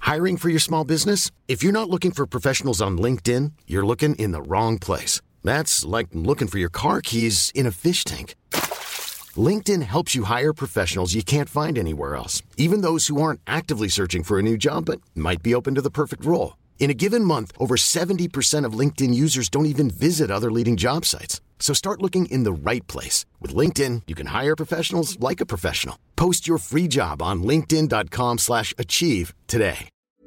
Hiring for your small business? If you're not looking for professionals on LinkedIn, you're looking in the wrong place. That's like looking for your car keys in a fish tank. LinkedIn helps you hire professionals you can't find anywhere else, even those who aren't actively searching for a new job but might be open to the perfect role. In a given month, over 70% of LinkedIn users don't even visit other leading job sites. So start looking in the right place. With LinkedIn, you can hire professionals like a professional. Post your free job on linkedin.com/achieve today.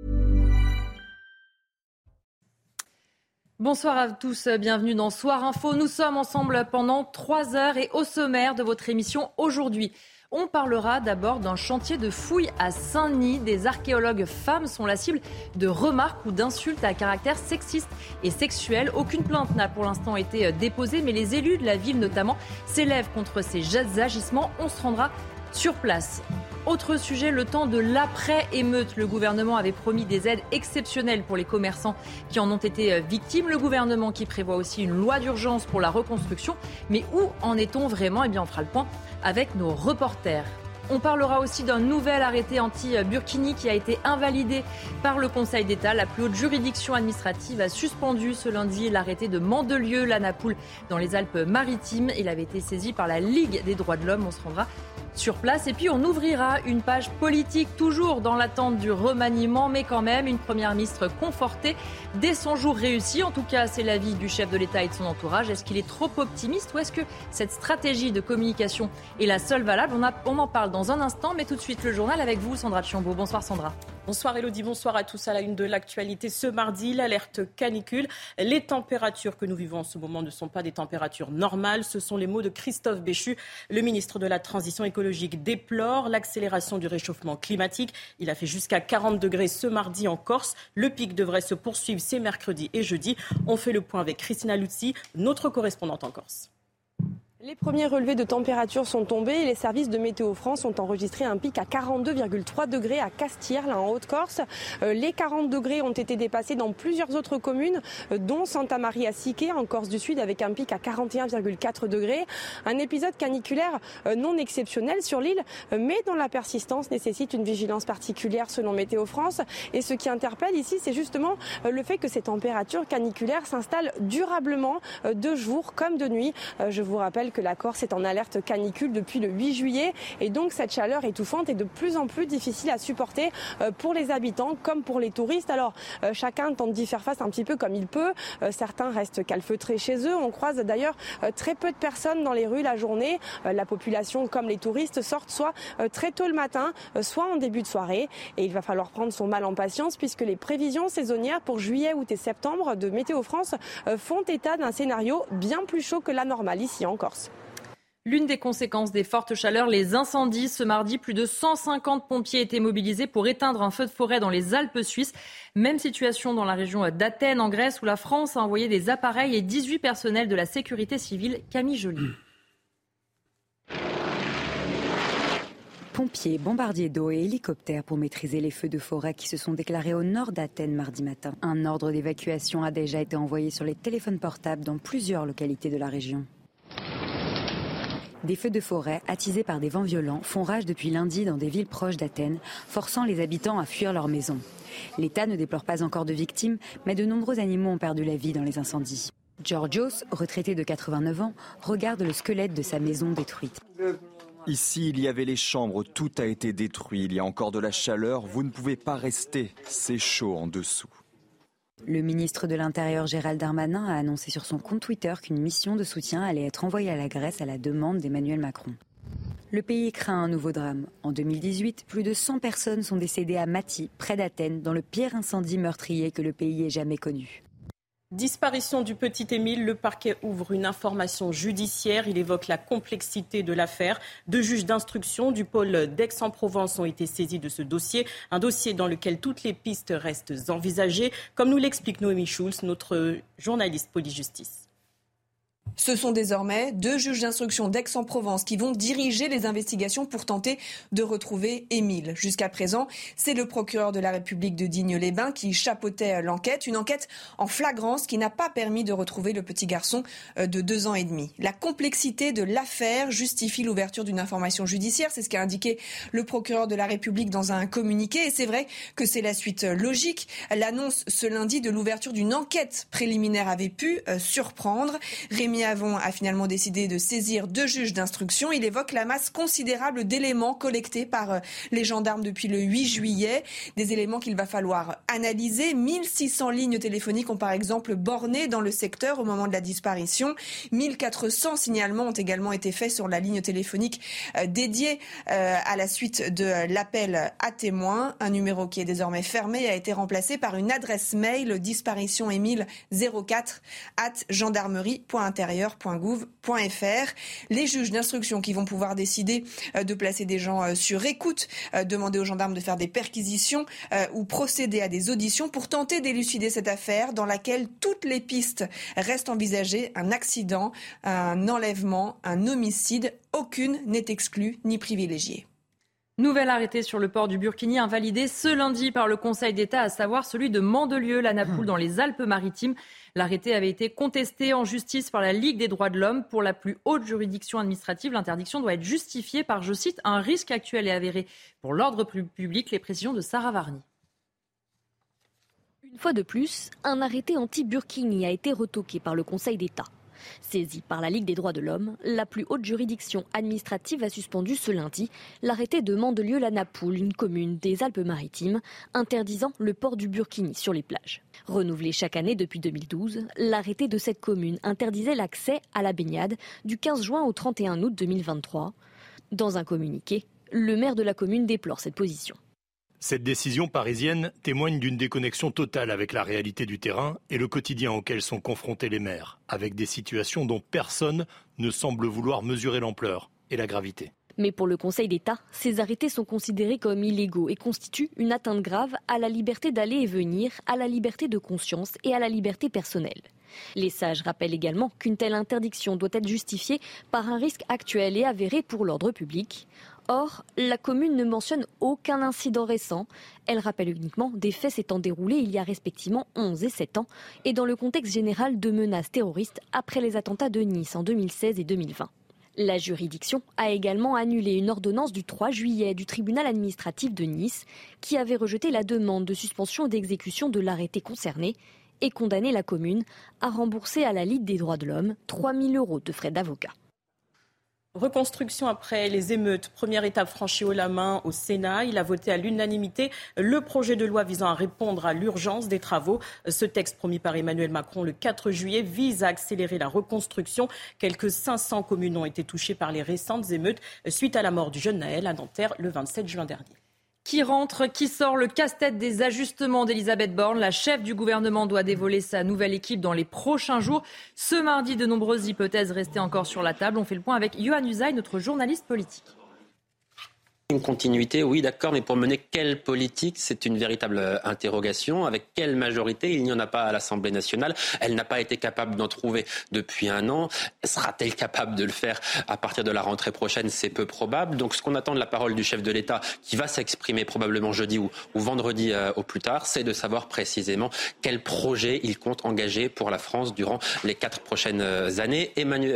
Bonsoir à tous, bienvenue dans Soir Info. Nous sommes ensemble pendant 3 heures et au sommaire de votre émission aujourd'hui. On parlera d'abord d'un chantier de fouilles à Saint-Denis. Des archéologues femmes sont la cible de remarques ou d'insultes à caractère sexiste et sexuel. Aucune plainte n'a pour l'instant été déposée, mais les élus de la ville notamment s'élèvent contre ces agissements. On se rendra sur place. Autre sujet, le temps de l'après-émeute. Le gouvernement avait promis des aides exceptionnelles pour les commerçants qui en ont été victimes. Le gouvernement qui prévoit aussi une loi d'urgence pour la reconstruction. Mais où en est-on vraiment ? Eh bien, on fera le point avec nos reporters. On parlera aussi d'un nouvel arrêté anti-Burkini qui a été invalidé par le Conseil d'État. La plus haute juridiction administrative a suspendu ce lundi l'arrêté de Mandelieu, la Napoule, dans les Alpes-Maritimes. Il avait été saisi par la Ligue des droits de l'homme. On se rendra sur place. Et puis on ouvrira une page politique, toujours dans l'attente du remaniement, mais quand même une première ministre confortée dès son jour réussi. En tout cas, c'est l'avis du chef de l'État et de son entourage. Est-ce qu'il est trop optimiste ou est-ce que cette stratégie de communication est la seule valable ? On en parle dans un instant, mais tout de suite le journal avec vous, Sandra Chiombo. Bonsoir Sandra. Bonsoir Élodie, bonsoir à tous. À la une de l'actualité ce mardi, l'alerte canicule. Les températures que nous vivons en ce moment ne sont pas des températures normales. Ce sont les mots de Christophe Béchu. Le ministre de la Transition écologique déplore l'accélération du réchauffement climatique. Il a fait jusqu'à 40 degrés ce mardi en Corse. Le pic devrait se poursuivre ces mercredi et jeudi. On fait le point avec Christina Luzzi, notre correspondante en Corse. Les premiers relevés de température sont tombés et les services de Météo France ont enregistré un pic à 42,3 degrés à Castires, là en Haute-Corse. Les 40 degrés ont été dépassés dans plusieurs autres communes, dont Santa Maria Sique en Corse du Sud avec un pic à 41,4 degrés. Un épisode caniculaire non exceptionnel sur l'île, mais dont la persistance nécessite une vigilance particulière selon Météo France. Et ce qui interpelle ici, c'est justement le fait que ces températures caniculaires s'installent durablement de jour comme de nuit. Je vous rappelle que la Corse est en alerte canicule depuis le 8 juillet et donc cette chaleur étouffante est de plus en plus difficile à supporter pour les habitants comme pour les touristes. Alors chacun tente d'y faire face un petit peu comme il peut. Certains restent calfeutrés chez eux. On croise d'ailleurs très peu de personnes dans les rues la journée. La population comme les touristes sortent soit très tôt le matin, soit en début de soirée. Et il va falloir prendre son mal en patience puisque les prévisions saisonnières pour juillet, août et septembre de Météo France font état d'un scénario bien plus chaud que la normale ici en Corse. L'une des conséquences des fortes chaleurs, les incendies. Ce mardi, plus de 150 pompiers étaient mobilisés pour éteindre un feu de forêt dans les Alpes suisses. Même situation dans la région d'Athènes, en Grèce, où la France a envoyé des appareils et 18 personnels de la sécurité civile. Camille Joly. Pompiers, bombardiers d'eau et hélicoptères pour maîtriser les feux de forêt qui se sont déclarés au nord d'Athènes mardi matin. Un ordre d'évacuation a déjà été envoyé sur les téléphones portables dans plusieurs localités de la région. Des feux de forêt, attisés par des vents violents, font rage depuis lundi dans des villes proches d'Athènes, forçant les habitants à fuir leurs maisons. L'État ne déplore pas encore de victimes, mais de nombreux animaux ont perdu la vie dans les incendies. Georgios, retraité de 89 ans, regarde le squelette de sa maison détruite. Ici, il y avait les chambres, tout a été détruit. Il y a encore de la chaleur, vous ne pouvez pas rester, c'est chaud en dessous. Le ministre de l'Intérieur Gérald Darmanin a annoncé sur son compte Twitter qu'une mission de soutien allait être envoyée à la Grèce à la demande d'Emmanuel Macron. Le pays craint un nouveau drame. En 2018, plus de 100 personnes sont décédées à Mati, près d'Athènes, dans le pire incendie meurtrier que le pays ait jamais connu. Disparition du petit Émile, le parquet ouvre une information judiciaire. Il évoque la complexité de l'affaire. 2 juges d'instruction du pôle d'Aix-en-Provence ont été saisis de ce dossier. Un dossier dans lequel toutes les pistes restent envisagées, comme nous l'explique Noémie Schulz, notre journaliste police-justice. Ce sont désormais 2 juges d'instruction d'Aix-en-Provence qui vont diriger les investigations pour tenter de retrouver Émile. Jusqu'à présent, c'est le procureur de la République de Digne-les-Bains qui chapeautait l'enquête. Une enquête en flagrance qui n'a pas permis de retrouver le petit garçon de 2 ans et demi. La complexité de l'affaire justifie l'ouverture d'une information judiciaire. C'est ce qu'a indiqué le procureur de la République dans un communiqué. Et c'est vrai que c'est la suite logique. L'annonce ce lundi de l'ouverture d'une enquête préliminaire avait pu surprendre. Rémi Avon a finalement décidé de saisir 2 juges d'instruction. Il évoque la masse considérable d'éléments collectés par les gendarmes depuis le 8 juillet. Des éléments qu'il va falloir analyser. 1600 lignes téléphoniques ont par exemple borné dans le secteur au moment de la disparition. 1400 signalements ont également été faits sur la ligne téléphonique dédiée à la suite de l'appel à témoins. Un numéro qui est désormais fermé a été remplacé par une adresse mail disparitionemile04@gendarmerie.intérieur.gouv.fr. Les juges d'instruction qui vont pouvoir décider de placer des gens sur écoute, demander aux gendarmes de faire des perquisitions ou procéder à des auditions pour tenter d'élucider cette affaire dans laquelle toutes les pistes restent envisagées. Un accident, un enlèvement, un homicide, aucune n'est exclue ni privilégiée. Nouvel arrêté sur le port du burkini invalidé ce lundi par le Conseil d'État, à savoir celui de Mandelieu-la-Napoule dans les Alpes-Maritimes. L'arrêté avait été contesté en justice par la Ligue des droits de l'homme. Pour la plus haute juridiction administrative, l'interdiction doit être justifiée par, je cite, un risque actuel et avéré pour l'ordre public. Les précisions de Sarah Varny. Une fois de plus, un arrêté anti-burkini a été retoqué par le Conseil d'État. Saisi par la Ligue des droits de l'homme, la plus haute juridiction administrative a suspendu ce lundi l'arrêté de Mandelieu-la-Napoule, une commune des Alpes-Maritimes, interdisant le port du burkini sur les plages. Renouvelé chaque année depuis 2012, l'arrêté de cette commune interdisait l'accès à la baignade du 15 juin au 31 août 2023. Dans un communiqué, le maire de la commune déplore cette position. Cette décision parisienne témoigne d'une déconnexion totale avec la réalité du terrain et le quotidien auquel sont confrontés les maires, avec des situations dont personne ne semble vouloir mesurer l'ampleur et la gravité. Mais pour le Conseil d'État, ces arrêtés sont considérés comme illégaux et constituent une atteinte grave à la liberté d'aller et venir, à la liberté de conscience et à la liberté personnelle. Les sages rappellent également qu'une telle interdiction doit être justifiée par un risque actuel et avéré pour l'ordre public. Or, la commune ne mentionne aucun incident récent. Elle rappelle uniquement des faits s'étant déroulés il y a respectivement 11 et 7 ans et dans le contexte général de menaces terroristes après les attentats de Nice en 2016 et 2020. La juridiction a également annulé une ordonnance du 3 juillet du tribunal administratif de Nice qui avait rejeté la demande de suspension d'exécution de l'arrêté concerné et condamné la commune à rembourser à la Ligue des droits de l'homme 3 000 € de frais d'avocat. Reconstruction après les émeutes. Première étape franchie haut la main au Sénat. Il a voté à l'unanimité le projet de loi visant à répondre à l'urgence des travaux. Ce texte promis par Emmanuel Macron le 4 juillet vise à accélérer la reconstruction. Quelques 500 communes ont été touchées par les récentes émeutes suite à la mort du jeune Naël à Nanterre le 27 juin dernier. Qui rentre, qui sort, le casse-tête des ajustements d'Elisabeth Borne. La chef du gouvernement doit dévoiler sa nouvelle équipe dans les prochains jours. Ce mardi, de nombreuses hypothèses restaient encore sur la table. On fait le point avec Yohann Usaï, notre journaliste politique. Une continuité, oui, d'accord, mais pour mener quelle politique ? C'est une véritable interrogation. Avec quelle majorité ? Il n'y en a pas à l'Assemblée nationale. Elle n'a pas été capable d'en trouver depuis un an. Sera-t-elle capable de le faire à partir de la rentrée prochaine ? C'est peu probable. Donc ce qu'on attend de la parole du chef de l'État, qui va s'exprimer probablement jeudi ou vendredi au plus tard, c'est de savoir précisément quel projet il compte engager pour la France durant les 4 prochaines années.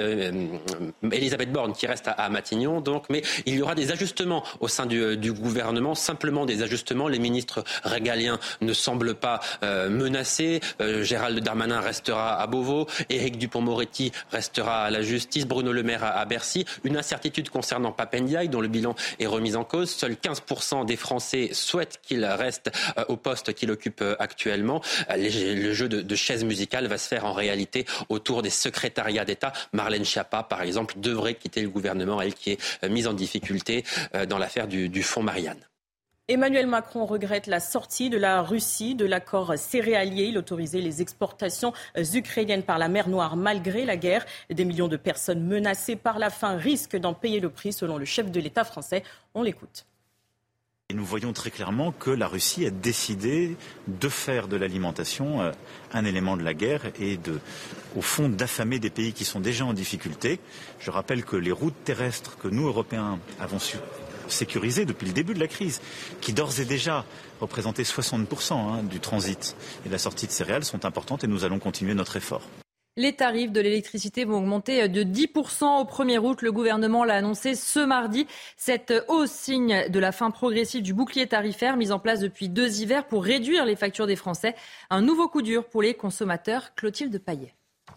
Elisabeth Borne qui reste à Matignon, donc, mais il y aura des ajustements au sein du gouvernement, simplement des ajustements. Les ministres régaliens ne semblent pas menacés. Gérald Darmanin restera à Beauvau. Éric Dupond-Moretti restera à la justice. Bruno Le Maire à Bercy. Une incertitude concernant Pape Ndiaye, dont le bilan est remis en cause. Seuls 15% des Français souhaitent qu'il reste au poste qu'il occupe actuellement. Le jeu de chaises musicales va se faire en réalité autour des secrétariats d'État. Marlène Schiappa, par exemple, devrait quitter le gouvernement, elle qui est mise en difficulté dans l'affaire du fonds Marianne. Emmanuel Macron regrette la sortie de la Russie de l'accord céréalier. Il autorisait les exportations ukrainiennes par la mer Noire malgré la guerre. Des millions de personnes menacées par la faim risquent d'en payer le prix selon le chef de l'État français. On l'écoute. Et nous voyons très clairement que la Russie a décidé de faire de l'alimentation un élément de la guerre et au fond, d'affamer des pays qui sont déjà en difficulté. Je rappelle que les routes terrestres que nous, Européens, avons su sécurisées depuis le début de la crise, qui d'ores et déjà représentaient 60% du transit et de la sortie de céréales, sont importantes et nous allons continuer notre effort. Les tarifs de l'électricité vont augmenter de 10% au 1er août. Le gouvernement l'a annoncé ce mardi. Cette hausse signe de la fin progressive du bouclier tarifaire mis en place depuis 2 hivers pour réduire les factures des Français. Un nouveau coup dur pour les consommateurs. Clotilde Payet.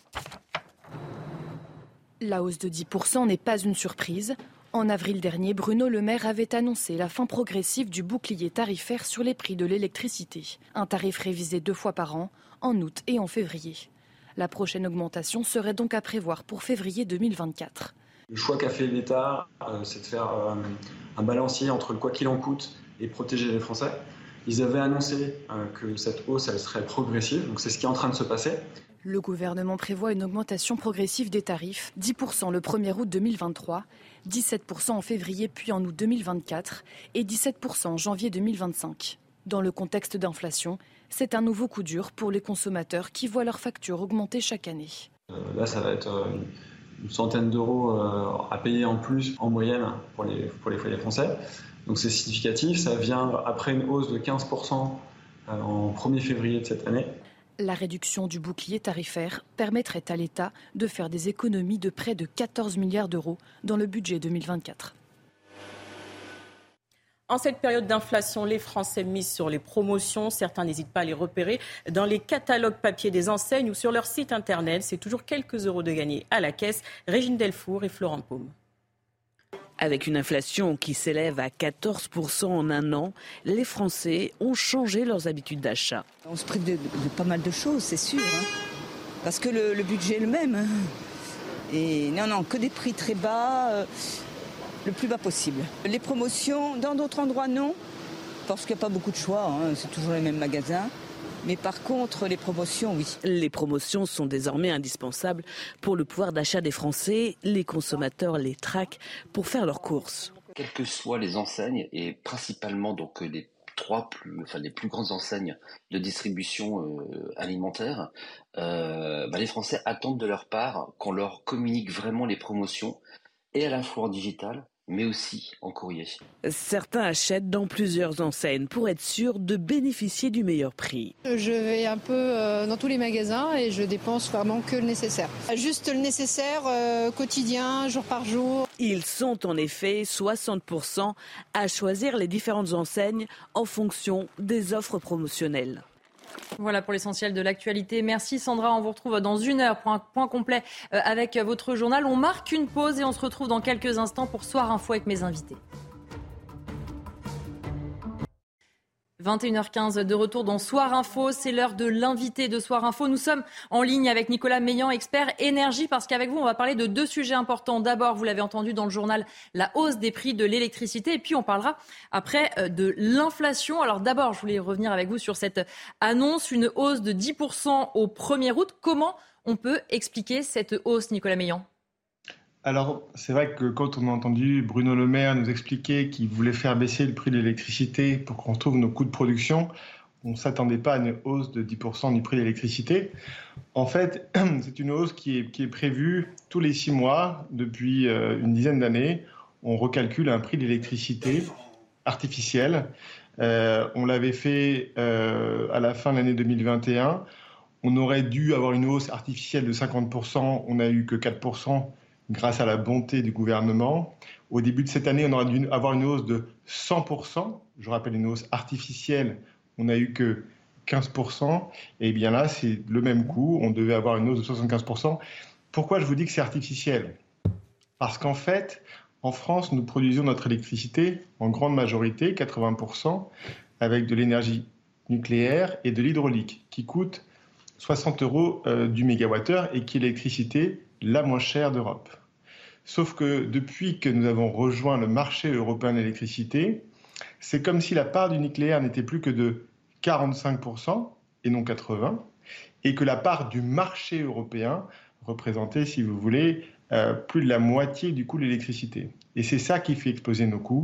La hausse de 10% n'est pas une surprise. En avril dernier, Bruno Le Maire avait annoncé la fin progressive du bouclier tarifaire sur les prix de l'électricité. Un tarif révisé 2 fois par an, en août et en février. La prochaine augmentation serait donc à prévoir pour février 2024. Le choix qu'a fait l'État, c'est de faire un balancier entre le quoi qu'il en coûte et protéger les Français. Ils avaient annoncé que cette hausse, elle serait progressive, donc c'est ce qui est en train de se passer. Le gouvernement prévoit une augmentation progressive des tarifs, 10% le 1er août 2023, 17% en février puis en août 2024 et 17% en janvier 2025. Dans le contexte d'inflation, c'est un nouveau coup dur pour les consommateurs qui voient leurs factures augmenter chaque année. Là, ça va être une centaine d'euros à payer en plus en moyenne pour les foyers français. Donc c'est significatif, ça vient après une hausse de 15% en 1er février de cette année. La réduction du bouclier tarifaire permettrait à l'État de faire des économies de près de 14 milliards d'euros dans le budget 2024. En cette période d'inflation, les Français misent sur les promotions. Certains n'hésitent pas à les repérer dans les catalogues papier des enseignes ou sur leur site internet. C'est toujours quelques euros de gagner à la caisse. Régine Delfour et Florent Paume. Avec une inflation qui s'élève à 14% en un an, les Français ont changé leurs habitudes d'achat. On se prive de pas mal de choses, c'est sûr. Parce que le budget est le même. Et non, que des prix très bas. Le plus bas possible. Les promotions, dans d'autres endroits, non, parce qu'il n'y a pas beaucoup de choix, c'est toujours les mêmes magasins. Mais par contre, les promotions, oui. Les promotions sont désormais indispensables pour le pouvoir d'achat des Français. Les consommateurs les traquent pour faire leurs courses. Quelles que soient les enseignes, et principalement donc les plus grandes enseignes de distribution alimentaire, les Français attendent de leur part qu'on leur communique vraiment les promotions, et à la fois en digital, mais aussi en courrier. Certains achètent dans plusieurs enseignes pour être sûrs de bénéficier du meilleur prix. Je vais un peu dans tous les magasins et je dépense vraiment que le nécessaire. Juste le nécessaire quotidien, jour par jour. Ils sont en effet 60% à choisir les différentes enseignes en fonction des offres promotionnelles. Voilà pour l'essentiel de l'actualité. Merci Sandra, on vous retrouve dans 1 heure pour un point complet avec votre journal. On marque une pause et on se retrouve dans quelques instants pour Soir Info avec mes invités. 21h15 de retour dans Soir Info, c'est l'heure de l'invité de Soir Info. Nous sommes en ligne avec Nicolas Meillan, expert énergie, parce qu'avec vous, on va parler de 2 sujets importants. D'abord, vous l'avez entendu dans le journal, la hausse des prix de l'électricité. Et puis, on parlera après de l'inflation. Alors d'abord, je voulais revenir avec vous sur cette annonce, une hausse de 10% au 1er août. Comment on peut expliquer cette hausse, Nicolas Meillan ? Alors, c'est vrai que quand on a entendu Bruno Le Maire nous expliquer qu'il voulait faire baisser le prix de l'électricité pour qu'on retrouve nos coûts de production, on ne s'attendait pas à une hausse de 10% du prix de l'électricité. En fait, c'est une hausse qui est prévue tous les 6 mois depuis une dizaine d'années. On recalcule un prix de l'électricité artificiel. On l'avait fait à la fin de l'année 2021. On aurait dû avoir une hausse artificielle de 50%. On n'a eu que 4%. Grâce à la bonté du gouvernement. Au début de cette année, on aurait dû avoir une hausse de 100%. Je rappelle, une hausse artificielle, on n'a eu que 15%. Et bien là, c'est le même coût. On devait avoir une hausse de 75%. Pourquoi je vous dis que c'est artificiel ? Parce qu'en fait, en France, nous produisons notre électricité en grande majorité, 80%, avec de l'énergie nucléaire et de l'hydraulique, qui coûte 60 € du mégawattheure et qui est l'électricité la moins chère d'Europe. Sauf que depuis que nous avons rejoint le marché européen de l'électricité, c'est comme si la part du nucléaire n'était plus que de 45% et non 80%, et que la part du marché européen représentait, si vous voulez, plus de la moitié du coût de l'électricité. Et c'est ça qui fait exploser nos coûts.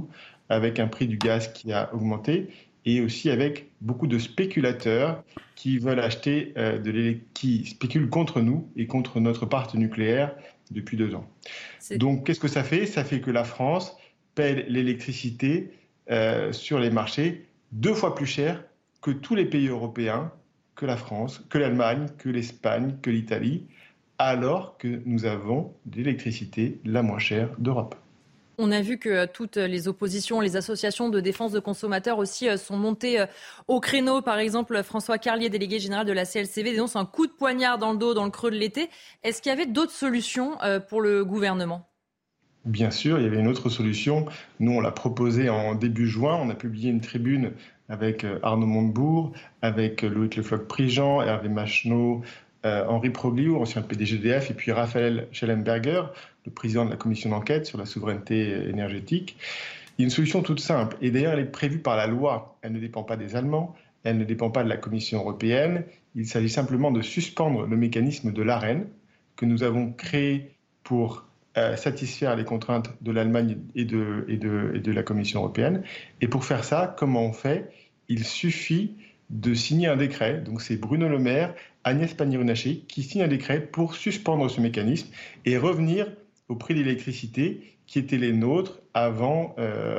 avec un prix du gaz qui a augmenté et aussi avec beaucoup de spéculateurs qui veulent acheter qui spéculent contre nous et contre notre parc nucléaire depuis 2 ans. Donc, qu'est-ce que ça fait ? Ça fait que la France paie l'électricité sur les marchés 2 fois plus cher que tous les pays européens, que la France, que l'Allemagne, que l'Espagne, que l'Italie, alors que nous avons l'électricité la moins chère d'Europe. On a vu que toutes les oppositions, les associations de défense de consommateurs aussi sont montées au créneau. Par exemple, François Carlier, délégué général de la CLCV, dénonce un coup de poignard dans le dos dans le creux de l'été. Est-ce qu'il y avait d'autres solutions pour le gouvernement ? Bien sûr, il y avait une autre solution. Nous, on l'a proposée en début juin. On a publié une tribune avec Arnaud Montebourg, avec Loïc Le Floch-Prigent, Hervé Macheneau, Henri Proglio, ancien PDG d'EDF, et puis Raphaël Schellenberger, le président de la commission d'enquête sur la souveraineté énergétique. Il y a une solution toute simple, et d'ailleurs elle est prévue par la loi. Elle ne dépend pas des Allemands, elle ne dépend pas de la Commission européenne. Il s'agit simplement de suspendre le mécanisme de l'Arenh que nous avons créé pour satisfaire les contraintes de l'Allemagne et de la Commission européenne. Et pour faire ça, comment on fait ? Il suffit de signer un décret. Donc c'est Bruno Le Maire, Agnès Pannier-Runacher qui signent un décret pour suspendre ce mécanisme et revenir au prix de l'électricité qui étaient les nôtres avant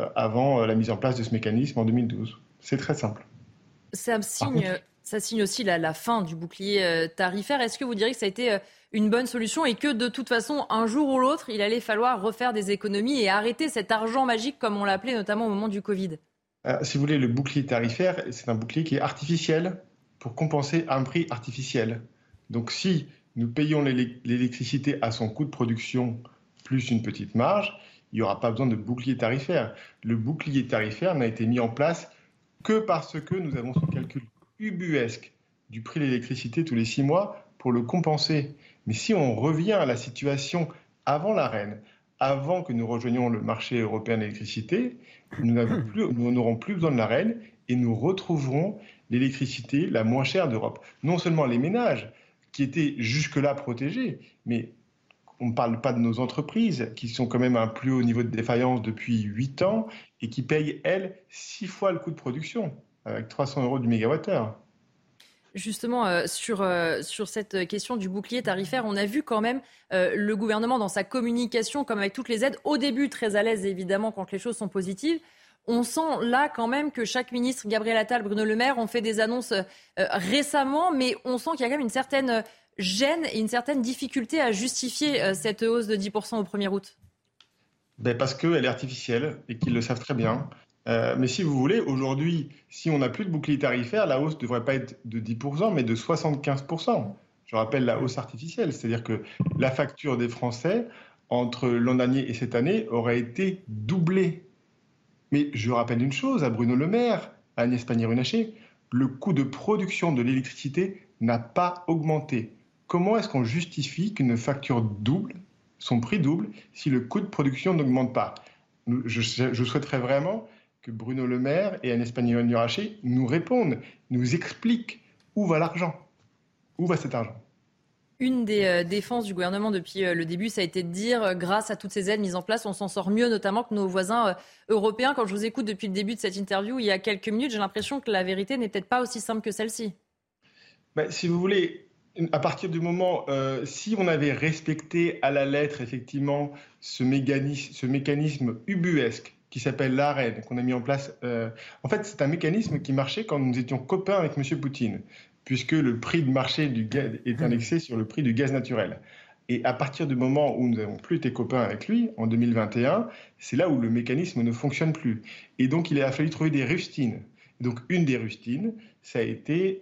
la mise en place de ce mécanisme en 2012. C'est très simple. Ça signe aussi la fin du bouclier tarifaire. Est-ce que vous diriez que ça a été une bonne solution et que de toute façon, un jour ou l'autre, il allait falloir refaire des économies et arrêter cet argent magique comme on l'appelait notamment au moment du Covid ? Si vous voulez, le bouclier tarifaire, c'est un bouclier qui est artificiel pour compenser un prix artificiel. Donc si nous payons l'électricité à son coût de production plus une petite marge, il n'y aura pas besoin de bouclier tarifaire. Le bouclier tarifaire n'a été mis en place que parce que nous avons ce calcul ubuesque du prix de l'électricité tous les 6 mois pour le compenser. Mais si on revient à la situation avant l'Arenh, avant que nous rejoignions le marché européen de l'électricité, nous n'aurons plus besoin de l'Arenh et nous retrouverons l'électricité la moins chère d'Europe. Non seulement les ménages, qui étaient jusque-là protégés, mais on ne parle pas de nos entreprises, qui sont quand même à un plus haut niveau de défaillance depuis 8 ans et qui payent, elles, 6 fois le coût de production, avec 300 € du mégawattheure. Justement, sur cette question du bouclier tarifaire, on a vu quand même le gouvernement dans sa communication, comme avec toutes les aides, au début très à l'aise évidemment quand les choses sont positives. On sent là quand même que chaque ministre, Gabriel Attal, Bruno Le Maire, ont fait des annonces récemment, mais on sent qu'il y a quand même une certaine gêne et une certaine difficulté à justifier cette hausse de 10% au 1er août. Parce qu'elle est artificielle et qu'ils le savent très bien. Mais si vous voulez, aujourd'hui, si on n'a plus de bouclier tarifaire, la hausse ne devrait pas être de 10%, mais de 75%. Je rappelle la hausse artificielle, c'est-à-dire que la facture des Français, entre l'an dernier et cette année, aurait été doublée. Mais je rappelle une chose à Bruno Le Maire, à Agnès Pannier-Runacher, le coût de production de l'électricité n'a pas augmenté. Comment est-ce qu'on justifie qu'une facture double, son prix double, si le coût de production n'augmente pas ? Je souhaiterais vraiment que Bruno Le Maire et Agnès Pannier-Runacher nous répondent, nous expliquent où va l'argent, où va cet argent. Une des défenses du gouvernement depuis le début, ça a été de dire, grâce à toutes ces aides mises en place, on s'en sort mieux, notamment que nos voisins européens. Quand je vous écoute depuis le début de cette interview, il y a quelques minutes, j'ai l'impression que la vérité n'est peut-être pas aussi simple que celle-ci. Si vous voulez, à partir du moment, si on avait respecté à la lettre, effectivement, ce mécanisme ubuesque qui s'appelle l'Arenh, qu'on a mis en place, en fait, c'est un mécanisme qui marchait quand nous étions copains avec M. Poutine, puisque le prix de marché du gaz est indexé sur le prix du gaz naturel. Et à partir du moment où nous n'avons plus été copains avec lui, en 2021, c'est là où le mécanisme ne fonctionne plus. Et donc, il a fallu trouver des rustines. Donc, une des rustines, ça a été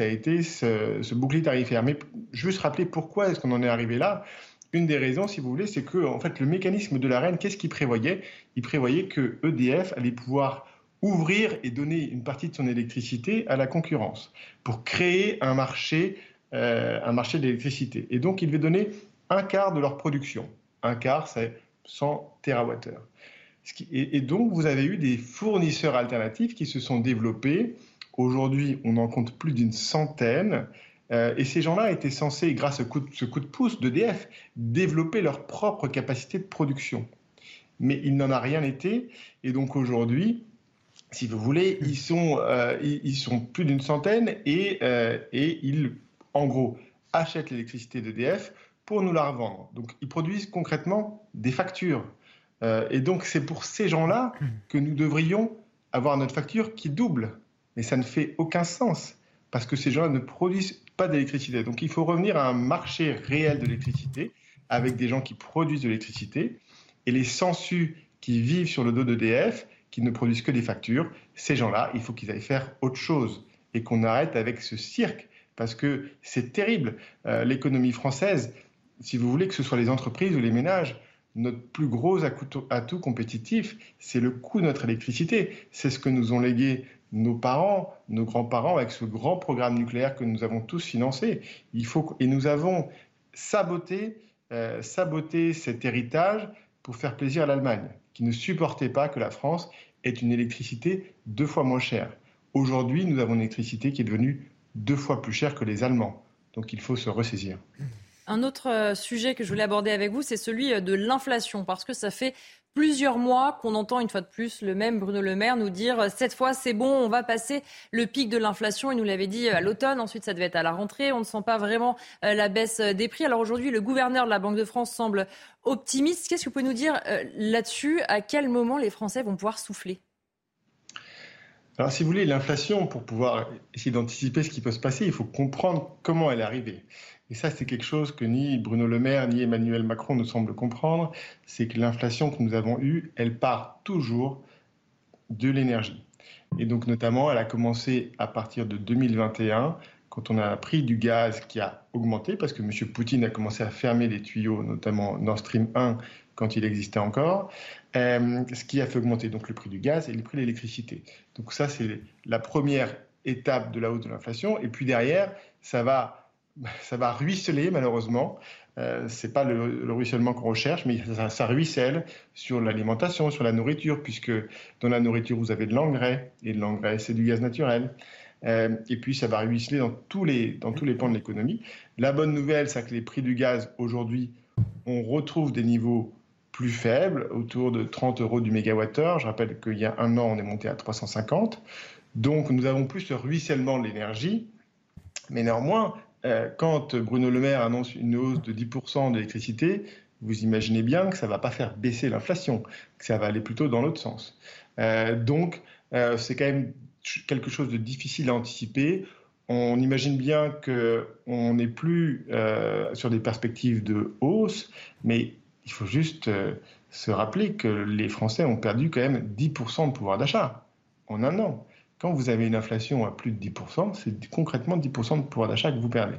ce bouclier tarifaire. Mais je veux juste rappeler pourquoi est-ce qu'on en est arrivé là. Une des raisons, si vous voulez, c'est que en fait, le mécanisme de l'Arenh, qu'est-ce qu'il prévoyait ? Il prévoyait que EDF allait pouvoir ouvrir et donner une partie de son électricité à la concurrence pour créer un marché de l'électricité. Et donc, il devait donner un quart de leur production. Un quart, c'est 100 TWh. Et donc, vous avez eu des fournisseurs alternatifs qui se sont développés. Aujourd'hui, on en compte plus d'une centaine. Et ces gens-là étaient censés, grâce à ce coup de pouce d'EDF, développer leur propre capacité de production. mais il n'en a rien été. Et donc aujourd'hui, si vous voulez, ils sont plus d'une centaine et ils, en gros, achètent l'électricité d'EDF pour nous la revendre. Donc ils produisent concrètement des factures. Et donc c'est pour ces gens-là que nous devrions avoir notre facture qui double. Mais ça ne fait aucun sens, parce que ces gens-là ne produisent pas d'électricité. Donc il faut revenir à un marché réel de l'électricité, avec des gens qui produisent de l'électricité, et les sensus qui vivent sur le dos d'EDF, qui ne produisent que des factures, ces gens-là, il faut qu'ils aillent faire autre chose, et qu'on arrête avec ce cirque, parce que c'est terrible. L'économie française, si vous voulez, que ce soit les entreprises ou les ménages, notre plus gros atout compétitif, c'est le coût de notre électricité. C'est ce que nous ont légué nos parents, nos grands-parents, avec ce grand programme nucléaire que nous avons tous financé. Et nous avons saboté cet héritage pour faire plaisir à l'Allemagne, qui ne supportait pas que la France ait une électricité 2 fois moins chère. Aujourd'hui, nous avons une électricité qui est devenue 2 fois plus chère que les Allemands. Donc il faut se ressaisir. Un autre sujet que je voulais aborder avec vous, c'est celui de l'inflation, parce que ça fait plusieurs mois qu'on entend une fois de plus le même Bruno Le Maire nous dire « cette fois c'est bon, on va passer le pic de l'inflation ». Il nous l'avait dit à l'automne, ensuite ça devait être à la rentrée, on ne sent pas vraiment la baisse des prix. Alors aujourd'hui, le gouverneur de la Banque de France semble optimiste. Qu'est-ce que vous pouvez nous dire là-dessus ? À quel moment les Français vont pouvoir souffler ? Alors, si vous voulez, l'inflation, pour pouvoir essayer d'anticiper ce qui peut se passer, il faut comprendre comment elle est arrivée. Et ça, c'est quelque chose que ni Bruno Le Maire ni Emmanuel Macron ne semblent comprendre. C'est que l'inflation que nous avons eue, elle part toujours de l'énergie. Et donc, notamment, elle a commencé à partir de 2021, quand on a un prix du gaz qui a augmenté, parce que M. Poutine a commencé à fermer les tuyaux, notamment Nord Stream 1, quand il existait encore, ce qui a fait augmenter donc le prix du gaz et le prix de l'électricité. Donc ça, c'est la première étape de la hausse de l'inflation. Et puis derrière, ça va ruisseler, malheureusement. Ce n'est pas le ruissellement qu'on recherche, mais ça ruisselle sur l'alimentation, sur la nourriture, puisque dans la nourriture, vous avez de l'engrais, et de l'engrais, c'est du gaz naturel. Et puis, ça va ruisseler dans tous les pans de l'économie. La bonne nouvelle, c'est que les prix du gaz, aujourd'hui, on retrouve des niveaux plus faibles, autour de 30 € du mégawattheure. Je rappelle qu'il y a un an, on est monté à 350. Donc, nous avons plus ce ruissellement de l'énergie. Mais néanmoins, quand Bruno Le Maire annonce une hausse de 10% de l'électricité, vous imaginez bien que ça ne va pas faire baisser l'inflation, que ça va aller plutôt dans l'autre sens. Donc, c'est quand même quelque chose de difficile à anticiper. On imagine bien qu'on n'est plus sur des perspectives de hausse, mais il faut juste se rappeler que les Français ont perdu quand même 10% de pouvoir d'achat en un an. Quand vous avez une inflation à plus de 10%, c'est concrètement 10% de pouvoir d'achat que vous perdez.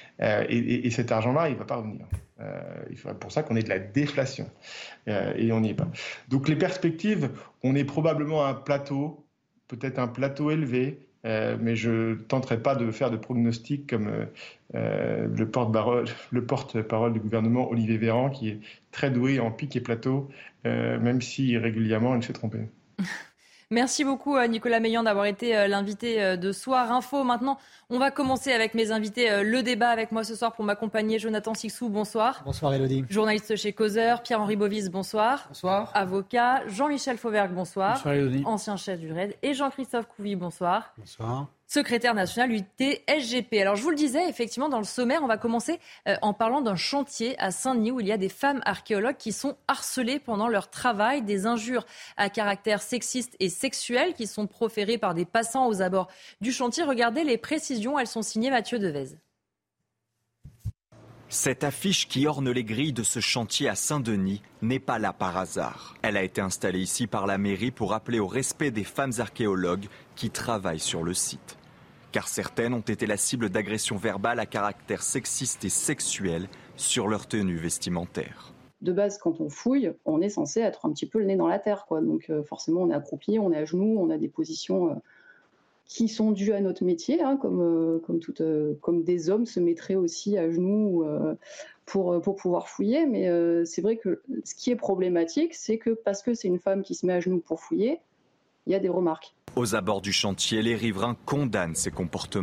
Et cet argent-là, il ne va pas revenir. Il faudrait pour ça qu'on ait de la déflation. Et on n'y est pas. Donc les perspectives, on est probablement à un plateau, peut-être un plateau élevé, mais je ne tenterai pas de faire de pronostics comme le porte-parole du gouvernement, Olivier Véran, qui est très doué en pic et plateau, même si régulièrement il se fait tromper. Merci beaucoup Nicolas Meillan d'avoir été l'invité de Soir Info. Maintenant, on va commencer avec mes invités. Le débat avec moi ce soir pour m'accompagner. Jonathan Sicsou, bonsoir. Bonsoir Élodie. Journaliste chez Causeur. Pierre-Henri Bovis, bonsoir. Bonsoir. Avocat. Jean-Michel Fauvergue, bonsoir. Bonsoir Élodie. Ancien chef du RAID. Et Jean-Christophe Couvi, bonsoir. Bonsoir. Secrétaire national UT-SGP. Alors je vous le disais, effectivement, dans le sommaire, on va commencer en parlant d'un chantier à Saint-Denis où il y a des femmes archéologues qui sont harcelées pendant leur travail, des injures à caractère sexiste et sexuel qui sont proférées par des passants aux abords du chantier. Regardez les précisions, elles sont signées Mathieu Devez. Cette affiche qui orne les grilles de ce chantier à Saint-Denis n'est pas là par hasard. Elle a été installée ici par la mairie pour appeler au respect des femmes archéologues qui travaillent sur le site. Car certaines ont été la cible d'agressions verbales à caractère sexiste et sexuel sur leur tenue vestimentaire. De base, quand on fouille, on est censé être un petit peu le nez dans la terre, quoi. Donc forcément, on est accroupi, on est à genoux, on a des positions qui sont dues à notre métier, hein, comme des hommes se mettraient aussi à genoux pour pouvoir fouiller. Mais c'est vrai que ce qui est problématique, c'est que parce que c'est une femme qui se met à genoux pour fouiller, il y a des remarques. Aux abords du chantier, les riverains condamnent ces comportements.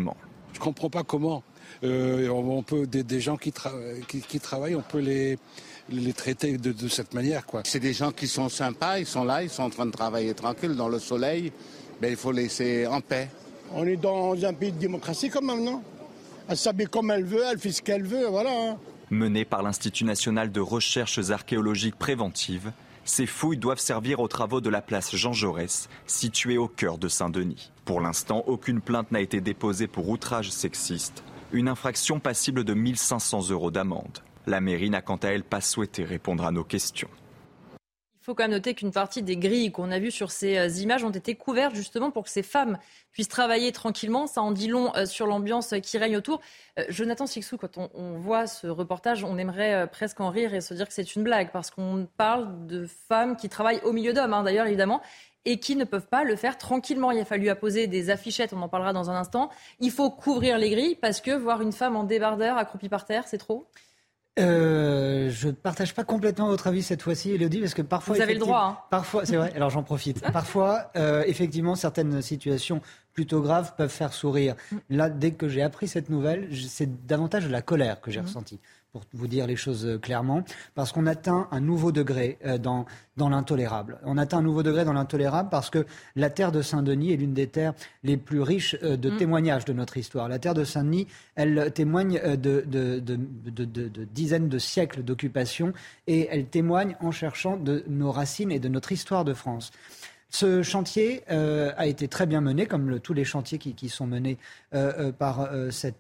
Je ne comprends pas comment on peut des gens qui travaillent, on peut les traiter de cette manière, quoi. C'est des gens qui sont sympas, ils sont là, ils sont en train de travailler tranquille dans le soleil. Mais il faut laisser en paix. On est dans un pays de démocratie quand même, non? Elle s'habille comme elle veut, elle fait ce qu'elle veut, voilà. Menées par l'Institut national de recherches archéologiques préventives, ces fouilles doivent servir aux travaux de la place Jean Jaurès, située au cœur de Saint-Denis. Pour l'instant, aucune plainte n'a été déposée pour outrage sexiste, une infraction passible de 1 500 € d'amende. La mairie n'a quant à elle pas souhaité répondre à nos questions. Il faut quand même noter qu'une partie des grilles qu'on a vues sur ces images ont été couvertes justement pour que ces femmes puissent travailler tranquillement. Ça en dit long sur l'ambiance qui règne autour. Jonathan Sicsou, quand on voit ce reportage, on aimerait presque en rire et se dire que c'est une blague parce qu'on parle de femmes qui travaillent au milieu d'hommes, d'ailleurs évidemment, et qui ne peuvent pas le faire tranquillement. Il a fallu apposer des affichettes, on en parlera dans un instant. Il faut couvrir les grilles parce que voir une femme en débardeur accroupie par terre, c'est trop ? Je ne partage pas complètement votre avis cette fois-ci, Élodie, parce que parfois... Vous avez le droit. Hein. Parfois, c'est vrai, alors j'en profite. Parfois, effectivement, certaines situations plutôt graves peuvent faire sourire. Là, dès que j'ai appris cette nouvelle, c'est davantage de la colère que j'ai ressentie, pour vous dire les choses clairement, parce qu'on atteint un nouveau degré dans l'intolérable. On atteint un nouveau degré dans l'intolérable parce que la terre de Saint-Denis est l'une des terres les plus riches de témoignages de notre histoire. La terre de Saint-Denis, elle témoigne de dizaines de siècles d'occupation et elle témoigne en cherchant de nos racines et de notre histoire de France. Ce chantier a été très bien mené, comme tous les chantiers qui sont menés par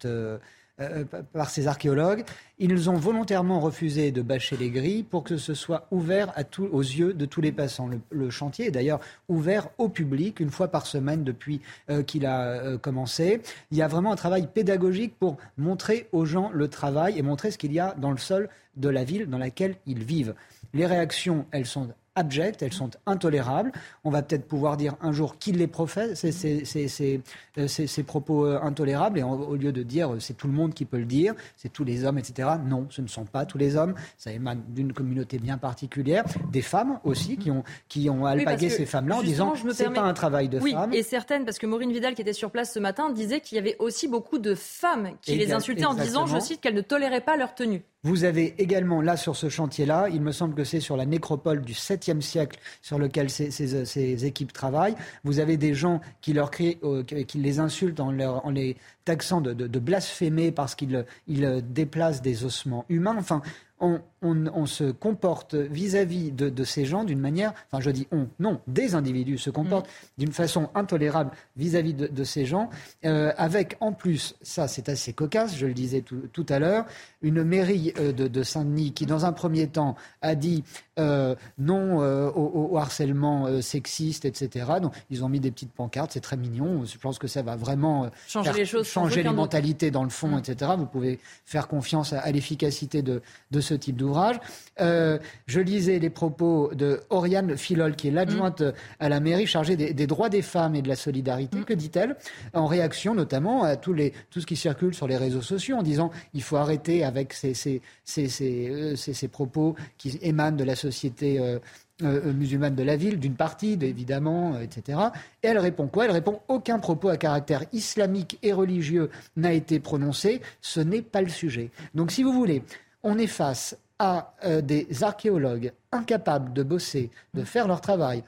ces archéologues. Ils ont volontairement refusé de bâcher les grilles pour que ce soit ouvert aux yeux de tous les passants. Le chantier est d'ailleurs ouvert au public une fois par semaine depuis qu'il a commencé. Il y a vraiment un travail pédagogique pour montrer aux gens le travail et montrer ce qu'il y a dans le sol de la ville dans laquelle ils vivent. Les réactions, elles sont abjectes, elles sont intolérables. On va peut-être pouvoir dire un jour qui les professe, ces propos intolérables, et au lieu de dire c'est tout le monde qui peut le dire, c'est tous les hommes, etc. Non, ce ne sont pas tous les hommes, ça émane d'une communauté bien particulière, des femmes aussi qui ont alpagué ces femmes-là en disant c'est pas un travail de femmes. Oui, et certaines, parce que Maureen Vidal qui était sur place ce matin disait qu'il y avait aussi beaucoup de femmes qui les insultaient en disant, je cite, qu'elles ne toléraient pas leur tenue. Vous avez également, là, sur ce chantier-là, il me semble que c'est sur la nécropole du 7e siècle sur lequel ces équipes travaillent, vous avez des gens qui leur crient, qui les insultent en les taxant de blasphémer parce qu'ils déplacent des ossements humains. Enfin, on se comporte vis-à-vis de ces gens d'une manière, enfin je dis non, des individus se comportent d'une façon intolérable vis-à-vis de ces gens, avec en plus, ça c'est assez cocasse, je le disais tout à l'heure, une mairie de Saint-Denis qui dans un premier temps a dit non au harcèlement sexiste, etc. Donc ils ont mis des petites pancartes, c'est très mignon, je pense que ça va vraiment changer les mentalités dans le fond, etc. Vous pouvez faire confiance à l'efficacité de ce type d'ouvrage. Je lisais les propos de Oriane Filol, qui est l'adjointe à la mairie chargée des droits des femmes et de la solidarité. Que dit-elle ? En réaction notamment à tout ce qui circule sur les réseaux sociaux, en disant il faut arrêter avec ces propos qui émanent de la société musulmane de la ville, d'une partie, évidemment, etc. Et elle répond quoi ? Elle répond « Aucun propos à caractère islamique et religieux n'a été prononcé, ce n'est pas le sujet. » Donc si vous voulez, on est face à des archéologues incapables de bosser, de faire leur travail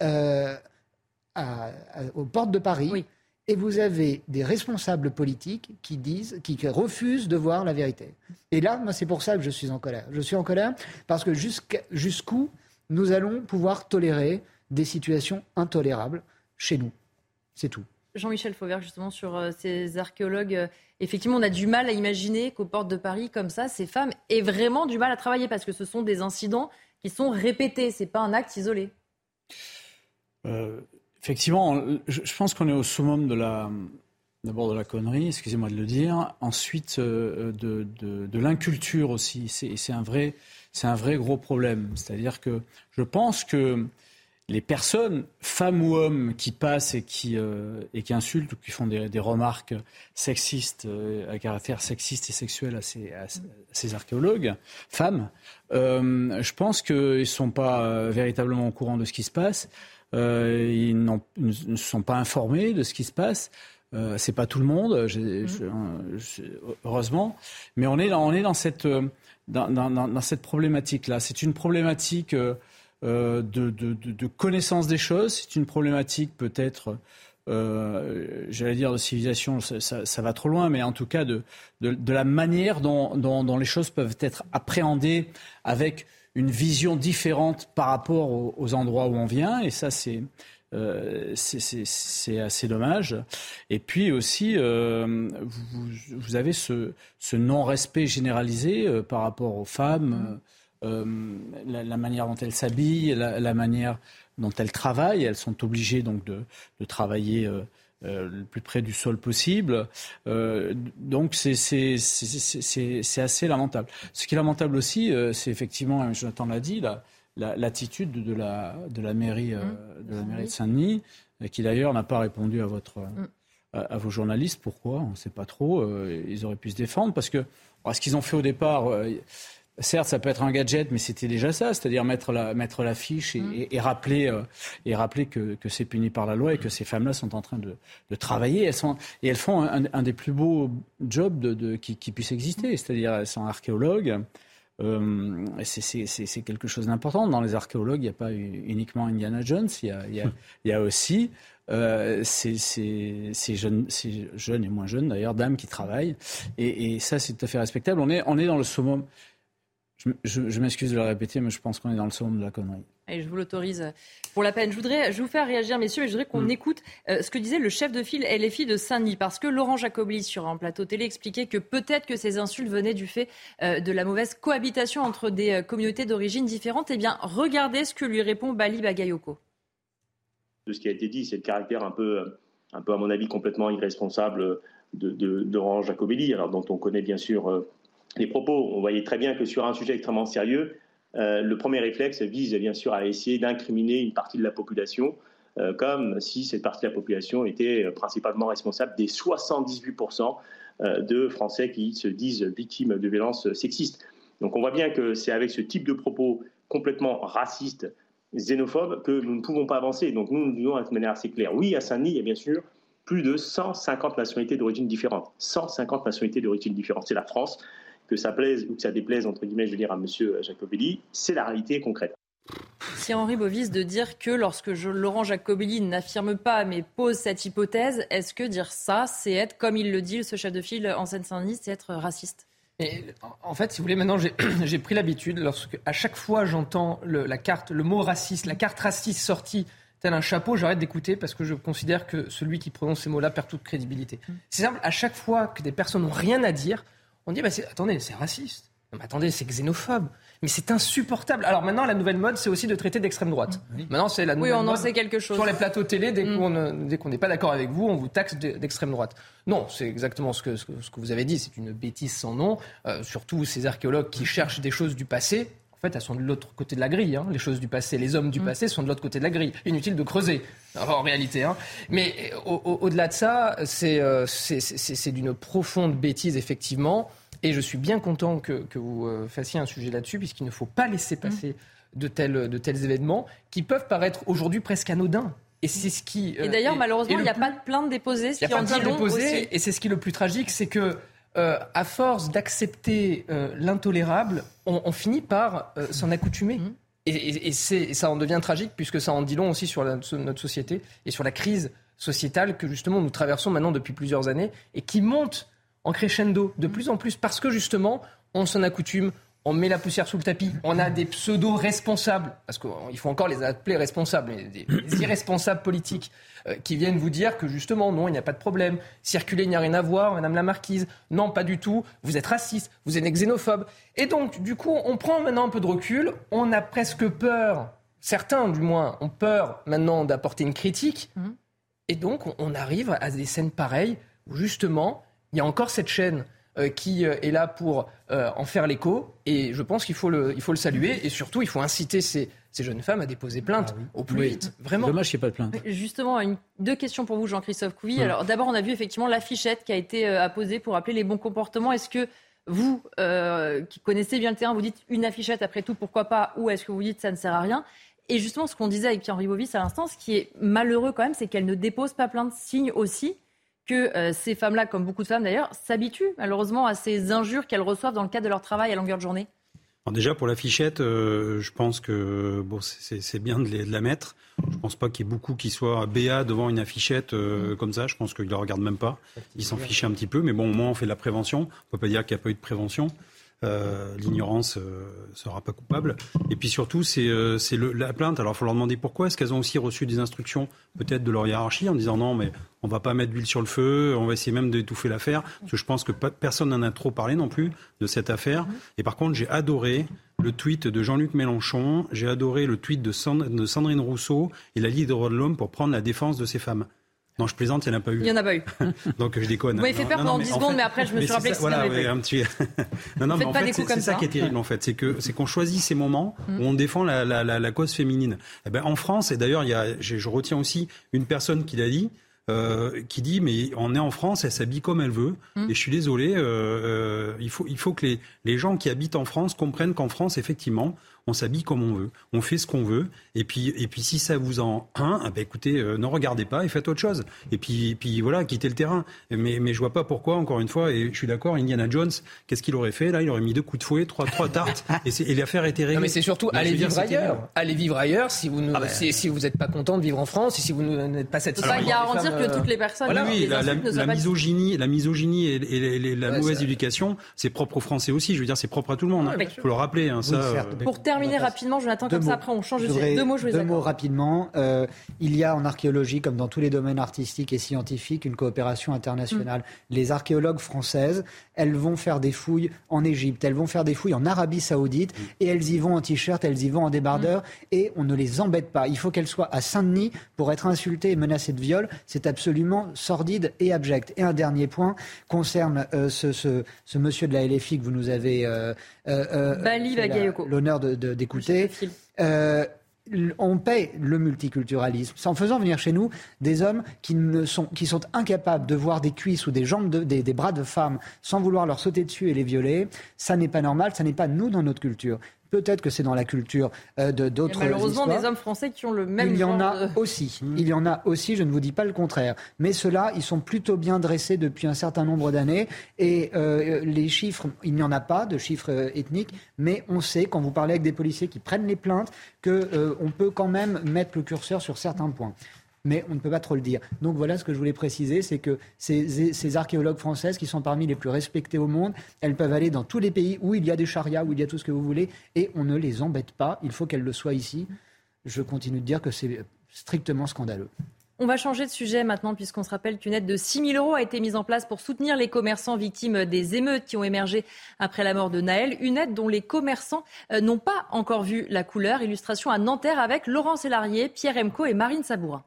aux portes de Paris, oui. Et vous avez des responsables politiques qui refusent de voir la vérité. Et là, moi, c'est pour ça que je suis en colère. Je suis en colère parce que jusqu'où nous allons pouvoir tolérer des situations intolérables chez nous. C'est tout. Jean-Michel Fauvert, justement, sur ces archéologues, effectivement, on a du mal à imaginer qu'aux portes de Paris, comme ça, ces femmes aient vraiment du mal à travailler parce que ce sont des incidents qui sont répétés. Ce n'est pas un acte isolé. Effectivement, je pense qu'on est au summum d'abord de la connerie, excusez-moi de le dire, ensuite de l'inculture aussi. C'est un vrai gros problème. C'est-à-dire que je pense que les personnes, femmes ou hommes, qui passent et qui insultent ou qui font des remarques sexistes, à caractère sexiste et sexuel à ces archéologues, femmes, je pense qu'ils ne sont pas véritablement au courant de ce qui se passe. Ils ne sont pas informés de ce qui se passe. C'est pas tout le monde, heureusement, mais on est dans cette problématique-là. C'est une problématique de connaissance des choses. C'est une problématique peut-être, j'allais dire de civilisation, ça va trop loin, mais en tout cas de la manière dont les choses peuvent être appréhendées avec une vision différente par rapport aux endroits où on vient. Et ça, c'est assez dommage. Et puis aussi, vous avez ce non-respect généralisé par rapport aux femmes, la manière dont elles s'habillent, la manière dont elles travaillent. Elles sont obligées donc de travailler le plus près du sol possible. Donc c'est assez lamentable. Ce qui est lamentable aussi, c'est effectivement, Jonathan l'a dit, l'attitude de la mairie de Saint-Denis, qui d'ailleurs n'a pas répondu à vos journalistes. Pourquoi ? On ne sait pas trop. Ils auraient pu se défendre parce que ce qu'ils ont fait au départ, certes, ça peut être un gadget, mais c'était déjà ça, c'est-à-dire mettre l'affiche et rappeler que c'est puni par la loi et que ces femmes-là sont en train de travailler. Elles font un des plus beaux jobs qui puissent exister, c'est-à-dire elles sont archéologues. C'est quelque chose d'important. Dans les archéologues, il n'y a pas uniquement Indiana Jones, il y a aussi ces jeunes et moins jeunes d'ailleurs, dames qui travaillent. Et ça, c'est tout à fait respectable. On est dans le summum. Je m'excuse de le répéter, mais je pense qu'on est dans le summum de la connerie. Et je vous l'autorise pour la peine. Je vous faire réagir, messieurs, et je voudrais qu'on écoute ce que disait le chef de file LFI de Saint-Denis, parce que Laurent Jacobelli, sur un plateau télé, expliquait que peut-être que ces insultes venaient du fait de la mauvaise cohabitation entre des communautés d'origine différentes. Eh bien, regardez ce que lui répond Bali Bagayoko. De ce qui a été dit, c'est le caractère un peu à mon avis, complètement irresponsable de Laurent Jacobelli, alors dont on connaît bien sûr les propos. On voyait très bien que sur un sujet extrêmement sérieux, le premier réflexe vise bien sûr à essayer d'incriminer une partie de la population, comme si cette partie de la population était principalement responsable des 78% de Français qui se disent victimes de violences sexistes. Donc on voit bien que c'est avec ce type de propos complètement racistes, xénophobes, que nous ne pouvons pas avancer. Donc nous disons de manière assez claire, oui, à Saint-Denis, il y a bien sûr plus de 150 nationalités d'origine différentes. 150 nationalités d'origine différentes. C'est la France. Que ça plaise ou que ça déplaise, entre guillemets, je veux dire, à M. Jacobelli, c'est la réalité concrète. Si Henri Bovis de dire que lorsque Laurent Jacobelli n'affirme pas mais pose cette hypothèse, est-ce que dire ça, c'est être, comme il le dit, ce chef de file en Seine-Saint-Denis, c'est être raciste ? Et en fait, si vous voulez, maintenant, j'ai pris l'habitude, lorsque à chaque fois j'entends le mot raciste, la carte raciste sortie tel un chapeau, j'arrête d'écouter parce que je considère que celui qui prononce ces mots-là perd toute crédibilité. C'est simple, à chaque fois que des personnes n'ont rien à dire, on dit, attendez, c'est raciste. Non, mais attendez, c'est xénophobe. Mais c'est insupportable. Alors maintenant, la nouvelle mode, c'est aussi de traiter d'extrême droite. Maintenant, c'est la nouvelle mode. Oui, on en sait quelque chose. Sur les plateaux télé, dès qu'on n'est pas d'accord avec vous, on vous taxe d'extrême droite. Non, c'est exactement ce que vous avez dit. C'est une bêtise sans nom. Surtout ces archéologues qui cherchent des choses du passé. En fait, elles sont de l'autre côté de la grille. Les choses du passé, les hommes du passé sont de l'autre côté de la grille. Inutile de creuser, en réalité. Mais au-delà de ça, c'est d'une profonde bêtise, effectivement. Et je suis bien content que vous fassiez un sujet là-dessus, puisqu'il ne faut pas laisser passer de tels événements qui peuvent paraître aujourd'hui presque anodins. Et c'est ce qui. Et d'ailleurs, malheureusement, il n'y a pas de plainte déposée. Il n'y a pas de plainte déposée. Et c'est ce qui est le plus tragique, c'est que à force d'accepter l'intolérable, on finit par s'en accoutumer. Et ça en devient tragique, puisque ça en dit long aussi sur notre société et sur la crise sociétale que justement nous traversons maintenant depuis plusieurs années et qui monte en crescendo de plus en plus, parce que justement, on s'en accoutume, on met la poussière sous le tapis, on a des pseudo-responsables, parce qu'il faut encore les appeler responsables, des irresponsables politiques qui viennent vous dire que justement, non, il n'y a pas de problème, circuler, il n'y a rien à voir, Madame la Marquise, non, pas du tout, vous êtes raciste, vous êtes xénophobe. Et donc, du coup, on prend maintenant un peu de recul, on a presque peur, certains du moins, ont peur maintenant d'apporter une critique, et donc on arrive à des scènes pareilles où justement, il y a encore cette chaîne qui est là pour en faire l'écho, et je pense qu'il faut le saluer, et surtout il faut inciter ces jeunes femmes à déposer plainte au plus vite. Vraiment. Dommage qu'il n'y ait pas de plainte. Justement, deux questions pour vous, Jean-Christophe Couvi. Alors d'abord, on a vu effectivement l'affichette qui a été apposée pour rappeler les bons comportements. Est-ce que vous, qui connaissez bien le terrain, vous dites une affichette après tout, pourquoi pas, ou est-ce que vous dites ça ne sert à rien ? Et justement, ce qu'on disait avec Pierre-Henri Bovis à l'instant, ce qui est malheureux quand même, c'est qu'elle ne dépose pas plainte, signe aussi que ces femmes-là, comme beaucoup de femmes d'ailleurs, s'habituent malheureusement à ces injures qu'elles reçoivent dans le cadre de leur travail à longueur de journée? Alors déjà, pour l'affichette, je pense que c'est bien de la mettre. Je pense pas qu'il y ait beaucoup qui soient béats devant une affichette comme ça. Je pense qu'ils ne la regardent même pas. Ils s'en fichent un petit peu. Mais bon, au moins, on fait de la prévention. On ne peut pas dire qu'il n'y a pas eu de prévention. L'ignorance ne sera pas coupable. Et puis surtout, c'est la plainte. Alors, il faut leur demander pourquoi. Est-ce qu'elles ont aussi reçu des instructions, peut-être de leur hiérarchie, en disant non, mais on ne va pas mettre d'huile sur le feu, on va essayer même d'étouffer l'affaire. Parce que je pense que personne n'en a trop parlé non plus de cette affaire. Et par contre, j'ai adoré le tweet de Jean-Luc Mélenchon, j'ai adoré le tweet de Sandrine Rousseau et la Ligue des droits de l'homme pour prendre la défense de ces femmes. Non, je plaisante, il n'y en a pas eu. Il n'y en a pas eu. Donc je déconne. Vous m'avez fait peur pendant 10 secondes, mais après je me suis rappelé que c'était un petit... Non, mais en fait, c'est ça qui est terrible, en fait. C'est qu'on choisit ces moments où on défend la cause féminine. Eh ben, en France, et d'ailleurs, je retiens aussi une personne qui l'a dit, qui dit mais on est en France, elle s'habille comme elle veut et je suis désolé, il faut que les gens qui habitent en France comprennent qu'en France effectivement on s'habille comme on veut, on fait ce qu'on veut et puis si ça vous écoutez, ne regardez pas et faites autre chose et puis voilà, quittez le terrain, mais je vois pas pourquoi, encore une fois, et je suis d'accord, Indiana Jones, qu'est-ce qu'il aurait fait là? Il aurait mis 2 coups de fouet, 3 tartes et l'affaire était réglée. Non, mais c'est surtout allez vivre ailleurs si vous n'êtes pas content de vivre en France et si vous n'êtes pas satisfait. On ne peut pas garantir que toutes les personnes la misogynie et la mauvaise éducation, c'est propre aux Français aussi, je veux dire, c'est propre à tout le monde, il faut le rappeler, ça. Pour terminer rapidement, Jonathan, comme ça après on change de sujet. Deux mots rapidement. Il y a en archéologie, comme dans tous les domaines artistiques et scientifiques, une coopération internationale. Les archéologues françaises, elles vont faire des fouilles en Égypte, elles vont faire des fouilles en Arabie Saoudite et elles y vont en t-shirt, elles y vont en débardeur et on ne les embête pas. Il faut qu'elles soient à Saint-Denis pour être insultées et menacées de viol. C'est absolument sordide et abject. Et un dernier point concerne ce monsieur de la LFI que vous nous avez Bali Bagayoko, l'honneur d'écouter. On paie le multiculturalisme en faisant venir chez nous des hommes qui sont incapables de voir des cuisses ou des jambes, des bras de femmes sans vouloir leur sauter dessus et les violer. Ça n'est pas normal, ça n'est pas nous dans notre culture. Peut-être que c'est dans la culture d'autres malheureusement histoires. Des hommes français qui ont le même Il y en a aussi, je ne vous dis pas le contraire. Mais ceux-là, ils sont plutôt bien dressés depuis un certain nombre d'années. Et les chiffres, il n'y en a pas de chiffres ethniques, mais on sait, quand vous parlez avec des policiers qui prennent les plaintes, qu'on peut quand même mettre le curseur sur certains points. Mais on ne peut pas trop le dire. Donc voilà ce que je voulais préciser, c'est que ces archéologues françaises qui sont parmi les plus respectées au monde, elles peuvent aller dans tous les pays où il y a des charias, où il y a tout ce que vous voulez, et on ne les embête pas. Il faut qu'elles le soient ici. Je continue de dire que c'est strictement scandaleux. On va changer de sujet maintenant puisqu'on se rappelle qu'une aide de 6 000 € a été mise en place pour soutenir les commerçants victimes des émeutes qui ont émergé après la mort de Naël. Une aide dont les commerçants n'ont pas encore vu la couleur. Illustration à Nanterre avec Laurent Sélarié, Pierre Emco et Marine Sabourin.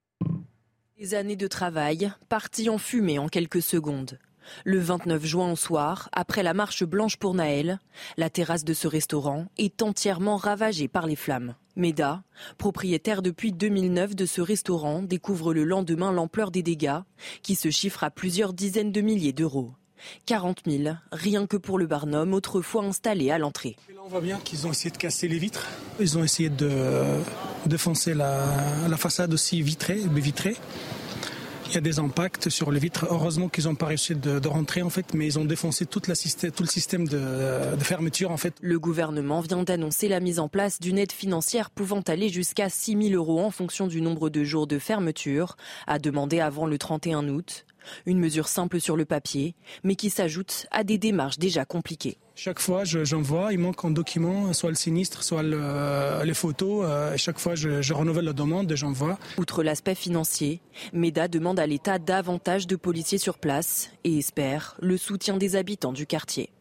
Des années de travail parties en fumée en quelques secondes. Le 29 juin au soir, après la marche blanche pour Naël, la terrasse de ce restaurant est entièrement ravagée par les flammes. Meda, propriétaire depuis 2009 de ce restaurant, découvre le lendemain l'ampleur des dégâts, qui se chiffrent à plusieurs dizaines de milliers d'euros. 40 000, rien que pour le barnum, autrefois installé à l'entrée. Là, on voit bien qu'ils ont essayé de casser les vitres. Ils ont essayé de foncer la façade aussi vitrée. Il y a des impacts sur les vitres. Heureusement qu'ils n'ont pas réussi de rentrer, en fait, mais ils ont défoncé tout le système de fermeture, en fait. Le gouvernement vient d'annoncer la mise en place d'une aide financière pouvant aller jusqu'à 6 000 € en fonction du nombre de jours de fermeture, à demander avant le 31 août. Une mesure simple sur le papier, mais qui s'ajoute à des démarches déjà compliquées. Chaque fois, j'envoie, il manque un document, soit le sinistre, soit les photos. Chaque fois, je renouvelle la demande et j'envoie. Outre l'aspect financier, Meda demande à l'État davantage de policiers sur place et espère le soutien des habitants du quartier.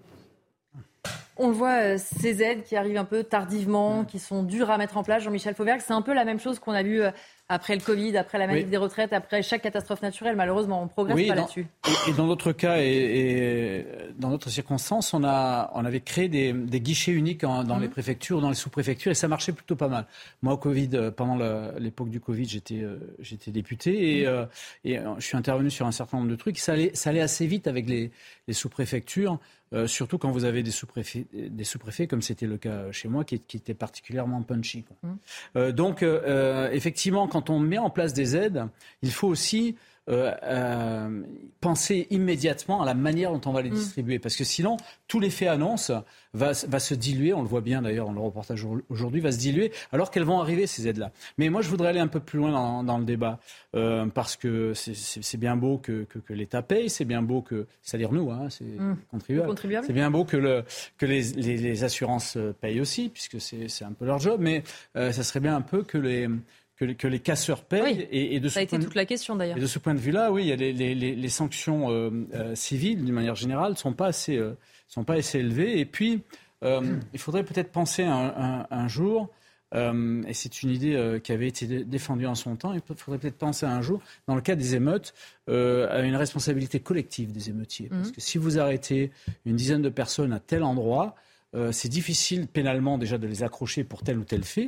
On le voit, ces aides qui arrivent un peu tardivement, qui sont dures à mettre en place. Jean-Michel Fauvergue, c'est un peu la même chose qu'on a vu après le Covid, après la manif des retraites, après chaque catastrophe naturelle. Malheureusement, on ne progresse pas là-dessus. Et dans notre cas et dans d'autres circonstances, on avait créé des guichets uniques dans les préfectures, dans les sous-préfectures, et ça marchait plutôt pas mal. Moi, au Covid, pendant l'époque du Covid, j'étais député et je suis intervenu sur un certain nombre de trucs. Ça allait assez vite avec les sous-préfectures. Surtout quand vous avez des sous-préfets, comme c'était le cas chez moi, qui étaient particulièrement punchy. Donc, effectivement, quand on met en place des aides, il faut aussi penser immédiatement à la manière dont on va les distribuer. Parce que sinon, tout l'effet annonce va se diluer, on le voit bien d'ailleurs dans le reportage aujourd'hui, va se diluer alors qu'elles vont arriver ces aides-là. Mais moi je voudrais aller un peu plus loin dans le débat, parce que c'est bien beau que l'État paye, c'est bien beau que, c'est-à-dire nous, c'est contribuables. C'est bien beau que les assurances payent aussi, puisque c'est un peu leur job, mais ça serait bien un peu que les casseurs payent. Et de ça a été toute la question d'ailleurs. Et de ce point de vue-là, oui, il y a les sanctions civiles, d'une manière générale, ne sont pas assez élevées. Et puis, il faudrait peut-être penser un jour, et c'est une idée qui avait été défendue en son temps, il faudrait peut-être penser un jour, dans le cas des émeutes, à une responsabilité collective des émeutiers. Parce que si vous arrêtez une dizaine de personnes à tel endroit, c'est difficile pénalement déjà de les accrocher pour tel ou tel fait.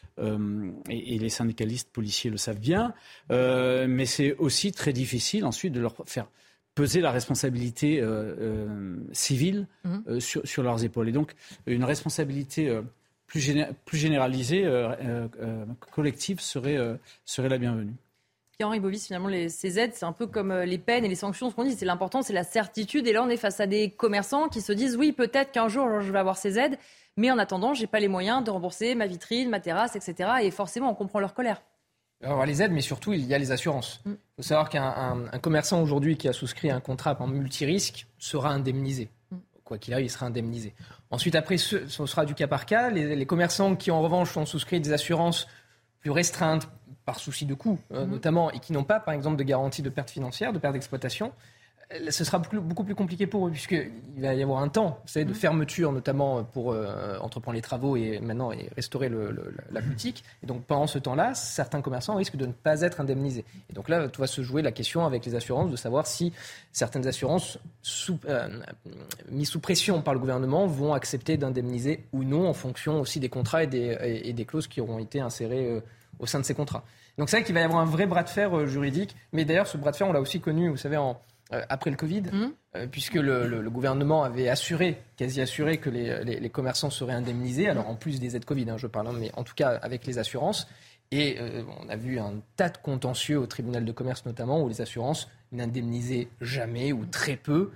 Et les syndicalistes policiers le savent bien, mais c'est aussi très difficile ensuite de leur faire peser la responsabilité civile sur leurs épaules. Et donc une responsabilité plus généralisée, collective, serait la bienvenue. Pierre-Henri Bovis, finalement, ces aides, c'est un peu comme les peines et les sanctions. Ce qu'on dit, c'est l'important, c'est la certitude. Et là, on est face à des commerçants qui se disent, oui, peut-être qu'un jour, je vais avoir ces aides, mais en attendant, je n'ai pas les moyens de rembourser ma vitrine, ma terrasse, etc. Et forcément, on comprend leur colère. Alors, les aides, mais surtout, il y a les assurances. Il faut savoir qu'un commerçant aujourd'hui qui a souscrit un contrat en multirisque sera indemnisé. Quoi qu'il arrive, il sera indemnisé. Ensuite, après, ce sera du cas par cas. Les commerçants qui, en revanche, ont souscrit des assurances plus restreintes par souci de coût, notamment, et qui n'ont pas, par exemple, de garantie de perte financière, de perte d'exploitation, ce sera beaucoup plus compliqué pour eux, puisqu'il va y avoir un temps, vous savez, de fermeture, notamment pour entreprendre les travaux et maintenant restaurer la boutique. Et donc, pendant ce temps-là, certains commerçants risquent de ne pas être indemnisés. Et donc là, tout va se jouer la question avec les assurances, de savoir si certaines assurances mises sous pression par le gouvernement vont accepter d'indemniser ou non, en fonction aussi des contrats et des clauses qui auront été insérées au sein de ces contrats. Donc c'est vrai qu'il va y avoir un vrai bras de fer juridique, mais d'ailleurs ce bras de fer on l'a aussi connu, vous savez, après le Covid, puisque le gouvernement avait quasi assuré que les commerçants seraient indemnisés, alors en plus des aides Covid, je parle, mais en tout cas avec les assurances. Et on a vu un tas de contentieux au tribunal de commerce notamment, où les assurances n'indemnisaient jamais ou très peu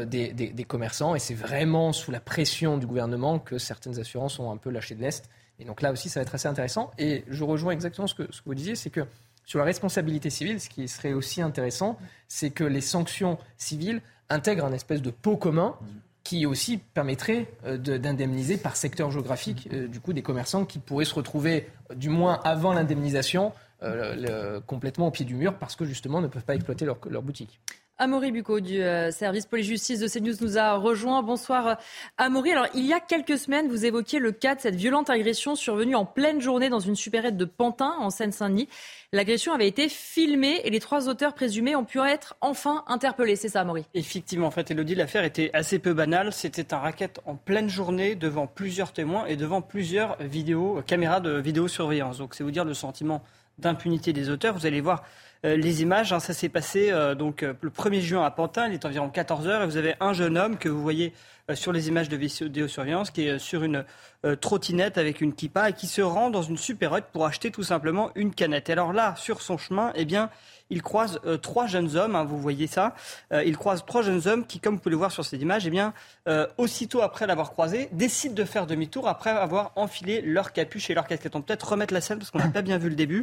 des commerçants. Et c'est vraiment sous la pression du gouvernement que certaines assurances ont un peu lâché de l'est. Et donc là aussi, ça va être assez intéressant. Et je rejoins exactement ce que vous disiez, c'est que sur la responsabilité civile, ce qui serait aussi intéressant, c'est que les sanctions civiles intègrent un espèce de pot commun qui aussi permettrait d'indemniser par secteur géographique du coup des commerçants qui pourraient se retrouver, du moins avant l'indemnisation, complètement au pied du mur parce que justement ne peuvent pas exploiter leur boutique. Amaury Bucco du service police-justice de CNews nous a rejoint. Bonsoir Amaury. Alors il y a quelques semaines, vous évoquiez le cas de cette violente agression survenue en pleine journée dans une supérette de Pantin en Seine-Saint-Denis. L'agression avait été filmée et les 3 auteurs présumés ont pu être enfin interpellés. C'est ça Amaury? Effectivement, en fait, Élodie, l'affaire était assez peu banale. C'était un racket en pleine journée devant plusieurs témoins et devant plusieurs caméras de vidéosurveillance. Donc c'est vous dire le sentiment d'impunité des auteurs. Vous allez voir les images, ça s'est passé le 1er juin à Pantin, il est environ 14h et vous avez un jeune homme que vous voyez sur les images de vidéosurveillance qui est sur une trottinette avec une kippa et qui se rend dans une supérette pour acheter tout simplement une canette. Et alors là, sur son chemin, il croise 3 jeunes hommes, vous voyez ça, il croise 3 jeunes hommes qui, comme vous pouvez le voir sur ces images, aussitôt après l'avoir croisé, décident de faire demi-tour après avoir enfilé leur capuche et leur casquette. On peut peut-être remettre la scène parce qu'on n'a pas bien vu le début.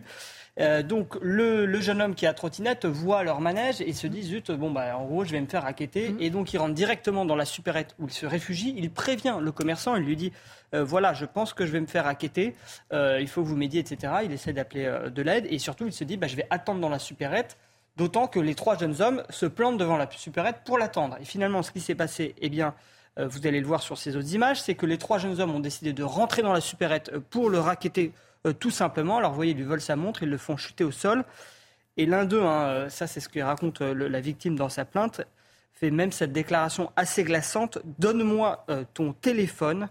Donc le jeune homme qui est à trottinette voit leur manège et se dit zut, en gros je vais me faire racketter. Et donc il rentre directement dans la supérette où il se réfugie. Il prévient le commerçant, il lui dit voilà, je pense que je vais me faire racketter, il faut que vous m'aidiez, etc. Il essaie d'appeler de l'aide et surtout il se dit je vais attendre dans la supérette, d'autant que les 3 jeunes hommes se plantent devant la supérette pour l'attendre. Et finalement ce qui s'est passé, vous allez le voir sur ces autres images, c'est que les 3 jeunes hommes ont décidé de rentrer dans la supérette pour le racketter tout simplement. Alors vous voyez, ils lui volent sa montre, ils le font chuter au sol. Et l'un d'eux, ça c'est ce que raconte la victime dans sa plainte, fait même cette déclaration assez glaçante. Donne-moi ton téléphone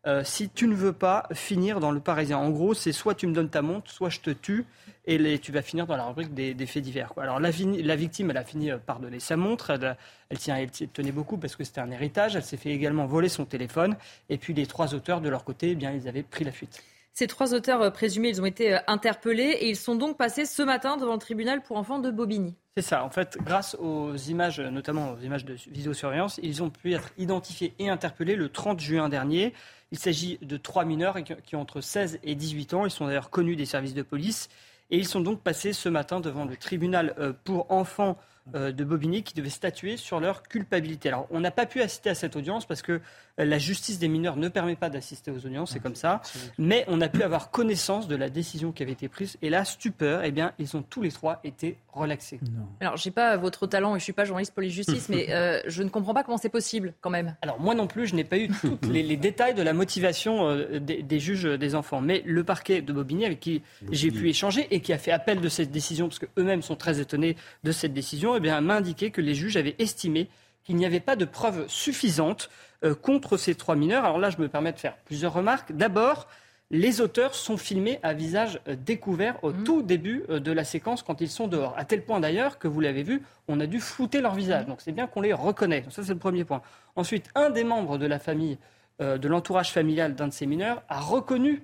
si tu ne veux pas finir dans le Parisien. En gros, c'est soit tu me donnes ta montre, soit je te tue et tu vas finir dans la rubrique des faits divers. Alors la victime, elle a fini par donner sa montre. Elle tenait beaucoup parce que c'était un héritage. Elle s'est fait également voler son téléphone. Et puis les 3 auteurs, de leur côté, ils avaient pris la fuite. Ces 3 auteurs présumés, ils ont été interpellés et ils sont donc passés ce matin devant le tribunal pour enfants de Bobigny. C'est ça. En fait, grâce aux images, notamment aux images de vidéosurveillance, ils ont pu être identifiés et interpellés le 30 juin dernier. Il s'agit de 3 mineurs qui ont entre 16 et 18 ans. Ils sont d'ailleurs connus des services de police. Et ils sont donc passés ce matin devant le tribunal pour enfants de Bobigny qui devait statuer sur leur culpabilité. Alors, on n'a pas pu assister à cette audience parce que la justice des mineurs ne permet pas d'assister aux audiences, c'est comme ça. Mais on a pu avoir connaissance de la décision qui avait été prise. Et la stupeur, eh bien, ils ont tous les 3 été relaxés. Non. Alors, je n'ai pas votre talent et je ne suis pas journaliste police-justice, mais je ne comprends pas comment c'est possible quand même. Alors, moi non plus, je n'ai pas eu tous les détails de la motivation des juges des enfants. Mais le parquet de Bobigny, avec qui j'ai pu échanger et qui a fait appel de cette décision, parce qu'eux-mêmes sont très étonnés de cette décision, eh bien, m'a indiqué que les juges avaient estimé qu'il n'y avait pas de preuves suffisantes contre ces 3 mineurs. Alors là, je me permets de faire plusieurs remarques. D'abord, les auteurs sont filmés à visage découvert au tout début de la séquence quand ils sont dehors. À tel point d'ailleurs que, vous l'avez vu, on a dû flouter leur visage. Donc c'est bien qu'on les reconnaît. Donc ça, c'est le premier point. Ensuite, un des membres de la famille, de l'entourage familial d'un de ces mineurs, a reconnu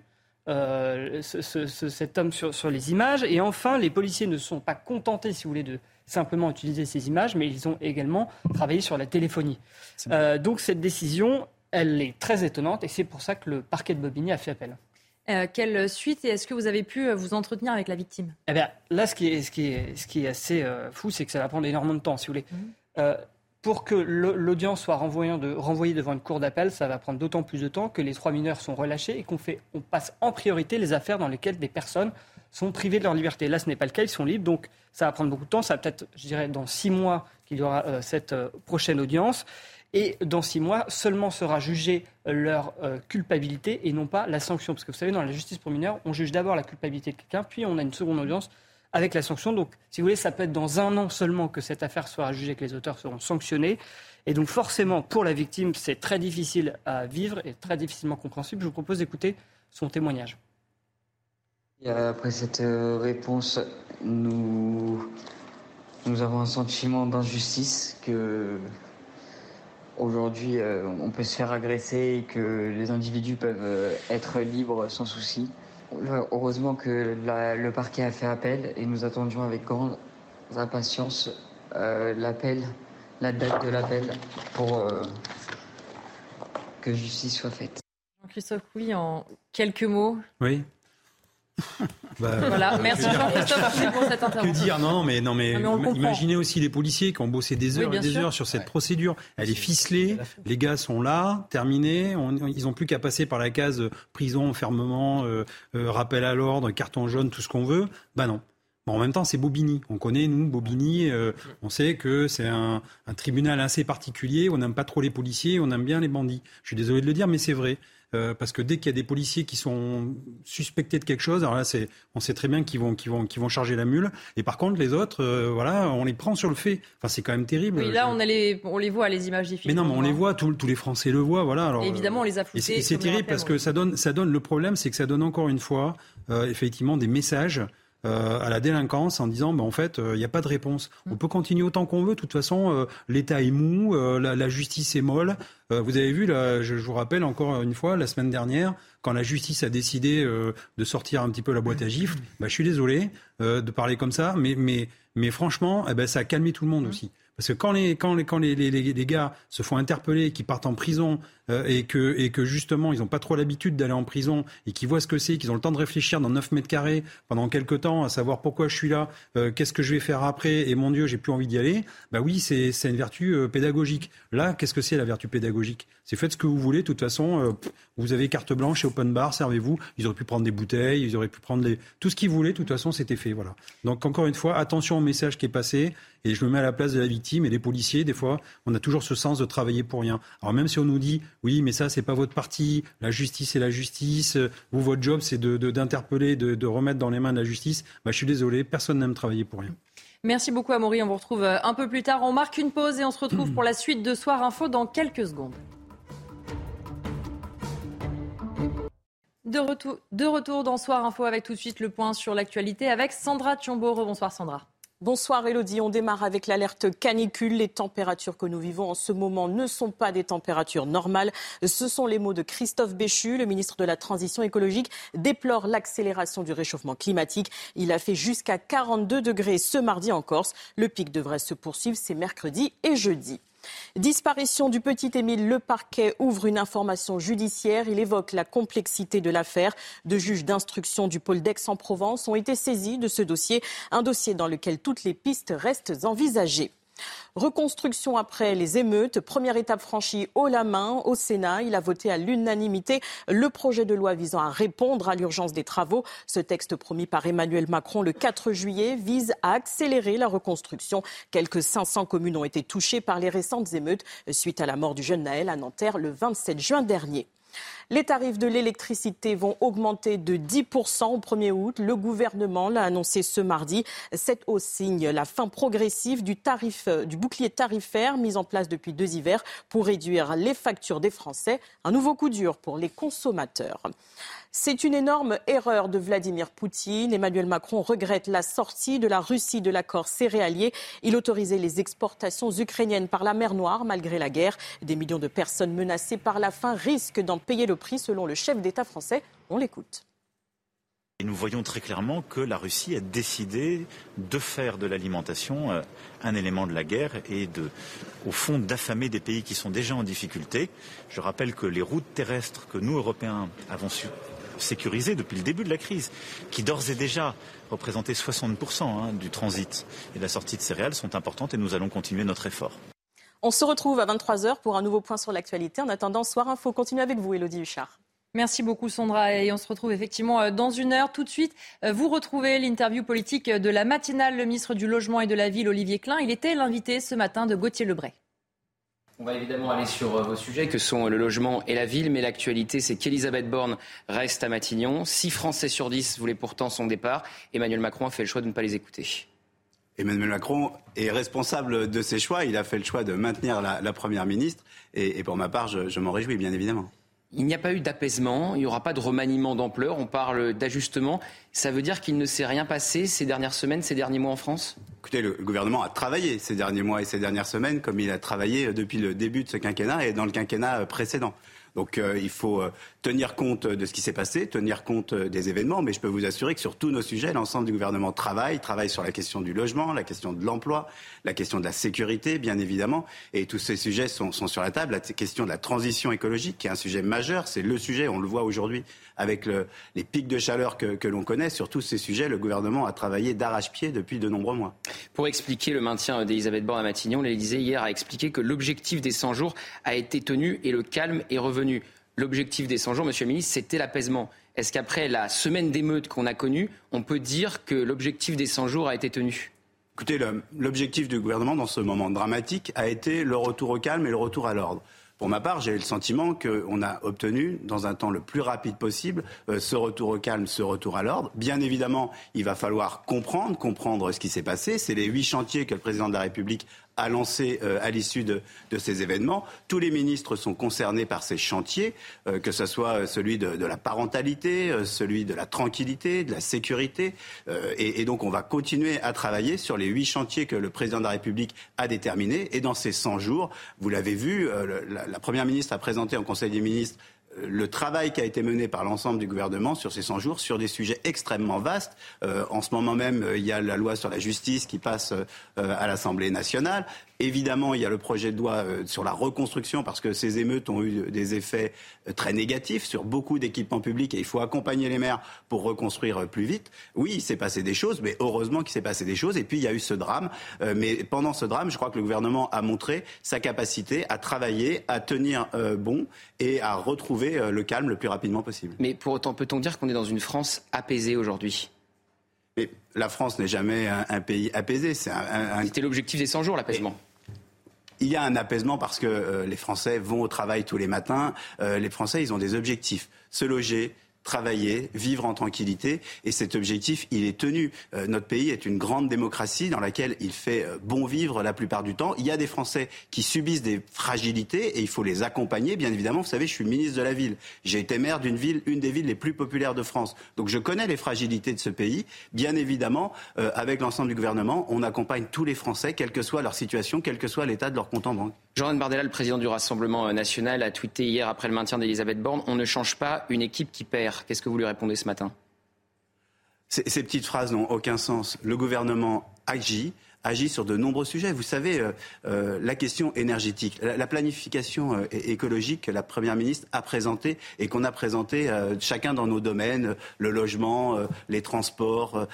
cet homme sur les images. Et enfin, les policiers ne sont pas contentés, si vous voulez, de simplement utiliser ces images, mais ils ont également travaillé sur la téléphonie. Donc cette décision, elle est très étonnante et c'est pour ça que le parquet de Bobigny a fait appel. Quelle suite et est-ce que vous avez pu vous entretenir avec la victime ? Eh bien, là, ce qui est assez fou, c'est que ça va prendre énormément de temps, si vous voulez. Pour que l'audience soit renvoyée devant une cour d'appel, ça va prendre d'autant plus de temps que les 3 mineurs sont relâchés et qu'on passe en priorité les affaires dans lesquelles des personnes sont privées de leur liberté. Là, ce n'est pas le cas, ils sont libres, donc ça va prendre beaucoup de temps. Ça va peut-être, je dirais, dans 6 mois qu'il y aura cette prochaine audience. Et dans 6 mois, seulement sera jugée leur culpabilité et non pas la sanction. Parce que vous savez, dans la justice pour mineurs, on juge d'abord la culpabilité de quelqu'un, puis on a une seconde audience avec la sanction. Donc, si vous voulez, ça peut être dans 1 an seulement que cette affaire sera jugée, que les auteurs seront sanctionnés. Et donc, forcément, pour la victime, c'est très difficile à vivre et très difficilement compréhensible. Je vous propose d'écouter son témoignage. Et après cette réponse, nous avons un sentiment d'injustice que aujourd'hui on peut se faire agresser et que les individus peuvent être libres sans souci. Heureusement que le parquet a fait appel et nous attendions avec grande impatience la date de l'appel pour que justice soit faite. Jean-Christophe Couvi, en quelques mots. Oui. Voilà, merci Jean-Christophe Couvi pour cette intervention. Que dire ? Non, mais imaginez aussi les policiers qui ont bossé des heures et des heures sur cette procédure. Elle est ficelée, les gars sont là, terminés, ils n'ont plus qu'à passer par la case prison, enfermement, rappel à l'ordre, carton jaune, tout ce qu'on veut. Non. Bon, en même temps, c'est Bobigny. On connaît, nous, Bobigny, on sait que c'est un tribunal assez particulier, on n'aime pas trop les policiers, on aime bien les bandits. Je suis désolé de le dire, mais c'est vrai. Parce que dès qu'il y a des policiers qui sont suspectés de quelque chose, alors là, on sait très bien qu'ils vont charger la mule. Et par contre, les autres, on les prend sur le fait. Enfin, c'est quand même terrible. Oui, là, on les voit, les images des films. Mais non, mais on les voit, tous les Français le voient, voilà. Alors, et évidemment, on les a floutés. Et c'est terrible parce que ça donne. Le problème, c'est que ça donne encore une fois, effectivement, des messages à la délinquance en disant en fait il n'y a pas de réponse. On peut continuer autant qu'on veut, de toute façon l'État est mou, la justice est molle. Vous avez vu, je vous rappelle encore une fois, la semaine dernière, quand la justice a décidé de sortir un petit peu la boîte à gifles, je suis désolé de parler comme ça, mais franchement ça a calmé tout le monde aussi. Parce que quand les gars se font interpeller, qu'ils partent en prison et que justement ils n'ont pas trop l'habitude d'aller en prison et qu'ils voient ce que c'est, qu'ils ont le temps de réfléchir dans 9 mètres carrés pendant quelques temps à savoir pourquoi je suis là, qu'est-ce que je vais faire après et mon Dieu j'ai plus envie d'y aller, oui c'est une vertu pédagogique. Là qu'est-ce que c'est la vertu pédagogique ? C'est faites ce que vous voulez, de toute façon vous avez carte blanche et open bar, servez-vous. Ils auraient pu prendre des bouteilles, ils auraient pu prendre tout ce qu'ils voulaient, de toute façon c'était fait. Voilà. Donc encore une fois, attention au message qui est passé et je me mets à la place de la victime et les policiers, des fois on a toujours ce sens de travailler pour rien. Alors même si on nous dit oui mais ça c'est pas votre parti, la justice c'est la justice, vous votre job c'est d'interpeller, de remettre dans les mains de la justice, je suis désolé, personne n'aime travailler pour rien. Merci beaucoup Amaury, on vous retrouve un peu plus tard, on marque une pause et on se retrouve pour la suite de Soir Info dans quelques secondes. De retour dans Soir Info avec tout de suite le point sur l'actualité avec Sandra Tchombo. Rebonsoir Sandra. Bonsoir Élodie, on démarre avec l'alerte canicule. Les températures que nous vivons en ce moment ne sont pas des températures normales. Ce sont les mots de Christophe Béchu, le ministre de la Transition écologique, déplore l'accélération du réchauffement climatique. Il a fait jusqu'à 42 degrés ce mardi en Corse. Le pic devrait se poursuivre ces mercredi et jeudi. Disparition du petit Émile, le parquet ouvre une information judiciaire. Il évoque la complexité de l'affaire. Deux juges d'instruction du pôle d'Aix-en-Provence ont été saisis de ce dossier, un dossier dans lequel toutes les pistes restent envisagées. Reconstruction après les émeutes, première étape franchie haut la main au Sénat. Il a voté à l'unanimité le projet de loi visant à répondre à l'urgence des travaux. Ce texte promis par Emmanuel Macron le 4 juillet vise à accélérer la reconstruction. Quelques 500 communes ont été touchées par les récentes émeutes suite à la mort du jeune Naël à Nanterre le 27 juin dernier. Les tarifs de l'électricité vont augmenter de 10% au 1er août. Le gouvernement l'a annoncé ce mardi. Cette hausse signe la fin progressive du bouclier tarifaire mis en place depuis 2 hivers pour réduire les factures des Français. Un nouveau coup dur pour les consommateurs. C'est une énorme erreur de Vladimir Poutine. Emmanuel Macron regrette la sortie de la Russie de l'accord céréalier. Il autorisait les exportations ukrainiennes par la mer Noire malgré la guerre. Des millions de personnes menacées par la faim risquent d'en payer le prix selon le chef d'État français. On l'écoute. Et nous voyons très clairement que la Russie a décidé de faire de l'alimentation un élément de la guerre et au fond, d'affamer des pays qui sont déjà en difficulté. Je rappelle que les routes terrestres que nous, Européens, avons su sécurisées depuis le début de la crise, qui d'ores et déjà représentaient 60% du transit et de la sortie de céréales, sont importantes et nous allons continuer notre effort. On se retrouve à 23h pour un nouveau point sur l'actualité. En attendant, Soir Info continue avec vous, Élodie Huchard. Merci beaucoup Sandra et on se retrouve effectivement dans une heure. Tout de suite, vous retrouvez l'interview politique de la matinale. Le ministre du Logement et de la Ville, Olivier Klein, il était l'invité ce matin de Gauthier Lebret. On va évidemment aller sur vos sujets que sont le logement et la ville, mais l'actualité c'est qu'Elisabeth Borne reste à Matignon. 6 Français sur 10 voulaient pourtant son départ. Emmanuel Macron a fait le choix de ne pas les écouter. Emmanuel Macron est responsable de ses choix. Il a fait le choix de maintenir la Première ministre. Et pour ma part, je m'en réjouis, bien évidemment. Il n'y a pas eu d'apaisement, il n'y aura pas de remaniement d'ampleur, on parle d'ajustement. Ça veut dire qu'il ne s'est rien passé ces dernières semaines, ces derniers mois en France ? Écoutez, le gouvernement a travaillé ces derniers mois et ces dernières semaines comme il a travaillé depuis le début de ce quinquennat et dans le quinquennat précédent. Donc il faut tenir compte de ce qui s'est passé, tenir compte des événements, mais je peux vous assurer que sur tous nos sujets, l'ensemble du gouvernement travaille sur la question du logement, la question de l'emploi, la question de la sécurité, bien évidemment, et tous ces sujets sont sur la table. La question de la transition écologique, qui est un sujet majeur, c'est le sujet, on le voit aujourd'hui avec les pics de chaleur que l'on connaît. Sur tous ces sujets, le gouvernement a travaillé d'arrache-pied depuis de nombreux mois. Pour expliquer le maintien d'Elisabeth Borne à Matignon, l'Élysée hier a expliqué que l'objectif des 100 jours a été tenu et le calme est revenu. L'objectif des 100 jours, monsieur le ministre, c'était l'apaisement. Est-ce qu'après la semaine d'émeutes qu'on a connue, on peut dire que l'objectif des 100 jours a été tenu ? Écoutez, l'objectif du gouvernement dans ce moment dramatique a été le retour au calme et le retour à l'ordre. Pour ma part, j'ai eu le sentiment qu'on a obtenu, dans un temps le plus rapide possible, ce retour au calme, ce retour à l'ordre. Bien évidemment, il va falloir comprendre ce qui s'est passé. C'est les 8 chantiers que le président de la République a lancé à l'issue de ces événements. Tous les ministres sont concernés par ces chantiers, que ce soit celui de la parentalité, celui de la tranquillité, de la sécurité. Et donc on va continuer à travailler sur les 8 chantiers que le président de la République a déterminés. Et dans ces 100 jours, vous l'avez vu, la Première ministre a présenté en Conseil des ministres le travail qui a été mené par l'ensemble du gouvernement sur ces 100 jours, sur des sujets extrêmement vastes. En ce moment même, il y a la loi sur la justice qui passe à l'Assemblée nationale. Évidemment, il y a le projet de loi sur la reconstruction, parce que ces émeutes ont eu des effets très négatifs sur beaucoup d'équipements publics et il faut accompagner les maires pour reconstruire plus vite. Oui, il s'est passé des choses, mais heureusement qu'il s'est passé des choses. Et puis, il y a eu ce drame. Mais pendant ce drame, je crois que le gouvernement a montré sa capacité à travailler, à tenir bon et à retrouver le calme le plus rapidement possible. Mais pour autant, peut-on dire qu'on est dans une France apaisée aujourd'hui ? Mais la France n'est jamais un pays apaisé. C'était l'objectif des 100 jours, l'apaisement. Il y a un apaisement parce que les Français vont au travail tous les matins. Les Français, ils ont des objectifs. Se loger, travailler, vivre en tranquillité. Et cet objectif, il est tenu. Notre pays est une grande démocratie dans laquelle il fait bon vivre la plupart du temps. Il y a des Français qui subissent des fragilités et il faut les accompagner, bien évidemment. Vous savez, je suis ministre de la ville. J'ai été maire d'une ville, une des villes les plus populaires de France. Donc je connais les fragilités de ce pays. Bien évidemment, avec l'ensemble du gouvernement, on accompagne tous les Français, quelle que soit leur situation, quel que soit l'état de leur compte en banque. Jordan Bardella, le président du Rassemblement national, a tweeté hier après le maintien d'Elisabeth Borne « On ne change pas une équipe qui perd ». Qu'est-ce que vous lui répondez ce matin ? Ces petites phrases n'ont aucun sens. Le gouvernement agit sur de nombreux sujets. Vous savez, la question énergétique, la planification écologique que la Première ministre a présentée et qu'on a présentée chacun dans nos domaines, le logement, les transports,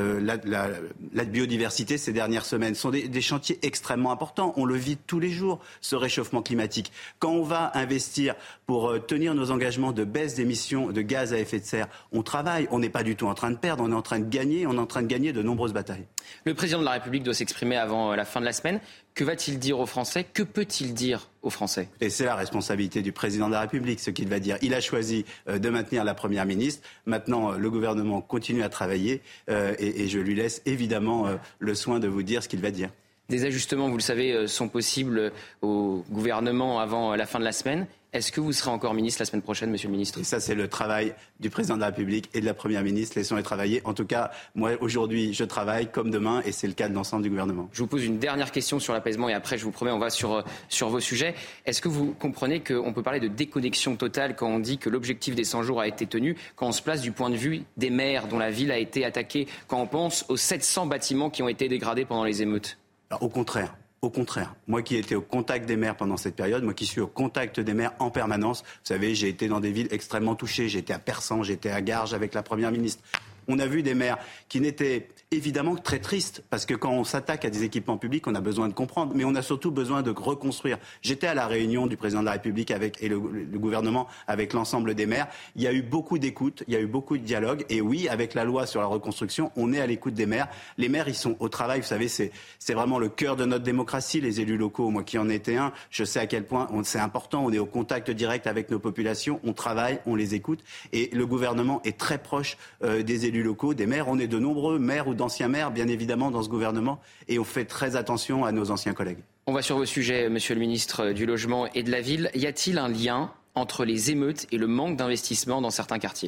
la biodiversité ces dernières semaines, sont des chantiers extrêmement importants. On le vit tous les jours, ce réchauffement climatique. Quand on va investir pour tenir nos engagements de baisse d'émissions de gaz à effet de serre, on travaille, on n'est pas du tout en train de perdre, on est en train de gagner, de nombreuses batailles. Le président de la République doit s'exprimer avant la fin de la semaine. Que va-t-il dire aux Français ? Que peut-il dire aux Français ? Et c'est la responsabilité du président de la République, ce qu'il va dire. Il a choisi de maintenir la Première ministre. Maintenant, le gouvernement continue à travailler et je lui laisse évidemment le soin de vous dire ce qu'il va dire. Des ajustements, vous le savez, sont possibles au gouvernement avant la fin de la semaine. Est-ce que vous serez encore ministre la semaine prochaine, monsieur le ministre ? Et ça, c'est le travail du président de la République et de la Première ministre. Laissons-les travailler. En tout cas, moi, aujourd'hui, je travaille comme demain et c'est le cas de l'ensemble du gouvernement. Je vous pose une dernière question sur l'apaisement et après, je vous promets, on va sur vos sujets. Est-ce que vous comprenez qu'on peut parler de déconnexion totale quand on dit que l'objectif des 100 jours a été tenu, quand on se place du point de vue des maires dont la ville a été attaquée, quand on pense aux 700 bâtiments qui ont été dégradés pendant les émeutes ? Alors, au contraire, moi qui étais au contact des maires pendant cette période, moi qui suis au contact des maires en permanence, vous savez, j'ai été dans des villes extrêmement touchées, j'étais à Persan, j'étais à Garges avec la Première ministre. On a vu des maires qui n'étaient évidemment très tristes, parce que quand on s'attaque à des équipements publics, on a besoin de comprendre, mais on a surtout besoin de reconstruire. J'étais à la réunion du président de la République et le gouvernement avec l'ensemble des maires. Il y a eu beaucoup d'écoute, il y a eu beaucoup de dialogue, et oui, avec la loi sur la reconstruction, on est à l'écoute des maires. Les maires, ils sont au travail, vous savez, c'est vraiment le cœur de notre démocratie, les élus locaux. Moi qui en étais un, je sais à quel point c'est important, on est au contact direct avec nos populations, on travaille, on les écoute, et le gouvernement est très proche des élus locaux, des maires. On est de nombreux maires ou d'anciens maires, bien évidemment, dans ce gouvernement, et on fait très attention à nos anciens collègues. On va sur vos sujets, monsieur le ministre du Logement et de la Ville. Y a-t-il un lien entre les émeutes et le manque d'investissement dans certains quartiers ?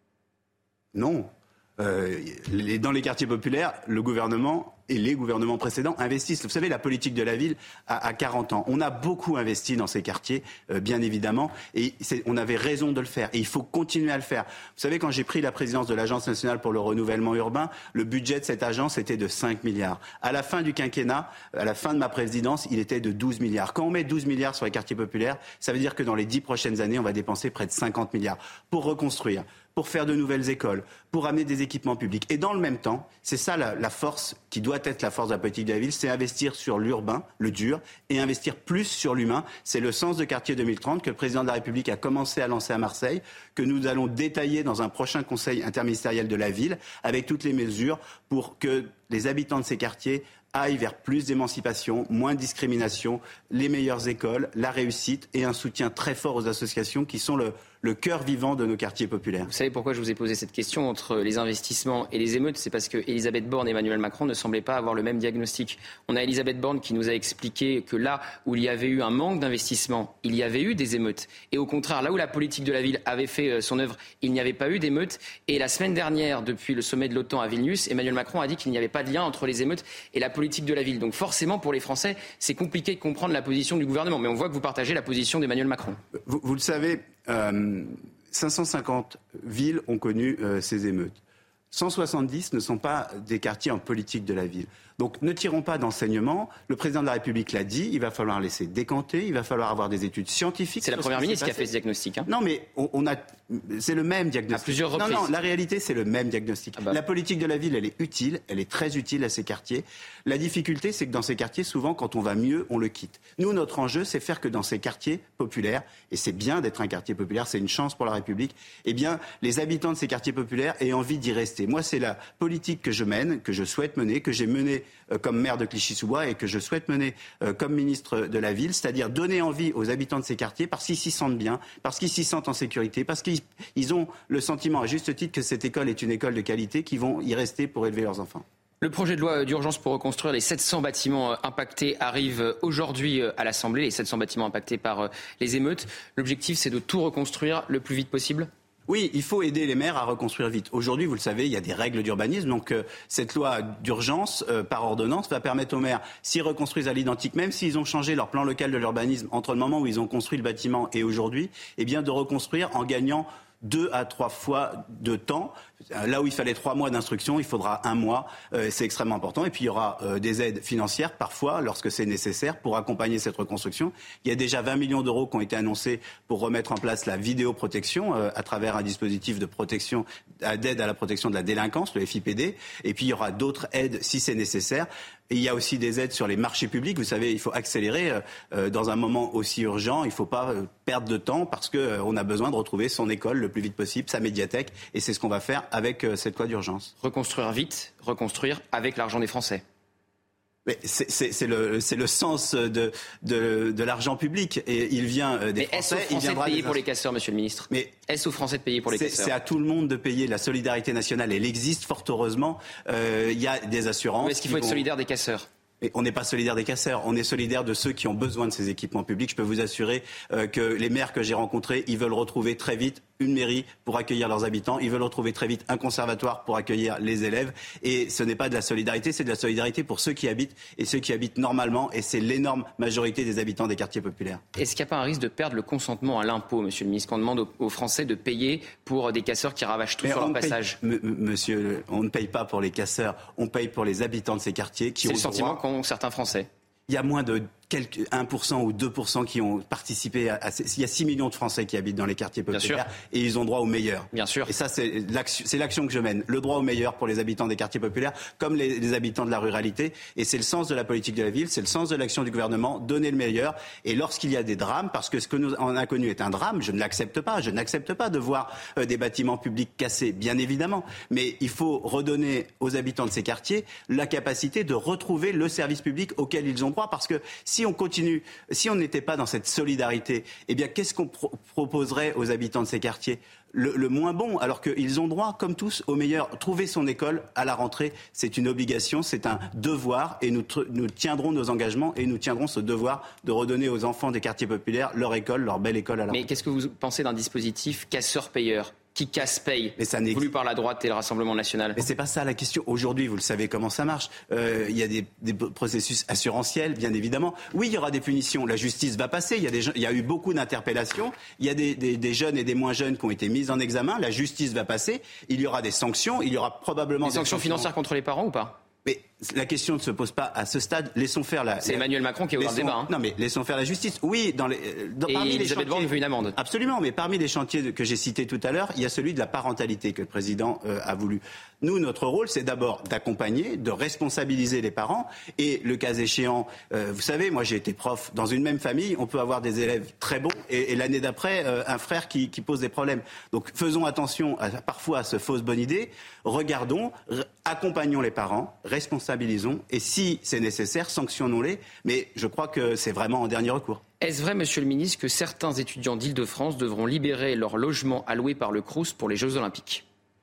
Non. Dans les quartiers populaires, le gouvernement et les gouvernements précédents investissent. Vous savez, la politique de la ville a 40 ans. On a beaucoup investi dans ces quartiers, bien évidemment, et on avait raison de le faire. Et il faut continuer à le faire. Vous savez, quand j'ai pris la présidence de l'Agence nationale pour le renouvellement urbain, le budget de cette agence était de 5 milliards. À la fin du quinquennat, à la fin de ma présidence, il était de 12 milliards. Quand on met 12 milliards sur les quartiers populaires, ça veut dire que dans les 10 prochaines années, on va dépenser près de 50 milliards pour reconstruire, pour faire de nouvelles écoles, pour amener des équipements publics. Et dans le même temps, c'est ça la force qui doit être la force de la politique de la ville, c'est investir sur l'urbain, le dur, et investir plus sur l'humain. C'est le sens de Quartier 2030 que le président de la République a commencé à lancer à Marseille, que nous allons détailler dans un prochain conseil interministériel de la ville, avec toutes les mesures pour que les habitants de ces quartiers aillent vers plus d'émancipation, moins de discrimination, les meilleures écoles, la réussite et un soutien très fort aux associations qui sont le cœur vivant de nos quartiers populaires. Vous savez pourquoi je vous ai posé cette question entre les investissements et les émeutes ? C'est parce que Elisabeth Borne et Emmanuel Macron ne semblaient pas avoir le même diagnostic. On a Elisabeth Borne qui nous a expliqué que là où il y avait eu un manque d'investissement, il y avait eu des émeutes. Et au contraire, là où la politique de la ville avait fait son œuvre, il n'y avait pas eu d'émeutes. Et la semaine dernière, depuis le sommet de l'OTAN à Vilnius, Emmanuel Macron a dit qu'il n'y avait pas de lien entre les émeutes et la politique de la ville. Donc forcément, pour les Français, c'est compliqué de comprendre la position du gouvernement. Mais on voit que vous partagez la position d'Emmanuel Macron. Vous le savez, 550 villes ont connu ces émeutes. 170 ne sont pas des quartiers en politique de la ville. Donc ne tirons pas d'enseignement. Le président de la République l'a dit, il va falloir laisser décanter, il va falloir avoir des études scientifiques. C'est la Première ministre qui a fait ce diagnostic. Non, mais c'est le même diagnostic. À plusieurs reprises. Non, la réalité, c'est le même diagnostic. La politique de la ville, elle est utile, elle est très utile à ces quartiers. La difficulté, c'est que dans ces quartiers, souvent, quand on va mieux, on le quitte. Nous, notre enjeu, c'est faire que dans ces quartiers populaires, et c'est bien d'être un quartier populaire, c'est une chance pour la République, eh bien, les habitants de ces quartiers populaires aient envie d'y rester. rester. Moi, c'est la politique que je mène, que je souhaite mener, que j'ai menée comme maire de Clichy-sous-Bois et que je souhaite mener comme ministre de la Ville, c'est-à-dire donner envie aux habitants de ces quartiers parce qu'ils s'y sentent bien, parce qu'ils s'y sentent en sécurité, parce qu'ils ont le sentiment, à juste titre, que cette école est une école de qualité, qu'ils vont y rester pour élever leurs enfants. Le projet de loi d'urgence pour reconstruire les 700 bâtiments impactés arrive aujourd'hui à l'Assemblée, les 700 bâtiments impactés par les émeutes. L'objectif, c'est de tout reconstruire le plus vite possible ? Oui, il faut aider les maires à reconstruire vite. Aujourd'hui, vous le savez, il y a des règles d'urbanisme. Donc, cette loi d'urgence, par ordonnance, va permettre aux maires, s'ils reconstruisent à l'identique, même s'ils ont changé leur plan local de l'urbanisme entre le moment où ils ont construit le bâtiment et aujourd'hui, eh bien, de reconstruire en gagnant 2 à 3 fois de temps. Là où il fallait 3 mois d'instruction, il faudra 1 mois. C'est extrêmement important. Et puis il y aura des aides financières, parfois, lorsque c'est nécessaire, pour accompagner cette reconstruction. Il y a déjà 20 millions d'euros qui ont été annoncés pour remettre en place la vidéoprotection à travers un dispositif de protection, d'aide à la protection de la délinquance, le FIPD. Et puis il y aura d'autres aides si c'est nécessaire. Et il y a aussi des aides sur les marchés publics. Vous savez, il faut accélérer dans un moment aussi urgent. Il ne faut pas perdre de temps parce qu'on a besoin de retrouver son école le plus vite possible, sa médiathèque. Et c'est ce qu'on va faire avec cette loi d'urgence. Reconstruire vite, reconstruire avec l'argent des Français. Mais c'est le sens de l'argent public et il vient des Français. Mais est-ce aux Français de payer pour les casseurs, Monsieur le Ministre ? Mais est-ce aux Français de payer pour les casseurs ? C'est à tout le monde de payer. La solidarité nationale, elle existe fort heureusement. Il y a des assurances. Mais est-ce qu'il faut être solidaire des casseurs ? Mais on n'est pas solidaire des casseurs, on est solidaire de ceux qui ont besoin de ces équipements publics. Je peux vous assurer que les maires que j'ai rencontrés, ils veulent retrouver très vite une mairie pour accueillir leurs habitants. Ils veulent retrouver très vite un conservatoire pour accueillir les élèves. Et ce n'est pas de la solidarité, c'est de la solidarité pour ceux qui habitent et ceux qui habitent normalement. Et c'est l'énorme majorité des habitants des quartiers populaires. Est-ce qu'il n'y a pas un risque de perdre le consentement à l'impôt, Monsieur le Ministre, qu'on demande aux Français de payer pour des casseurs qui ravagent tout sur leur passage ? Monsieur, on ne paye pas pour les casseurs, on paye pour les habitants de ces quartiers qui ont le sentiment qu'ont certains Français. Il y a moins de 1% ou 2% qui ont participé il y a 6 millions de Français qui habitent dans les quartiers populaires et ils ont droit au meilleur. Bien sûr. Et ça, c'est l'action que je mène. Le droit au meilleur pour les habitants des quartiers populaires comme les habitants de la ruralité. Et c'est le sens de la politique de la ville, c'est le sens de l'action du gouvernement, donner le meilleur. Et lorsqu'il y a des drames, parce que ce que nous en a connu est un drame, je ne l'accepte pas. Je n'accepte pas de voir des bâtiments publics cassés, bien évidemment. Mais il faut redonner aux habitants de ces quartiers la capacité de retrouver le service public auquel ils ont droit. Parce que si on continue, si on n'était pas dans cette solidarité, eh bien, qu'est-ce qu'on proposerait aux habitants de ces quartiers ? Le moins bon, alors qu'ils ont droit, comme tous, au meilleur. Trouver son école à la rentrée, c'est une obligation, c'est un devoir, et nous tiendrons nos engagements et nous tiendrons ce devoir de redonner aux enfants des quartiers populaires leur école, leur belle école à la rentrée. Mais qu'est-ce que vous pensez d'un dispositif casseur-payeur ? Qui casse paye, voulu par la droite et le Rassemblement national. Mais c'est pas ça la question. Aujourd'hui, vous le savez comment ça marche. Il y a des processus assurantiels, bien évidemment. Oui, il y aura des punitions. La justice va passer. Il y a eu beaucoup d'interpellations. Il y a des jeunes et des moins jeunes qui ont été mis en examen. La justice va passer. Il y aura des sanctions. Il y aura probablement des sanctions financières contre les parents ou pas ? Mais la question ne se pose pas à ce stade. Laissons faire C'est Emmanuel Macron qui est ouvert le débat. Non, mais laissons faire la justice. Oui, parmi Elisabeth Borne veut une amende. Absolument, mais parmi les chantiers que j'ai cités tout à l'heure, il y a celui de la parentalité que le président a voulu. Nous, notre rôle, c'est d'abord d'accompagner, de responsabiliser les parents. Et le cas échéant, vous savez, moi j'ai été prof. Dans une même famille, on peut avoir des élèves très bons et l'année d'après, un frère qui pose des problèmes. Donc faisons attention parfois à ce fausse bonne idée. Regardons, accompagnons les parents, responsabilisons. Et si c'est nécessaire, sanctionnons-les. Mais je crois que c'est vraiment en dernier recours. Est-ce vrai, Monsieur le Ministre, que certains étudiants d'Île-de-France devront libérer leur logement alloué par le Crous pour les Jeux Olympiques ?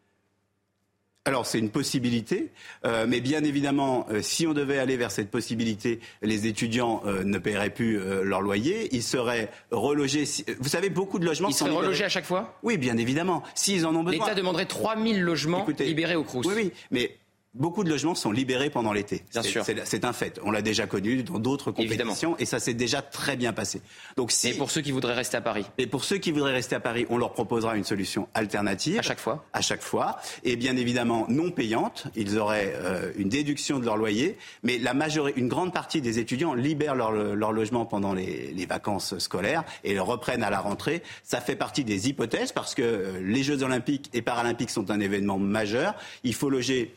Alors c'est une possibilité, mais bien évidemment, si on devait aller vers cette possibilité, les étudiants ne paieraient plus leur loyer, ils seraient relogés. Vous savez, beaucoup de logements sont libérés. Ils seraient relogés à chaque fois ? Oui, bien évidemment, s'ils en ont besoin. L'État demanderait 3000 logements libérés au Crous. Oui, mais beaucoup de logements sont libérés pendant l'été. Bien sûr. C'est un fait. On l'a déjà connu dans d'autres compétitions. Évidemment. Et ça s'est déjà très bien passé. Donc, et pour ceux qui voudraient rester à Paris ? Et pour ceux qui voudraient rester à Paris, on leur proposera une solution alternative. À chaque fois ? À chaque fois. Et bien évidemment non payante. Ils auraient une déduction de leur loyer. Mais une grande partie des étudiants libèrent leur logement pendant les vacances scolaires et le reprennent à la rentrée. Ça fait partie des hypothèses parce que les Jeux Olympiques et Paralympiques sont un événement majeur. Il faut loger, entre guillemets,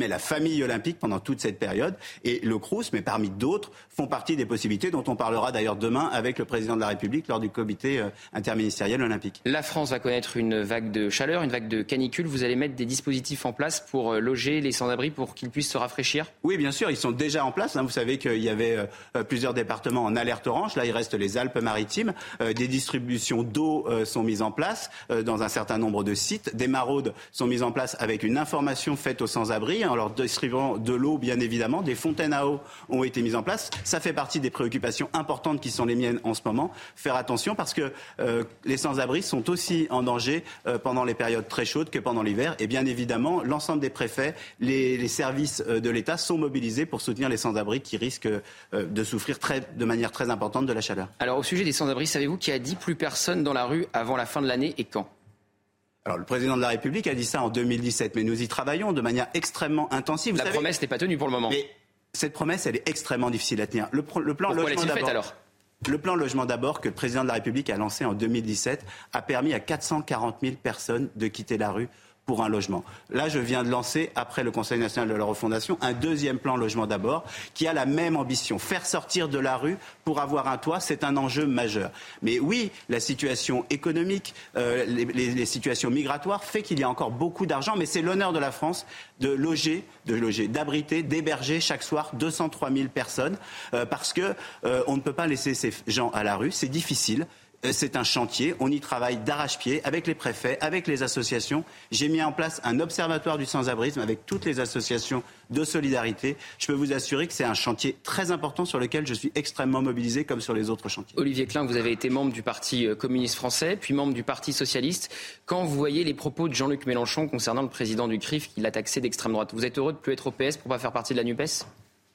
guillemets, la famille olympique pendant toute cette période. Et le Crous, mais parmi d'autres, font partie des possibilités dont on parlera d'ailleurs demain avec le président de la République lors du comité interministériel olympique. La France va connaître une vague de chaleur, une vague de canicule. Vous allez mettre des dispositifs en place pour loger les sans-abri pour qu'ils puissent se rafraîchir ? Oui, bien sûr, ils sont déjà en place. Vous savez qu'il y avait plusieurs départements en alerte orange. Là, il reste les Alpes-Maritimes. Des distributions d'eau sont mises en place dans un certain nombre de sites. Des maraudes sont mises en place avec une information faite aux sans-abri en leur distribuant de l'eau, bien évidemment. Des fontaines à eau ont été mises en place. Ça fait partie des préoccupations importantes qui sont les miennes en ce moment. Faire attention parce que les sans-abri sont aussi en danger pendant les périodes très chaudes que pendant l'hiver. Et bien évidemment, l'ensemble des préfets, les services de l'État sont mobilisés pour soutenir les sans-abri qui risquent de souffrir de manière très importante de la chaleur. Alors au sujet des sans-abri, savez-vous qui a dit plus personne dans la rue avant la fin de l'année et quand ? Alors le président de la République a dit ça en 2017, mais nous y travaillons de manière extrêmement intensive. La promesse n'est pas tenue pour le moment. Mais cette promesse, elle est extrêmement difficile à tenir. Le plan Pourquoi logement l'a-t-il fait alors ? Le plan logement d'abord que le président de la République a lancé en 2017 a permis à 440 000 personnes de quitter la rue pour un logement. Là, je viens de lancer, après le Conseil national de la refondation, un deuxième plan logement d'abord qui a la même ambition. Faire sortir de la rue pour avoir un toit, c'est un enjeu majeur. Mais oui, la situation économique, les situations migratoires fait qu'il y a encore beaucoup d'argent, mais c'est l'honneur de la France de loger, d'abriter, d'héberger chaque soir 203 000 personnes parce que on ne peut pas laisser ces gens à la rue, c'est difficile. C'est un chantier, on y travaille d'arrache-pied avec les préfets, avec les associations. J'ai mis en place un observatoire du sans-abrisme avec toutes les associations de solidarité. Je peux vous assurer que c'est un chantier très important sur lequel je suis extrêmement mobilisé comme sur les autres chantiers. Olivier Klein, vous avez été membre du Parti communiste français, puis membre du Parti socialiste. Quand vous voyez les propos de Jean-Luc Mélenchon concernant le président du CRIF qui l'a taxé d'extrême droite, vous êtes heureux de ne plus être au PS pour ne pas faire partie de la NUPES ?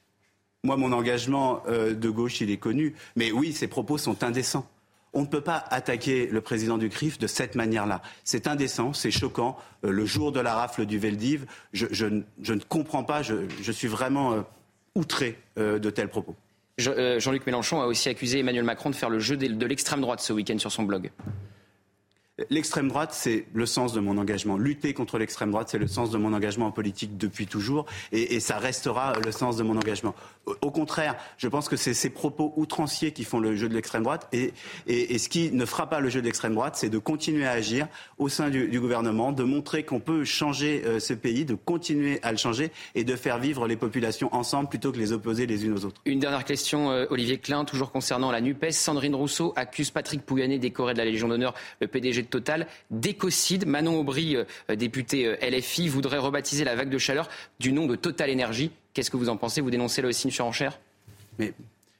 Moi, mon engagement de gauche, il est connu. Mais oui, ces propos sont indécents. On ne peut pas attaquer le président du CRIF de cette manière-là. C'est indécent, c'est choquant. Le jour de la rafle du Veldiv, je ne comprends pas, je suis vraiment outré de tels propos. Jean-Luc Mélenchon a aussi accusé Emmanuel Macron de faire le jeu de l'extrême droite ce week-end sur son blog. L'extrême droite, c'est le sens de mon engagement. Lutter contre l'extrême droite, c'est le sens de mon engagement en politique depuis toujours. Et ça restera le sens de mon engagement. Au contraire, je pense que c'est ces propos outranciers qui font le jeu de l'extrême droite. Et ce qui ne fera pas le jeu de l'extrême droite, c'est de continuer à agir au sein du gouvernement, de montrer qu'on peut changer ce pays, de continuer à le changer et de faire vivre les populations ensemble plutôt que les opposer les unes aux autres. Une dernière question, Olivier Klein, toujours concernant la NUPES. Sandrine Rousseau accuse Patrick Pouyanné, décoré de la Légion d'honneur, le PDG de Total, d'écocide. Manon Aubry, députée LFI, voudrait rebaptiser la vague de chaleur du nom de Total Énergie. Qu'est-ce que vous en pensez ? Vous dénoncez là aussi une surenchère ? Mais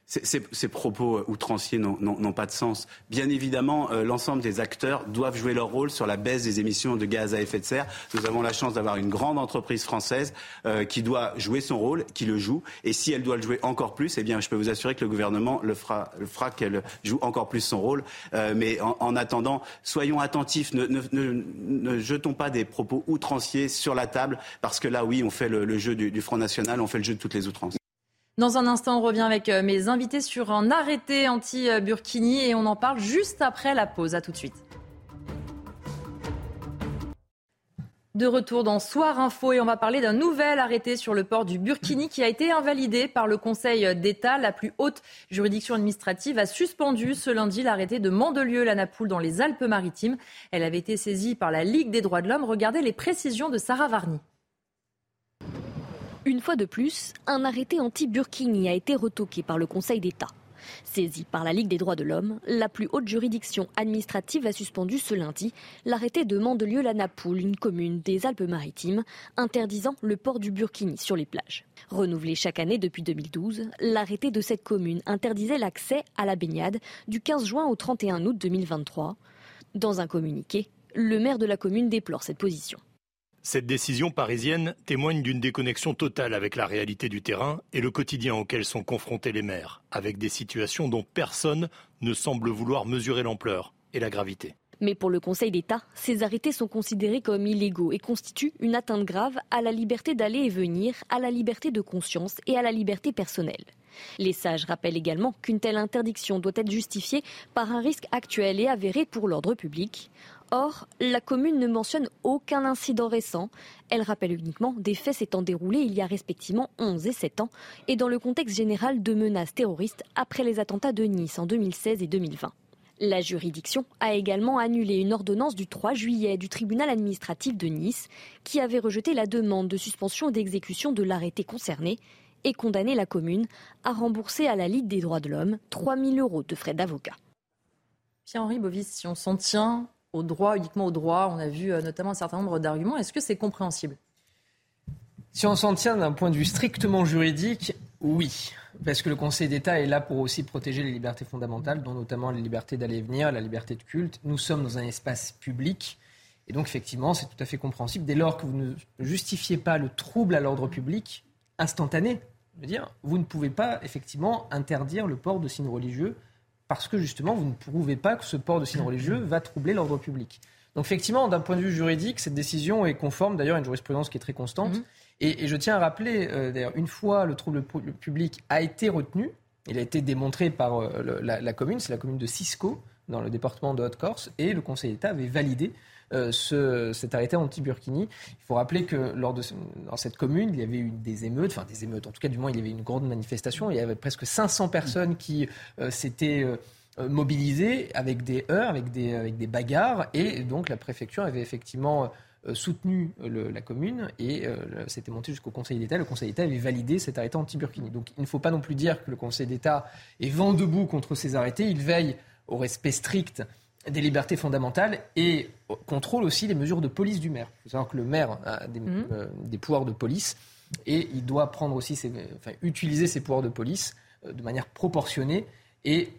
ces propos outranciers n'ont pas de sens. Bien évidemment, l'ensemble des acteurs doivent jouer leur rôle sur la baisse des émissions de gaz à effet de serre. Nous avons la chance d'avoir une grande entreprise française qui doit jouer son rôle, qui le joue. Et si elle doit le jouer encore plus, eh bien, je peux vous assurer que le gouvernement le fera qu'elle joue encore plus son rôle. Mais en attendant, soyons attentifs. Ne jetons pas des propos outranciers sur la table, parce que là, oui, on fait le jeu du Front National, on fait le jeu de toutes les outrances. Dans un instant, on revient avec mes invités sur un arrêté anti-Burkini et on en parle juste après la pause. À tout de suite. De retour dans Soir Info et on va parler d'un nouvel arrêté sur le port du Burkini qui a été invalidé par le Conseil d'État. La plus haute juridiction administrative a suspendu ce lundi l'arrêté de Mandelieu-la-Napoule dans les Alpes-Maritimes. Elle avait été saisie par la Ligue des droits de l'homme. Regardez les précisions de Sarah Varny. Une fois de plus, un arrêté anti-Burkini a été retoqué par le Conseil d'État. Saisi par la Ligue des droits de l'homme, la plus haute juridiction administrative a suspendu ce lundi l'arrêté de Mandelieu-la-Napoule, une commune des Alpes-Maritimes, interdisant le port du Burkini sur les plages. Renouvelé chaque année depuis 2012, l'arrêté de cette commune interdisait l'accès à la baignade du 15 juin au 31 août 2023. Dans un communiqué, le maire de la commune déplore cette position. Cette décision parisienne témoigne d'une déconnexion totale avec la réalité du terrain et le quotidien auquel sont confrontés les maires, avec des situations dont personne ne semble vouloir mesurer l'ampleur et la gravité. Mais pour le Conseil d'État, ces arrêtés sont considérés comme illégaux et constituent une atteinte grave à la liberté d'aller et venir, à la liberté de conscience et à la liberté personnelle. Les sages rappellent également qu'une telle interdiction doit être justifiée par un risque actuel et avéré pour l'ordre public. Or, la commune ne mentionne aucun incident récent. Elle rappelle uniquement des faits s'étant déroulés il y a respectivement 11 et 7 ans et dans le contexte général de menaces terroristes après les attentats de Nice en 2016 et 2020. La juridiction a également annulé une ordonnance du 3 juillet du tribunal administratif de Nice qui avait rejeté la demande de suspension d'exécution de l'arrêté concerné et condamné la commune à rembourser à la Ligue des droits de l'homme 3 000 € de frais d'avocat. Pierre-Henri Bovis, si on s'en tient au droit, uniquement au droit, on a vu notamment un certain nombre d'arguments, est-ce que c'est compréhensible ? Si on s'en tient d'un point de vue strictement juridique, oui. Parce que le Conseil d'État est là pour aussi protéger les libertés fondamentales, dont notamment la liberté d'aller et venir, la liberté de culte. Nous sommes dans un espace public. Et donc, effectivement, c'est tout à fait compréhensible. Dès lors que vous ne justifiez pas le trouble à l'ordre public instantané, je veux dire, vous ne pouvez pas, effectivement, interdire le port de signes religieux parce que, justement, vous ne prouvez pas que ce port de signes religieux va troubler l'ordre public. Donc, effectivement, d'un point de vue juridique, cette décision est conforme, d'ailleurs, à une jurisprudence qui est très constante. Et je tiens à rappeler, d'ailleurs, une fois le trouble public a été retenu, il a été démontré par la commune, c'est la commune de Cisco, dans le département de Haute-Corse, et le Conseil d'État avait validé cet arrêté anti-Burkini. Il faut rappeler que dans cette commune, il y avait eu des émeutes, en tout cas, du moins, il y avait une grande manifestation, il y avait presque 500 personnes qui s'étaient mobilisées avec des heurts, avec des bagarres, et donc la préfecture avait effectivement soutenu la commune et c'était monté jusqu'au Conseil d'État. Le Conseil d'État avait validé cet arrêté anti-Burkini. Donc il ne faut pas non plus dire que le Conseil d'État est vent debout contre ces arrêtés. Il veille au respect strict des libertés fondamentales et contrôle aussi les mesures de police du maire. Il faut savoir que le maire a des pouvoirs de police et il doit prendre aussi utiliser ses pouvoirs de police de manière proportionnée et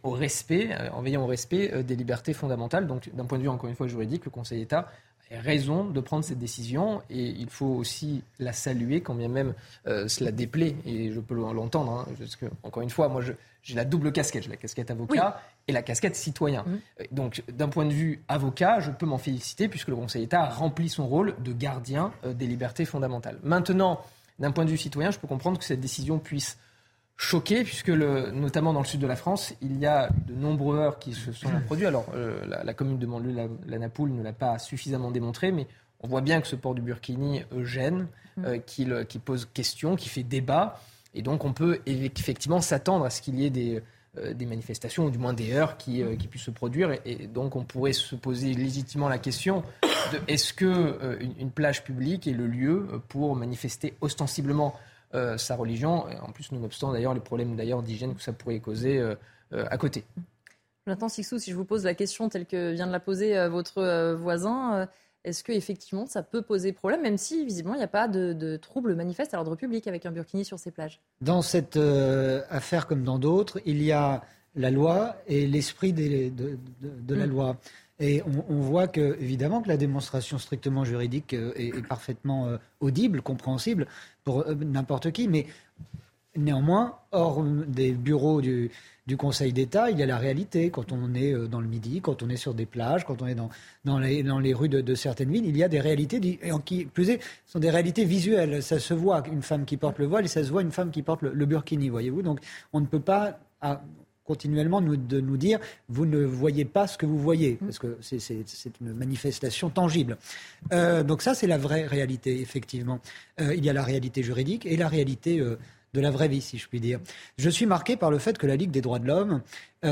en veillant au respect des libertés fondamentales. Donc d'un point de vue encore une fois juridique, le Conseil d'État raison de prendre cette décision et il faut aussi la saluer quand bien même cela déplaît et je peux l'entendre parce que encore une fois moi j'ai la double casquette, j'ai la casquette avocat et la casquette citoyen. Donc d'un point de vue avocat, je peux m'en féliciter puisque le Conseil d'État a rempli son rôle de gardien des libertés fondamentales. Maintenant, d'un point de vue citoyen, je peux comprendre que cette décision puisse choqué, puisque notamment dans le sud de la France, il y a de nombreux heurts qui se sont produits. Alors, la commune de Manlieu-la Napoule ne l'a pas suffisamment démontré, mais on voit bien que ce port du burkini gêne, qui pose question, qui fait débat. Et donc, on peut effectivement s'attendre à ce qu'il y ait des manifestations, ou du moins des heurts qui puissent se produire. Et donc, on pourrait se poser légitimement la question de est-ce qu'une plage publique est le lieu pour manifester ostensiblement sa religion, en plus nonobstant d'ailleurs les problèmes d'hygiène que ça pourrait causer à côté. Jonathan Sicsou, si je vous pose la question telle que vient de la poser votre voisin, est-ce qu'effectivement ça peut poser problème, même si visiblement il n'y a pas de trouble manifeste à l'ordre public avec un burkini sur ces plages ? Dans cette affaire comme dans d'autres, il y a la loi et l'esprit de la loi. Et on voit que, évidemment, que la démonstration strictement juridique est parfaitement audible, compréhensible pour n'importe qui. Mais néanmoins, hors des bureaux du Conseil d'État, il y a la réalité. Quand on est dans le Midi, quand on est sur des plages, quand on est dans les rues de certaines villes, il y a des réalités, et qui plus est, sont des réalités visuelles. Ça se voit une femme qui porte le voile et ça se voit une femme qui porte le burkini, voyez-vous. Donc on ne peut pas continuellement de nous dire vous ne voyez pas ce que vous voyez, parce que c'est une manifestation tangible. Donc ça, c'est la vraie réalité, effectivement. Il y a la réalité juridique et la réalité de la vraie vie, si je puis dire. Je suis marqué par le fait que la Ligue des droits de l'homme,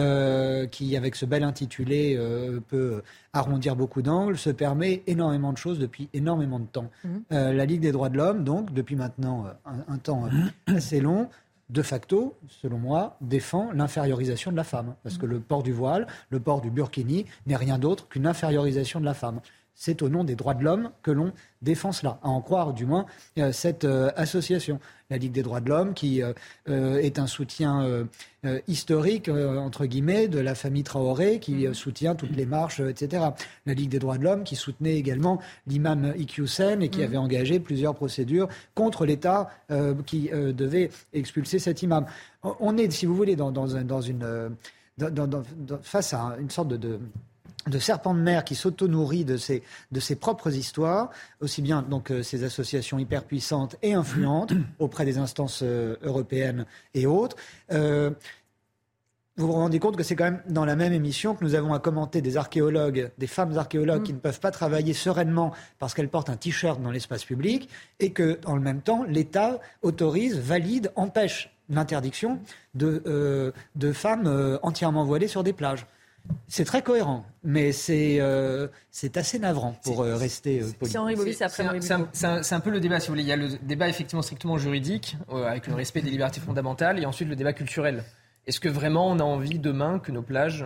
qui, avec ce bel intitulé, peut arrondir beaucoup d'angles, se permet énormément de choses depuis énormément de temps. La Ligue des droits de l'homme, donc, depuis maintenant un temps assez long, de facto, selon moi, défend l'infériorisation de la femme. Parce que le port du voile, le port du burkini n'est rien d'autre qu'une infériorisation de la femme. C'est au nom des droits de l'homme que l'on défend cela, à en croire du moins cette association. La Ligue des droits de l'homme qui est un soutien historique, entre guillemets, de la famille Traoré, qui soutient toutes les marches, etc. La Ligue des droits de l'homme qui soutenait également l'imam Iqiyoussen et qui avait engagé plusieurs procédures contre l'État qui devait expulser cet imam. On est, si vous voulez, face à une sorte serpent de mer qui s'auto-nourrit de ses propres histoires, aussi bien donc ces associations hyper puissantes et influentes auprès des instances européennes et autres. Vous vous rendez compte que c'est quand même dans la même émission que nous avons à commenter des archéologues, des femmes archéologues qui ne peuvent pas travailler sereinement parce qu'elles portent un t-shirt dans l'espace public et que, en le même temps, l'État autorise, valide, empêche l'interdiction de femmes entièrement voilées sur des plages. C'est très cohérent, mais c'est assez navrant pour rester poli. C'est un peu le débat, si vous voulez. Il y a le débat effectivement strictement juridique, avec le respect des libertés fondamentales, et ensuite le débat culturel. Est-ce que vraiment on a envie demain que nos plages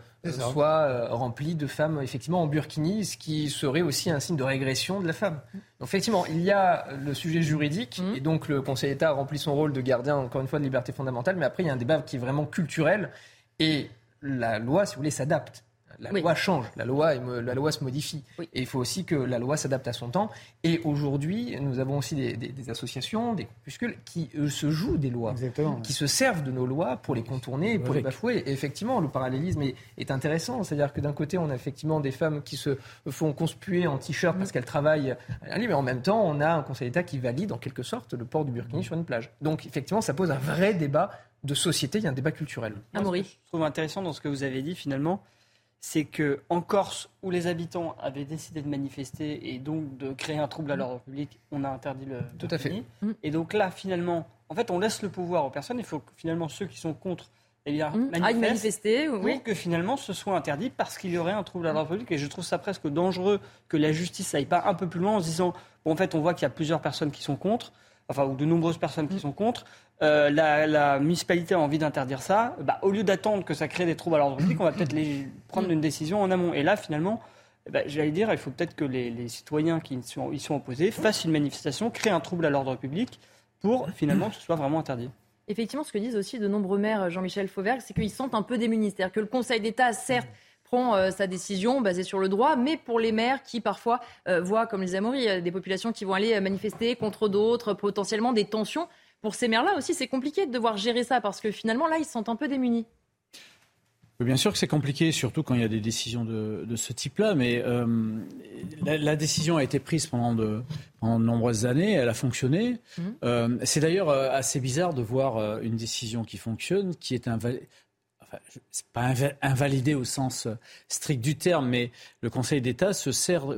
soient remplies de femmes effectivement en burkini, ce qui serait aussi un signe de régression de la femme? Donc effectivement, il y a le sujet juridique, et donc le Conseil d'État remplit son rôle de gardien, encore une fois, de libertés fondamentales, mais après il y a un débat qui est vraiment culturel, et la loi, si vous voulez, s'adapte. La loi change, la loi se modifie. Oui. Et il faut aussi que la loi s'adapte à son temps. Et aujourd'hui, nous avons aussi des associations, des groupuscules qui se jouent des lois, qui se servent de nos lois pour les contourner, pour les bafouer. Et effectivement, le parallélisme est intéressant. C'est-à-dire que d'un côté, on a effectivement des femmes qui se font conspuer en t-shirt parce qu'elles travaillent à Lille, mais en même temps, on a un Conseil d'État qui valide en quelque sorte le port du burkini sur une plage. Donc effectivement, ça pose un vrai débat de société, il y a un débat culturel. Amaury. Ce que je trouve intéressant dans ce que vous avez dit finalement, c'est qu'en Corse, où les habitants avaient décidé de manifester et donc de créer un trouble à l'ordre public, on a interdit le burkini. Et donc là, finalement, en fait, on laisse le pouvoir aux personnes. Il faut que finalement ceux qui sont contre manifester pour que finalement ce soit interdit parce qu'il y aurait un trouble à l'ordre public. Et je trouve ça presque dangereux que la justice n'aille pas un peu plus loin en se disant, bon, en fait, on voit qu'il y a plusieurs personnes qui sont contre, ou de nombreuses personnes qui sont contre. La municipalité a envie d'interdire ça. Au lieu d'attendre que ça crée des troubles à l'ordre public, on va peut-être prendre une décision en amont. Et là, finalement, j'allais dire, il faut peut-être que les citoyens qui y sont opposés fassent une manifestation, créent un trouble à l'ordre public pour finalement que ce soit vraiment interdit. Effectivement, ce que disent aussi de nombreux maires, Jean-Michel Fauvergue, c'est qu'ils sentent un peu démunis. C'est-à-dire que le Conseil d'État, certes, prend sa décision basée sur le droit, mais pour les maires qui parfois voient, comme les Amaury, des populations qui vont aller manifester contre d'autres, potentiellement des tensions. Pour ces maires-là aussi, c'est compliqué de devoir gérer ça parce que finalement, là, ils se sentent un peu démunis. Bien sûr que c'est compliqué, surtout quand il y a des décisions de ce type-là, mais la décision a été prise pendant de nombreuses années, elle a fonctionné. C'est d'ailleurs assez bizarre de voir une décision qui fonctionne, qui est c'est pas invalidé au sens strict du terme, mais le Conseil d'État se sert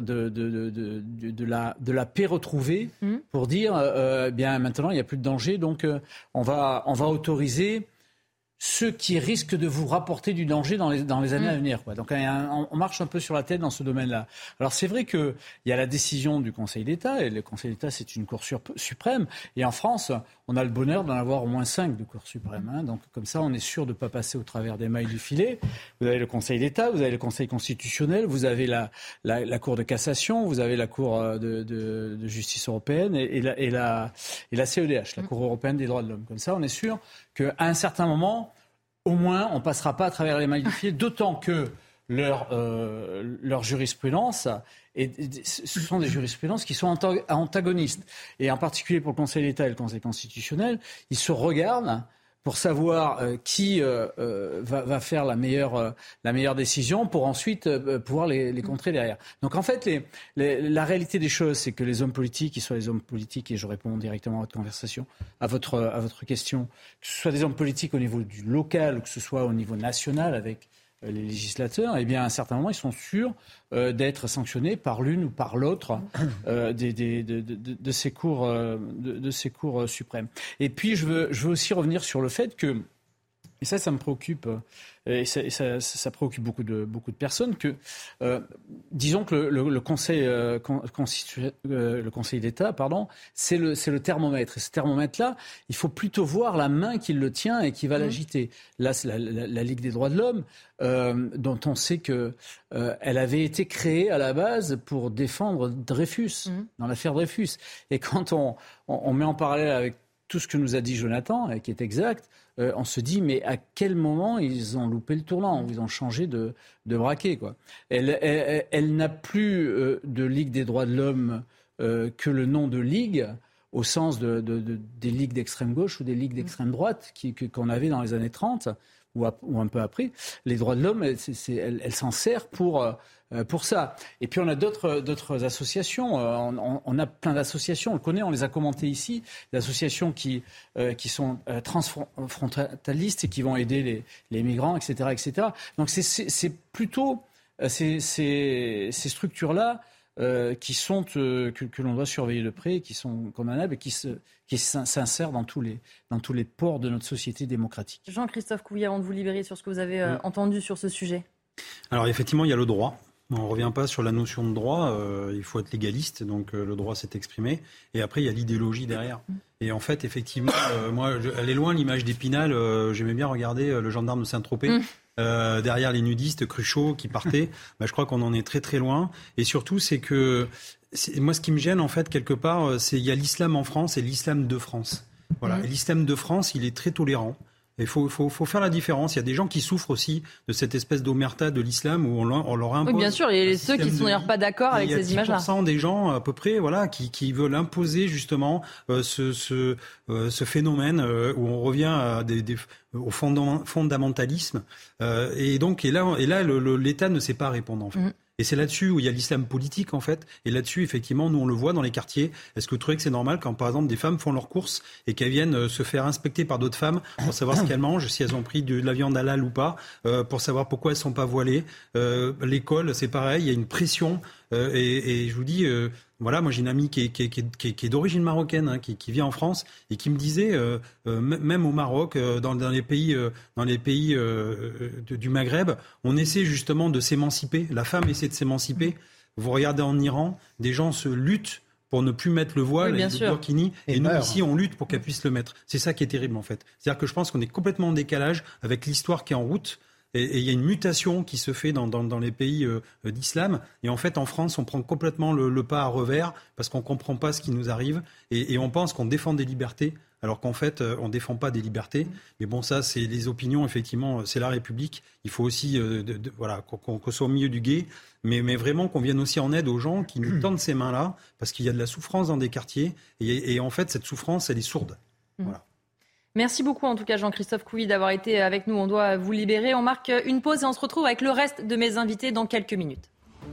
de la paix retrouvée pour dire bien maintenant il n'y a plus de danger, donc on va autoriser ceux qui risquent de vous rapporter du danger dans les années à venir, quoi. Donc on marche un peu sur la tête dans ce domaine-là. Alors c'est vrai qu'il y a la décision du Conseil d'État, et le Conseil d'État c'est une Cour suprême, et en France on a le bonheur d'en avoir au moins 5 de Cour suprême, hein. Donc comme ça on est sûr de ne pas passer au travers des mailles du filet. Vous avez le Conseil d'État, vous avez le Conseil constitutionnel, vous avez la Cour de cassation, vous avez la Cour de justice européenne et la CEDH, la Cour européenne des droits de l'homme. Comme ça on est sûr qu'à un certain moment, au moins, on ne passera pas à travers les mailles du filet, d'autant que leur jurisprudence, ce sont des jurisprudences qui sont antagonistes. Et en particulier pour le Conseil d'État et le Conseil constitutionnel, ils se regardent pour savoir qui va faire la meilleure décision pour ensuite pouvoir les contrer derrière. Donc en fait, la réalité des choses, c'est que les hommes politiques, qu'ils soient les hommes politiques, et je réponds directement à votre conversation, à votre question, que ce soit des hommes politiques au niveau du local ou que ce soit au niveau national avec les législateurs, eh bien, à un certain moment, ils sont sûrs d'être sanctionnés par l'une ou par l'autre de ces cours suprêmes. Et puis, je veux aussi revenir sur le fait que, et ça me préoccupe, et ça préoccupe beaucoup de personnes, que disons que le Conseil d'État, c'est le thermomètre. Et ce thermomètre-là, il faut plutôt voir la main qui le tient et qui va l'agiter. Là, c'est la Ligue des droits de l'homme, dont on sait que elle avait été créée à la base pour défendre Dreyfus, dans l'affaire Dreyfus. Et quand on met en parallèle avec tout ce que nous a dit Jonathan, et qui est exact, on se dit, mais à quel moment ils ont loupé le tournant, ils ont changé de braquet, quoi. Elle n'a plus de Ligue des droits de l'homme que le nom de Ligue, au sens des ligues d'extrême gauche ou des ligues d'extrême droite qu'on avait dans les années 30. ou un peu après, les droits de l'homme, elle s'en sert pour ça. Et puis on a d'autres associations. On a plein d'associations. On le connaît, on les a commentées ici. Des associations qui sont transfrontalistes et qui vont aider les migrants, etc., etc. Donc c'est plutôt ces structures-là qui sont que l'on doit surveiller de près, qui sont condamnables et qui s'insèrent dans tous les pores de notre société démocratique. Jean-Christophe Couvi, avant de vous libérer sur ce que vous avez entendu sur ce sujet. Alors effectivement, il y a le droit. On ne revient pas sur la notion de droit, il faut être légaliste, donc le droit s'est exprimé. Et après, il y a l'idéologie derrière. Et en fait, effectivement, moi, elle est loin l'image d'Épinal, j'aimais bien regarder le gendarme de Saint-Tropez. Derrière les nudistes, Cruchot qui partaient, je crois qu'on en est très très loin. Et surtout, c'est que moi, ce qui me gêne en fait quelque part, c'est il y a l'islam en France et l'islam de France. Voilà. Et l'islam de France, il est très tolérant. Il faut faire la différence. Il y a des gens qui souffrent aussi de cette espèce d'omerta de l'islam où on leur impose. Oui, bien sûr, et ceux qui ne sont d'ailleurs pas d'accord avec ces images-là. Il y a 10% des gens à peu près, qui veulent imposer justement ce phénomène où on revient au fondamentalisme. Et là, l'État ne sait pas répondre en fait. Et c'est là-dessus où il y a l'islam politique, en fait. Et là-dessus, effectivement, nous, on le voit dans les quartiers. Est-ce que vous trouvez que c'est normal quand, par exemple, des femmes font leurs courses et qu'elles viennent se faire inspecter par d'autres femmes pour savoir ce qu'elles mangent, si elles ont pris de la viande halal ou pas, pour savoir pourquoi elles ne sont pas voilées. L'école, c'est pareil, il y a une pression. Et je vous dis, moi j'ai une amie qui est d'origine marocaine, qui vit en France et qui me disait, même au Maroc, dans les pays du Maghreb, on essaie justement de s'émanciper. La femme essaie de s'émanciper. Vous regardez en Iran, des gens se luttent pour ne plus mettre le voile, le burkini, et nous ici on lutte pour qu'elles puissent le mettre. C'est ça qui est terrible en fait. C'est-à-dire que je pense qu'on est complètement en décalage avec l'histoire qui est en route. Et il y a une mutation qui se fait dans les pays d'islam. Et en fait, en France, on prend complètement le pas à revers parce qu'on ne comprend pas ce qui nous arrive. Et on pense qu'on défend des libertés, alors qu'en fait, on ne défend pas des libertés. Mais bon, ça, c'est les opinions, effectivement, c'est la République. Il faut aussi qu'on soit au milieu du gué, mais vraiment qu'on vienne aussi en aide aux gens qui nous tendent ces mains-là, parce qu'il y a de la souffrance dans des quartiers. Et en fait, cette souffrance, elle est sourde. Voilà. Merci beaucoup en tout cas Jean-Christophe Couvi d'avoir été avec nous. On doit vous libérer. On marque une pause et on se retrouve avec le reste de mes invités dans quelques minutes.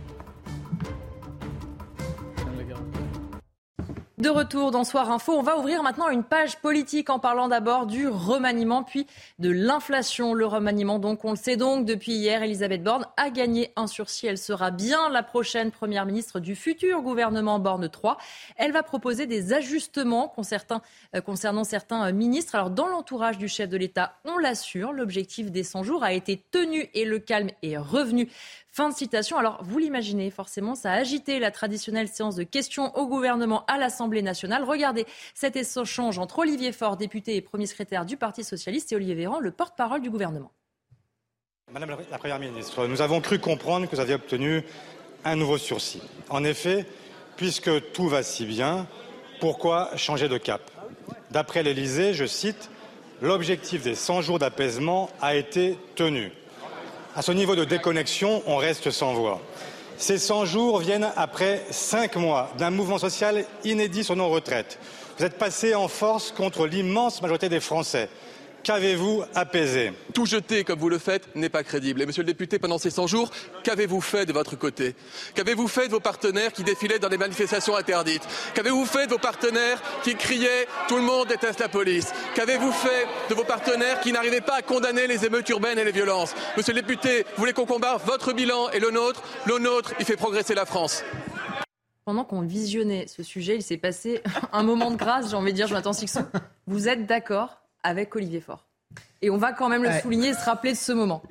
De retour dans Soir Info, on va ouvrir maintenant une page politique en parlant d'abord du remaniement puis de l'inflation. Le remaniement, donc, on le sait donc, depuis hier, Elisabeth Borne a gagné un sursis. Elle sera bien la prochaine première ministre du futur gouvernement Borne 3. Elle va proposer des ajustements concernant certains ministres. Alors, dans l'entourage du chef de l'État, on l'assure, l'objectif des 100 jours a été tenu et le calme est revenu. Fin de citation. Alors, vous l'imaginez, forcément, ça a agité la traditionnelle séance de questions au gouvernement à l'Assemblée nationale. Regardez cet échange entre Olivier Faure, député et premier secrétaire du Parti socialiste, et Olivier Véran, le porte-parole du gouvernement. Madame la Première ministre, nous avons cru comprendre que vous aviez obtenu un nouveau sursis. En effet, puisque tout va si bien, pourquoi changer de cap ? D'après l'Élysée, je cite, « L'objectif des 100 jours d'apaisement a été tenu ». À ce niveau de déconnexion, on reste sans voix. Ces 100 jours viennent après 5 mois d'un mouvement social inédit sur nos retraites. Vous êtes passé en force contre l'immense majorité des Français. Qu'avez-vous apaisé ? Tout jeter comme vous le faites n'est pas crédible. Et monsieur le député, pendant ces 100 jours, qu'avez-vous fait de votre côté ? Qu'avez-vous fait de vos partenaires qui défilaient dans des manifestations interdites ? Qu'avez-vous fait de vos partenaires qui criaient « Tout le monde déteste la police » ? Qu'avez-vous fait de vos partenaires qui n'arrivaient pas à condamner les émeutes urbaines et les violences ? Monsieur le député, vous voulez qu'on combatte votre bilan et le nôtre ? Le nôtre, il fait progresser la France. Pendant qu'on visionnait ce sujet, il s'est passé un moment de grâce, j'ai envie de dire, Jonathan Sicsou. Vous êtes d'accord avec Olivier Faure. Et on va quand même le souligner et se rappeler de ce moment.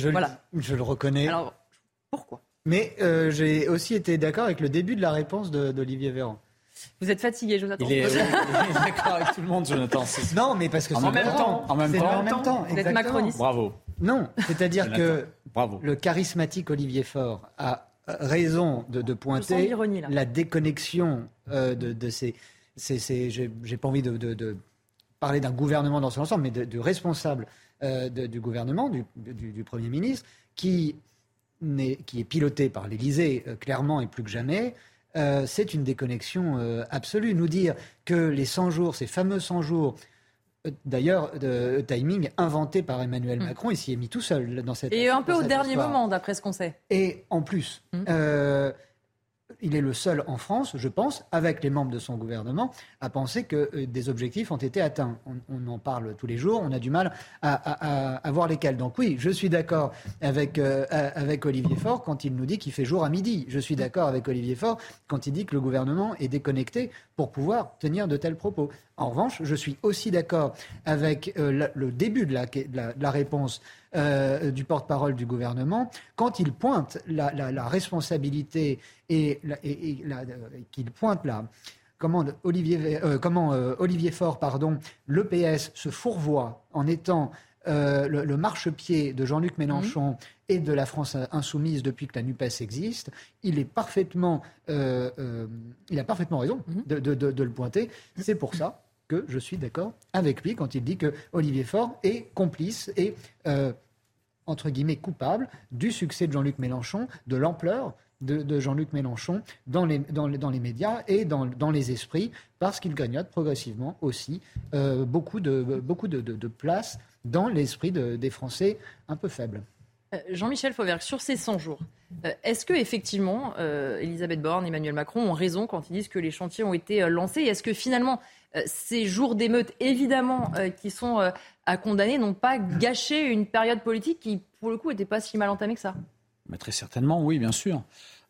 Je le reconnais. Alors, pourquoi ? Mais j'ai aussi été d'accord avec le début de la réponse d'Olivier Véran. Vous êtes fatigué, Jonathan. Il est d'accord avec tout le monde, Jonathan. Non, mais parce que c'est en même temps. Vous êtes macroniste. Bravo. Non, c'est-à-dire que le charismatique Olivier Faure a raison de pointer la déconnexion de ces... J'ai pas envie de parler d'un gouvernement dans son ensemble, mais du responsable du gouvernement, du Premier ministre, qui est piloté par l'Élysée, clairement et plus que jamais. C'est une déconnexion absolue. Nous dire que les 100 jours, ces fameux 100 jours, D'ailleurs, timing inventé par Emmanuel Macron, il s'y est mis tout seul dans cette Et un peu au dernier histoire. moment, d'après ce qu'on sait. Et en plus, il est le seul en France, je pense, avec les membres de son gouvernement, à penser que des objectifs ont été atteints. On en parle tous les jours, on a du mal à voir lesquels. Donc oui, je suis d'accord avec Olivier Faure quand il nous dit qu'il fait jour à midi. Je suis d'accord avec Olivier Faure quand il dit que le gouvernement est déconnecté pour pouvoir tenir de tels propos. En revanche, je suis aussi d'accord avec le début de la réponse du porte-parole du gouvernement, quand il pointe la responsabilité et qu'il pointe comment Olivier Faure, le PS se fourvoie en étant le marchepied de Jean-Luc Mélenchon et de la France insoumise depuis que la NUPES existe, il a parfaitement raison de le pointer. C'est pour ça que je suis d'accord avec lui quand il dit que Olivier Faure est complice et entre guillemets coupable du succès de Jean-Luc Mélenchon, de l'ampleur de Jean-Luc Mélenchon dans les médias et dans les esprits, parce qu'il grignote progressivement aussi beaucoup de place dans l'esprit des Français un peu faibles. Jean-Michel Fauvergue, sur ces 100 jours, est-ce que effectivement Elisabeth Borne, Emmanuel Macron ont raison quand ils disent que les chantiers ont été lancés ? Est-ce que finalement ces jours d'émeute, évidemment, qui sont à condamner, n'ont pas gâché une période politique qui, pour le coup, n'était pas si mal entamée que ça ? Mais très certainement, oui, bien sûr.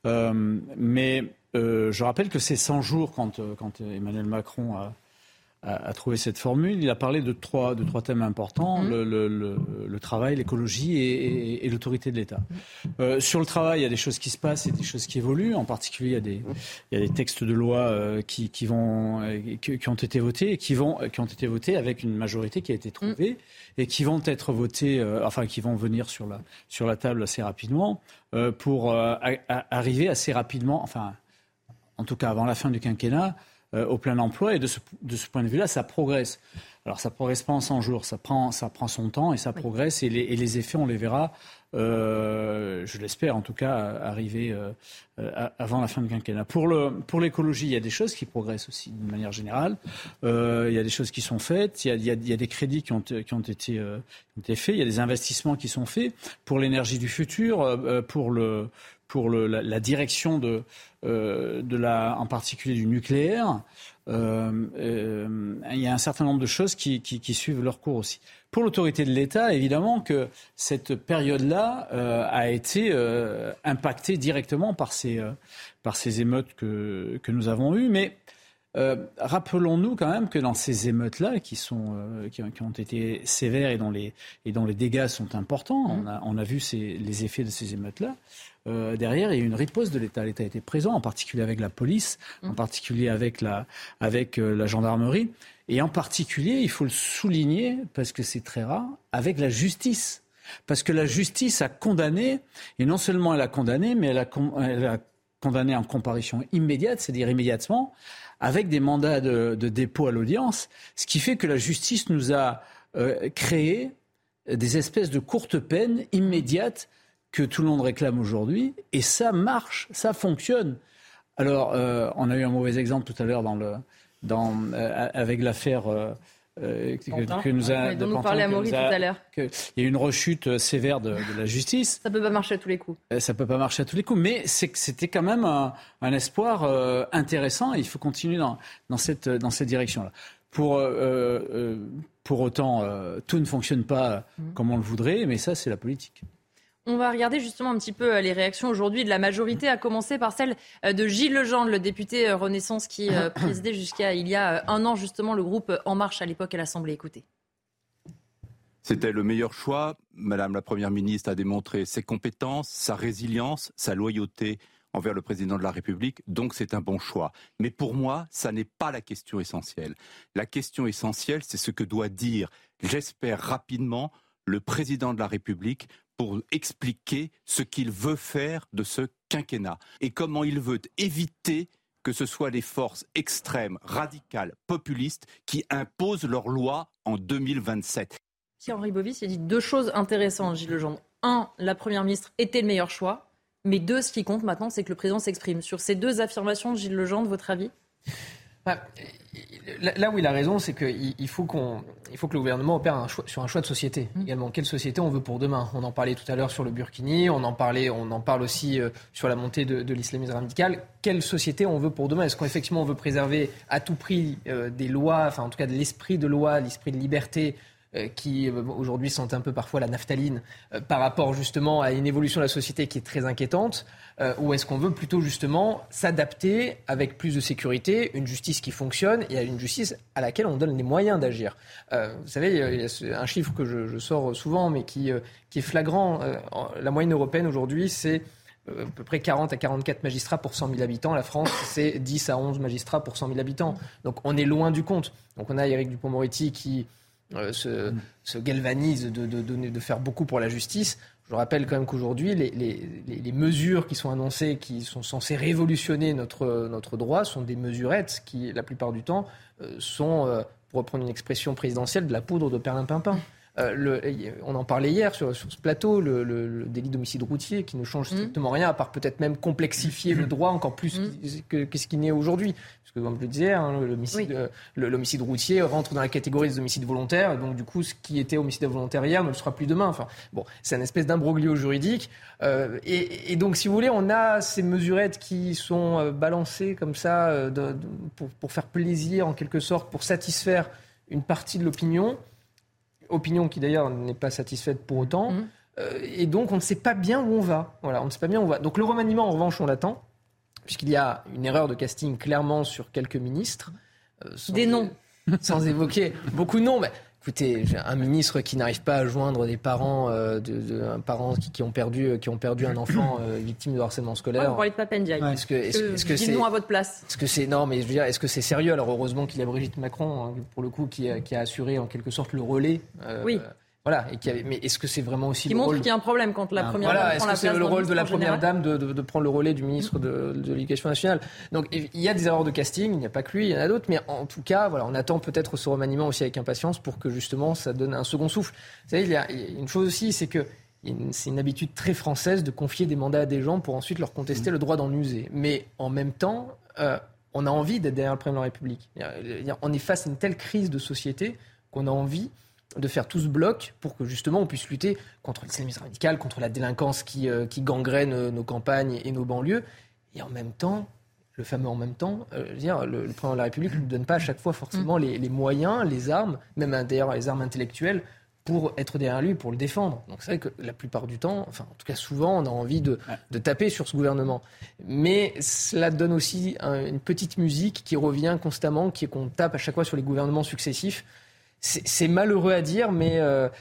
Mais je rappelle que ces 100 jours, quand Emmanuel Macron a trouvé cette formule, il a parlé de trois thèmes importants, le travail, l'écologie et l'autorité de l'État. Sur le travail, il y a des choses qui se passent et des choses qui évoluent. En particulier, il y a des textes de loi qui ont été votés et qui ont été votés avec une majorité qui a été trouvée et qui vont être votés, qui vont venir sur la table assez rapidement pour arriver assez rapidement, en tout cas avant la fin du quinquennat, au plein emploi, et de ce point de vue-là, ça progresse. Alors ça progresse pas en 100 jours, ça prend son temps et ça progresse, et les effets, on les verra, je l'espère en tout cas, arriver avant la fin du quinquennat. Pour l'écologie, il y a des choses qui progressent aussi d'une manière générale. Il y a des choses qui sont faites, il y a des crédits qui ont été faits, il y a des investissements qui sont faits pour l'énergie du futur, pour la direction en particulier du nucléaire. Il y a un certain nombre de choses qui suivent leur cours aussi. Pour l'autorité de l'État, évidemment que cette période-là a été impactée directement par ces émeutes que nous avons eues. Mais rappelons-nous quand même que dans ces émeutes-là, qui ont été sévères et dont les dégâts sont importants, on a vu les effets de ces émeutes-là. Derrière, il y a eu une riposte de l'État. L'État était présent, en particulier avec la police, en particulier avec la gendarmerie, et en particulier, il faut le souligner, parce que c'est très rare, avec la justice. Parce que la justice a condamné, et non seulement elle a condamné, mais elle a condamné en comparution immédiate, c'est-à-dire immédiatement, avec des mandats de dépôt à l'audience, ce qui fait que la justice nous a créé des espèces de courtes peines immédiates que tout le monde réclame aujourd'hui, et ça marche, ça fonctionne. Alors, on a eu un mauvais exemple tout à l'heure avec l'affaire que nous a... dont nous parlait Amaury tout à l'heure. Il y a eu une rechute sévère de la justice. Ça ne peut pas marcher à tous les coups. Ça ne peut pas marcher à tous les coups, mais c'était quand même un espoir intéressant, et il faut continuer dans cette direction-là. Pour autant, tout ne fonctionne pas comme on le voudrait, mais ça, c'est la politique. On va regarder justement un petit peu les réactions aujourd'hui de la majorité, à commencer par celle de Gilles Legendre, le député Renaissance qui présidait jusqu'à il y a un an justement le groupe En Marche à l'époque à l'Assemblée. Écoutez. C'était le meilleur choix. Madame la Première ministre a démontré ses compétences, sa résilience, sa loyauté envers le président de la République, donc c'est un bon choix. Mais pour moi, ça n'est pas la question essentielle. La question essentielle, c'est ce que doit dire, j'espère rapidement, le président de la République pour expliquer ce qu'il veut faire de ce quinquennat et comment il veut éviter que ce soit les forces extrêmes, radicales, populistes qui imposent leurs lois en 2027. Pierre-Henri Bovis a dit deux choses intéressantes, Gilles Legendre. Un, la Première ministre était le meilleur choix. Mais deux, ce qui compte maintenant, c'est que le président s'exprime. Sur ces deux affirmations, Gilles Legendre, votre avis ? Là où il a raison, c'est qu'il faut que le gouvernement opère sur un choix de société également. Quelle société on veut pour demain ? On en parlait tout à l'heure sur le Burkini, on en parle aussi sur la montée de l'islamisme radical. Quelle société on veut pour demain ? Est-ce qu'effectivement on veut préserver à tout prix des lois, enfin en tout cas de l'esprit de loi, l'esprit de liberté qui aujourd'hui sentent un peu parfois la naphtaline par rapport justement à une évolution de la société qui est très inquiétante, ou est-ce qu'on veut plutôt justement s'adapter avec plus de sécurité, une justice qui fonctionne et à une justice à laquelle on donne les moyens d'agir. Vous savez, il y a un chiffre que je sors souvent mais qui est flagrant. La moyenne européenne aujourd'hui, c'est à peu près 40 à 44 magistrats pour 100 000 habitants. La France, c'est 10 à 11 magistrats pour 100 000 habitants. Donc on est loin du compte. Donc on a Éric Dupond-Moretti qui se galvanise de faire beaucoup pour la justice. Je rappelle quand même qu'aujourd'hui, les mesures qui sont annoncées, qui sont censées révolutionner notre droit, sont des mesurettes qui, la plupart du temps, sont, pour reprendre une expression présidentielle, de la poudre de perlimpinpin. On en parlait hier sur ce plateau, le délit d'homicide routier qui ne change strictement rien, à part peut-être même complexifier le droit encore plus que ce qu'il n'est aujourd'hui. Parce que comme je le disais, l'homicide routier rentre dans la catégorie des homicides volontaires, et donc du coup ce qui était homicide volontaire hier ne le sera plus demain. Enfin, bon, c'est une espèce d'imbroglio juridique. Et donc si vous voulez, on a ces mesurettes qui sont balancées comme ça pour faire plaisir en quelque sorte, pour satisfaire une partie de l'opinion qui d'ailleurs n'est pas satisfaite pour autant, et donc on ne sait pas bien où on va. Voilà, on ne sait pas bien où on va. Donc le remaniement, en revanche, on l'attend, puisqu'il y a une erreur de casting clairement sur quelques ministres. Des noms. Sans évoquer beaucoup de noms, mais écoutez, un ministre qui n'arrive pas à joindre des parents, parents qui ont perdu un enfant victime de harcèlement scolaire. On parlait de Papendiaï. Est-ce que dis le nom à votre place. Non, mais je veux dire, est-ce que c'est sérieux ? Alors heureusement qu'il y a Brigitte Macron, pour le coup, qui a assuré en quelque sorte le relais. Oui. Voilà, mais est-ce que c'est vraiment aussi qui le rôle... montre qu'il y a un problème quand la première dame prend la place. Est-ce que c'est le rôle de la première dame de prendre le relais du ministre de l'Éducation nationale ? Donc il y a des erreurs de casting, il n'y a pas que lui, il y en a d'autres, mais en tout cas, voilà, on attend peut-être ce remaniement aussi avec impatience pour que justement ça donne un second souffle. Vous savez, il y a une chose aussi, c'est que c'est une habitude très française de confier des mandats à des gens pour ensuite leur contester le droit d'en user. Mais en même temps, on a envie d'être derrière le président de la République. On est face à une telle crise de société qu'on a envie de faire tout ce bloc pour que justement on puisse lutter contre l'islamisme radical, contre la délinquance qui gangrène nos campagnes et nos banlieues. Et en même temps, le fameux en même temps, le président de la République ne nous donne pas à chaque fois forcément les moyens, les armes, même d'ailleurs les armes intellectuelles, pour être derrière lui, pour le défendre. Donc c'est vrai que la plupart du temps, enfin en tout cas souvent, on a envie de taper sur ce gouvernement. Mais cela donne aussi une petite musique qui revient constamment, qui est qu'on tape à chaque fois sur les gouvernements successifs. C'est malheureux à dire, mais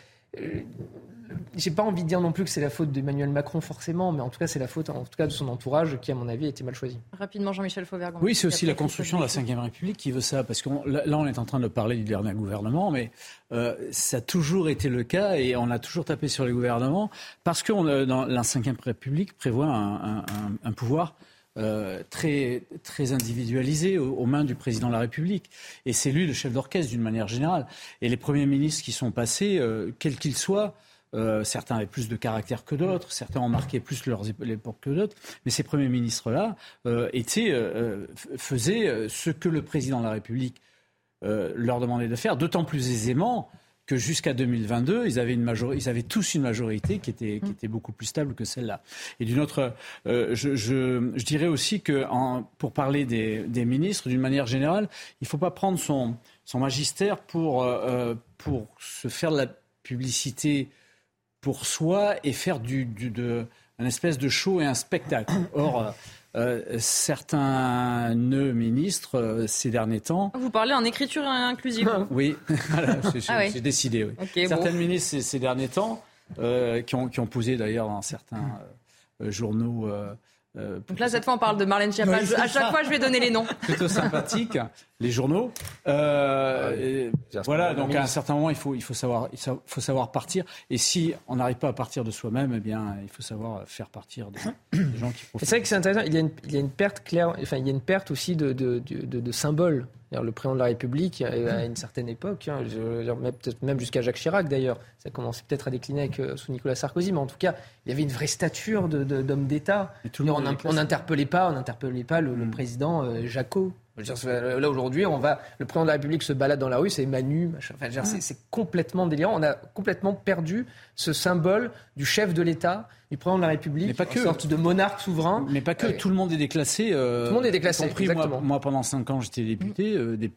j'ai pas envie de dire non plus que c'est la faute d'Emmanuel Macron forcément, mais en tout cas c'est la faute en tout cas de son entourage qui à mon avis a été mal choisi. Rapidement, Jean-Michel Fauvergue. Oui, c'est aussi la construction de la Ve République qui veut ça, parce que là on est en train de parler du dernier gouvernement, mais ça a toujours été le cas et on a toujours tapé sur les gouvernements parce que dans la Ve République prévoit un pouvoir très, très individualisé aux mains du président de la République. Et c'est lui le chef d'orchestre d'une manière générale. Et les premiers ministres qui sont passés, quels qu'ils soient, certains avaient plus de caractère que d'autres, certains ont marqué plus leur époque que d'autres, mais ces premiers ministres-là faisaient ce que le président de la République leur demandait de faire, d'autant plus aisément que jusqu'à 2022, ils avaient tous une majorité qui était beaucoup plus stable que celle-là. Et d'une autre, je dirais aussi que pour parler des ministres, d'une manière générale, il ne faut pas prendre son magistère pour se faire de la publicité pour soi et faire un espèce de show et un spectacle. Or, certains ministres, ces derniers temps... Vous parlez en écriture inclusive. Oui, voilà, j'ai décidé. Oui. Okay, certains ministres, ces derniers temps, qui ont posé d'ailleurs dans certains journaux... donc là, cette fois, on parle de Marlène Schiappa. Oui, à chaque fois, je vais donner les noms. Plutôt sympathique, les journaux. Voilà, donc à un certain moment, il faut savoir partir. Et si on n'arrive pas à partir de soi-même, eh bien, il faut savoir faire partir des gens qui profitent. C'est vrai que c'est intéressant. Il y a une perte claire. Enfin, il y a une perte aussi de symboles. Le président de la République, à une certaine époque, peut-être même jusqu'à Jacques Chirac d'ailleurs, ça commençait peut-être à décliner sous Nicolas Sarkozy, mais en tout cas, il y avait une vraie stature d'homme d'État. On n'interpellait pas le président Jaco. Là, aujourd'hui, le président de la République se balade dans la rue, c'est Manu, machin. C'est complètement délirant. On a complètement perdu ce symbole du chef de l'État, du président de la République, une sorte de monarque souverain. Mais pas que, tout le monde est déclassé. Tout le monde est déclassé, compris, exactement. Moi, pendant 5 ans, j'étais député.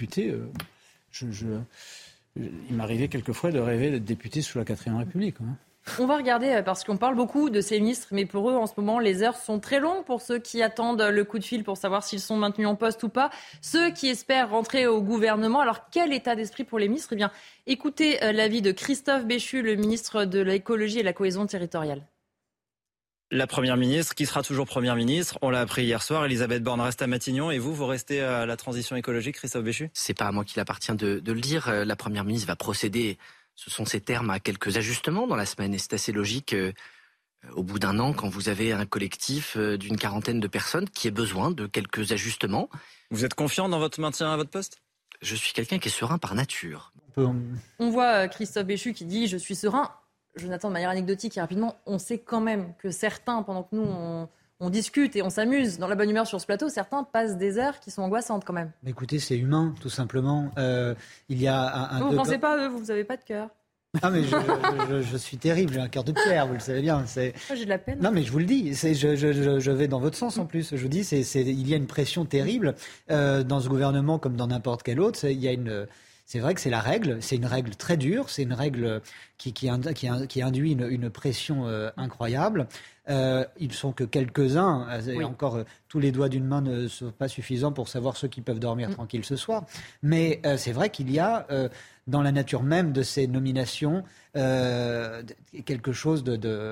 Il m'arrivait quelquefois de rêver d'être député sous la 4ème République. On va regarder, parce qu'on parle beaucoup de ces ministres, mais pour eux, en ce moment, les heures sont très longues pour ceux qui attendent le coup de fil pour savoir s'ils sont maintenus en poste ou pas. Ceux qui espèrent rentrer au gouvernement. Alors, quel état d'esprit pour les ministres ? Eh bien, écoutez l'avis de Christophe Béchu, le ministre de l'écologie et de la cohésion territoriale. La Première ministre, qui sera toujours Première ministre, on l'a appris hier soir, Elisabeth Borne reste à Matignon et vous restez à la transition écologique, Christophe Béchu ? C'est pas à moi qu'il appartient de le dire. La Première ministre va procéder, ce sont ses termes, à quelques ajustements dans la semaine. Et c'est assez logique, au bout d'un an, quand vous avez un collectif d'une 40aine de personnes qui ait besoin de quelques ajustements. Vous êtes confiant dans votre maintien à votre poste ? Je suis quelqu'un qui est serein par nature. On voit Christophe Béchu qui dit « je suis serein ». Jonathan, de manière anecdotique et rapidement, on sait quand même que certains, pendant que nous, on discute et on s'amuse dans la bonne humeur sur ce plateau, certains passent des heures qui sont angoissantes quand même. Mais écoutez, c'est humain, tout simplement. Il y a vous ne pensez pas à eux, vous n'avez pas de cœur. Ah mais je suis terrible, j'ai un cœur de pierre, vous le savez bien. J'ai de la peine. Non mais je vous le dis, je vais dans votre sens en plus. Je vous dis, il y a une pression terrible dans ce gouvernement comme dans n'importe quel autre. C'est vrai que c'est la règle, c'est une règle très dure, c'est une règle qui induit une pression incroyable. Ils ne sont que quelques-uns, et encore tous les doigts d'une main ne sont pas suffisants pour savoir ceux qui peuvent dormir tranquilles ce soir. Mais c'est vrai qu'il y a dans la nature même de ces nominations quelque chose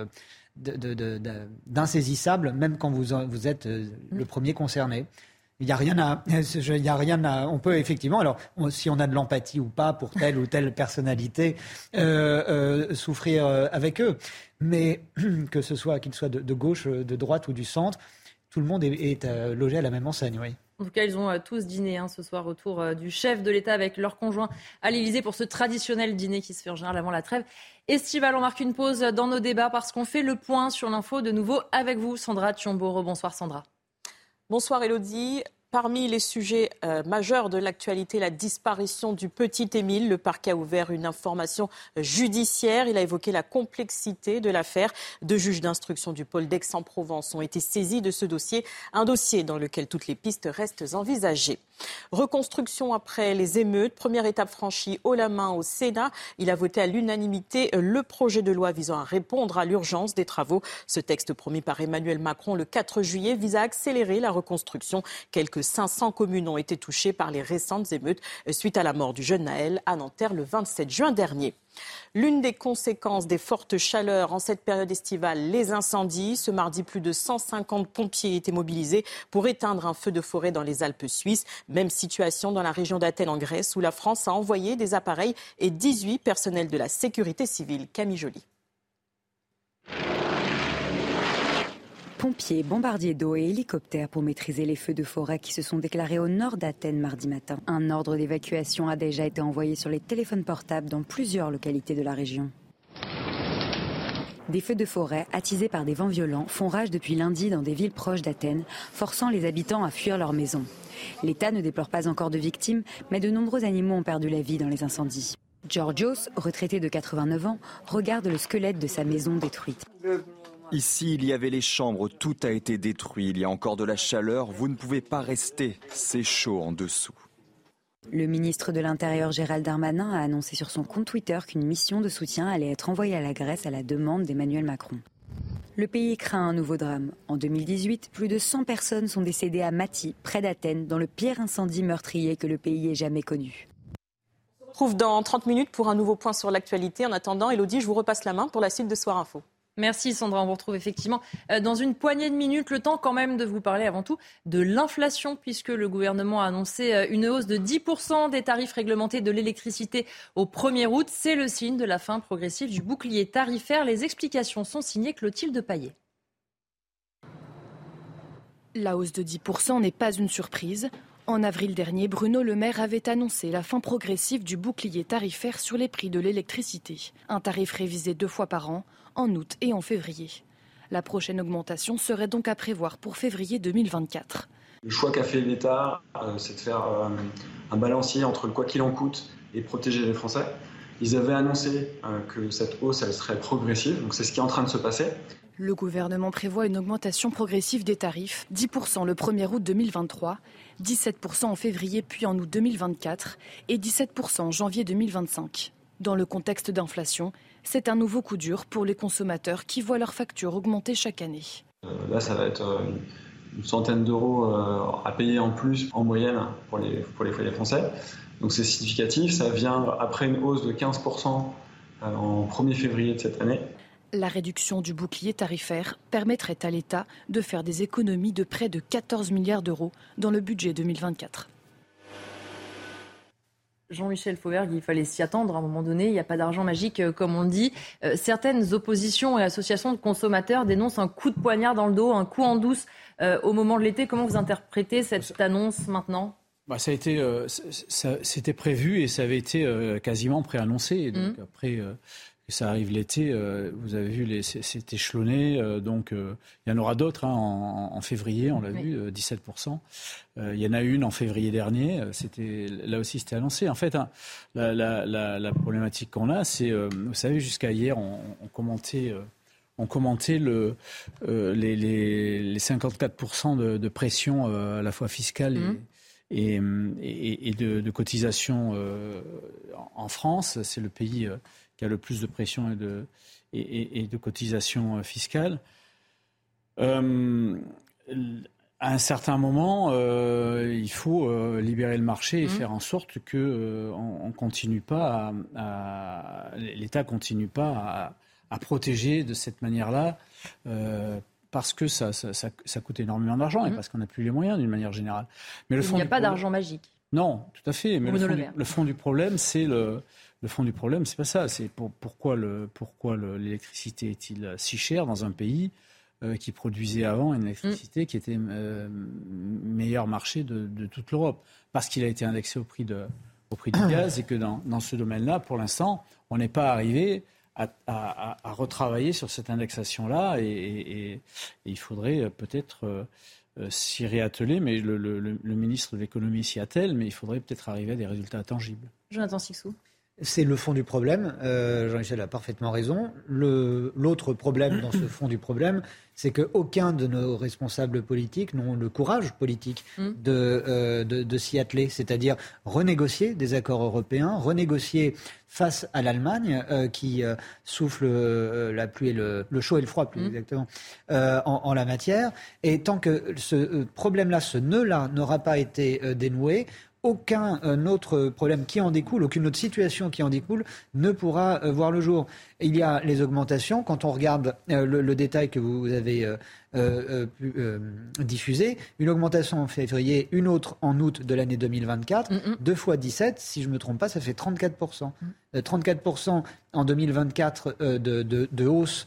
d'insaisissable, même quand vous êtes le premier concerné. Il n'y a rien à. On peut effectivement, alors si on a de l'empathie ou pas pour telle ou telle personnalité, souffrir avec eux. Mais que ce soit qu'ils soient de gauche, de droite ou du centre, tout le monde est logé à la même enseigne, oui. En tout cas, ils ont tous dîné ce soir autour du chef de l'État avec leur conjoint à l'Élysée pour ce traditionnel dîner qui se fait en général avant la trêve estivale. On marque une pause dans nos débats parce qu'on fait le point sur l'info de nouveau avec vous, Sandra Tchiombo. Bonsoir Sandra. Bonsoir Élodie. Parmi les sujets majeurs de l'actualité, la disparition du petit Émile. Le parquet a ouvert une information judiciaire. Il a évoqué la complexité de l'affaire. 2 juges d'instruction du pôle d'Aix-en-Provence ont été saisis de ce dossier. Un dossier dans lequel toutes les pistes restent envisagées. Reconstruction après les émeutes. Première étape franchie haut la main au Sénat. Il a voté à l'unanimité le projet de loi visant à répondre à l'urgence des travaux. Ce texte promis par Emmanuel Macron le 4 juillet vise à accélérer la reconstruction. Quelques 500 communes ont été touchées par les récentes émeutes suite à la mort du jeune Naël à Nanterre le 27 juin dernier. L'une des conséquences des fortes chaleurs en cette période estivale, les incendies. Ce mardi, plus de 150 pompiers étaient mobilisés pour éteindre un feu de forêt dans les Alpes suisses. Même situation dans la région d'Athènes en Grèce où la France a envoyé des appareils et 18 personnels de la sécurité civile. Camille Joly. Pompiers, bombardiers d'eau et hélicoptères pour maîtriser les feux de forêt qui se sont déclarés au nord d'Athènes mardi matin. Un ordre d'évacuation a déjà été envoyé sur les téléphones portables dans plusieurs localités de la région. Des feux de forêt, attisés par des vents violents, font rage depuis lundi dans des villes proches d'Athènes, forçant les habitants à fuir leurs maisons. L'État ne déplore pas encore de victimes, mais de nombreux animaux ont perdu la vie dans les incendies. Georgios, retraité de 89 ans, regarde le squelette de sa maison détruite. Ici, il y avait les chambres, tout a été détruit. Il y a encore de la chaleur, vous ne pouvez pas rester. C'est chaud en dessous. Le ministre de l'Intérieur Gérald Darmanin a annoncé sur son compte Twitter qu'une mission de soutien allait être envoyée à la Grèce à la demande d'Emmanuel Macron. Le pays craint un nouveau drame. En 2018, plus de 100 personnes sont décédées à Mati, près d'Athènes, dans le pire incendie meurtrier que le pays ait jamais connu. On se retrouve dans 30 minutes pour un nouveau point sur l'actualité. En attendant, Élodie, je vous repasse la main pour la suite de Soir Info. Merci Sandra, on vous retrouve effectivement dans une poignée de minutes. Le temps quand même de vous parler avant tout de l'inflation puisque le gouvernement a annoncé une hausse de 10% des tarifs réglementés de l'électricité au 1er août. C'est le signe de la fin progressive du bouclier tarifaire. Les explications sont signées Clotilde Paillet. La hausse de 10% n'est pas une surprise. En avril dernier, Bruno Le Maire avait annoncé la fin progressive du bouclier tarifaire sur les prix de l'électricité. Un tarif révisé 2 fois par an, en août et en février. La prochaine augmentation serait donc à prévoir pour février 2024. Le choix qu'a fait l'État, c'est de faire un balancier entre le quoi qu'il en coûte et protéger les Français. Ils avaient annoncé que cette hausse, elle serait progressive, donc c'est ce qui est en train de se passer. Le gouvernement prévoit une augmentation progressive des tarifs, 10% le 1er août 2023, 17% en février puis en août 2024 et 17% en janvier 2025. Dans le contexte d'inflation, c'est un nouveau coup dur pour les consommateurs qui voient leurs factures augmenter chaque année. Là, ça va être une centaine d'euros à payer en plus en moyenne pour les foyers français. Donc c'est significatif, ça vient après une hausse de 15% en 1er février de cette année. La réduction du bouclier tarifaire permettrait à l'État de faire des économies de près de 14 milliards d'euros dans le budget 2024. Jean-Michel Fauvergue, il fallait s'y attendre à un moment donné, il n'y a pas d'argent magique comme on le dit. Certaines oppositions et associations de consommateurs dénoncent un coup de poignard dans le dos, un coup en douce au moment de l'été. Comment vous interprétez cette annonce maintenant ? Ça a été, c'était prévu et ça avait été quasiment préannoncé. Et donc après que ça arrive l'été, vous avez vu, c'est échelonné. Donc il y en aura d'autres en février, on l'a vu, 17%. Il y en a une en février dernier. Là aussi, c'était annoncé. En fait, la problématique qu'on a, c'est, vous savez, jusqu'à hier, on commentait les 54% de pression à la fois fiscale et de cotisation en France. C'est le pays qui a le plus de pression et de cotisation fiscale. À un certain moment, il faut libérer le marché et faire en sorte que on continue pas l'État continue pas à protéger de cette manière-là. Parce que ça coûte énormément d'argent et parce qu'on n'a plus les moyens d'une manière générale. Mais il n'y a pas d'argent magique. Non, tout à fait. Mais le fond du problème, c'est c'est pas ça. C'est pourquoi l'électricité est-il si chère dans un pays qui produisait avant une électricité qui était meilleur marché de toute l'Europe, parce qu'il a été indexé au prix du gaz et que dans ce domaine-là, pour l'instant, on n'est pas arrivé à retravailler sur cette indexation-là et il faudrait peut-être s'y réatteler, mais le ministre de l'économie s'y attelle, mais il faudrait peut-être arriver à des résultats tangibles. Jonathan Sicsou. C'est le fond du problème. Jean-Michel a parfaitement raison. L'autre problème dans ce fond du problème, c'est qu'aucun de nos responsables politiques n'ont le courage politique de s'y atteler, c'est-à-dire renégocier des accords européens, renégocier face à l'Allemagne qui souffle la pluie et le chaud et le froid, plus exactement, en la matière. Et tant que ce problème-là, ce nœud-là n'aura pas été dénoué, aucun autre problème qui en découle, aucune autre situation qui en découle ne pourra voir le jour. Il y a les augmentations. Quand on regarde le détail que vous avez diffusé, une augmentation en février, une autre en août de l'année 2024, 2 fois 17, si je ne me trompe pas, ça fait 34%. 34% en 2024 de hausse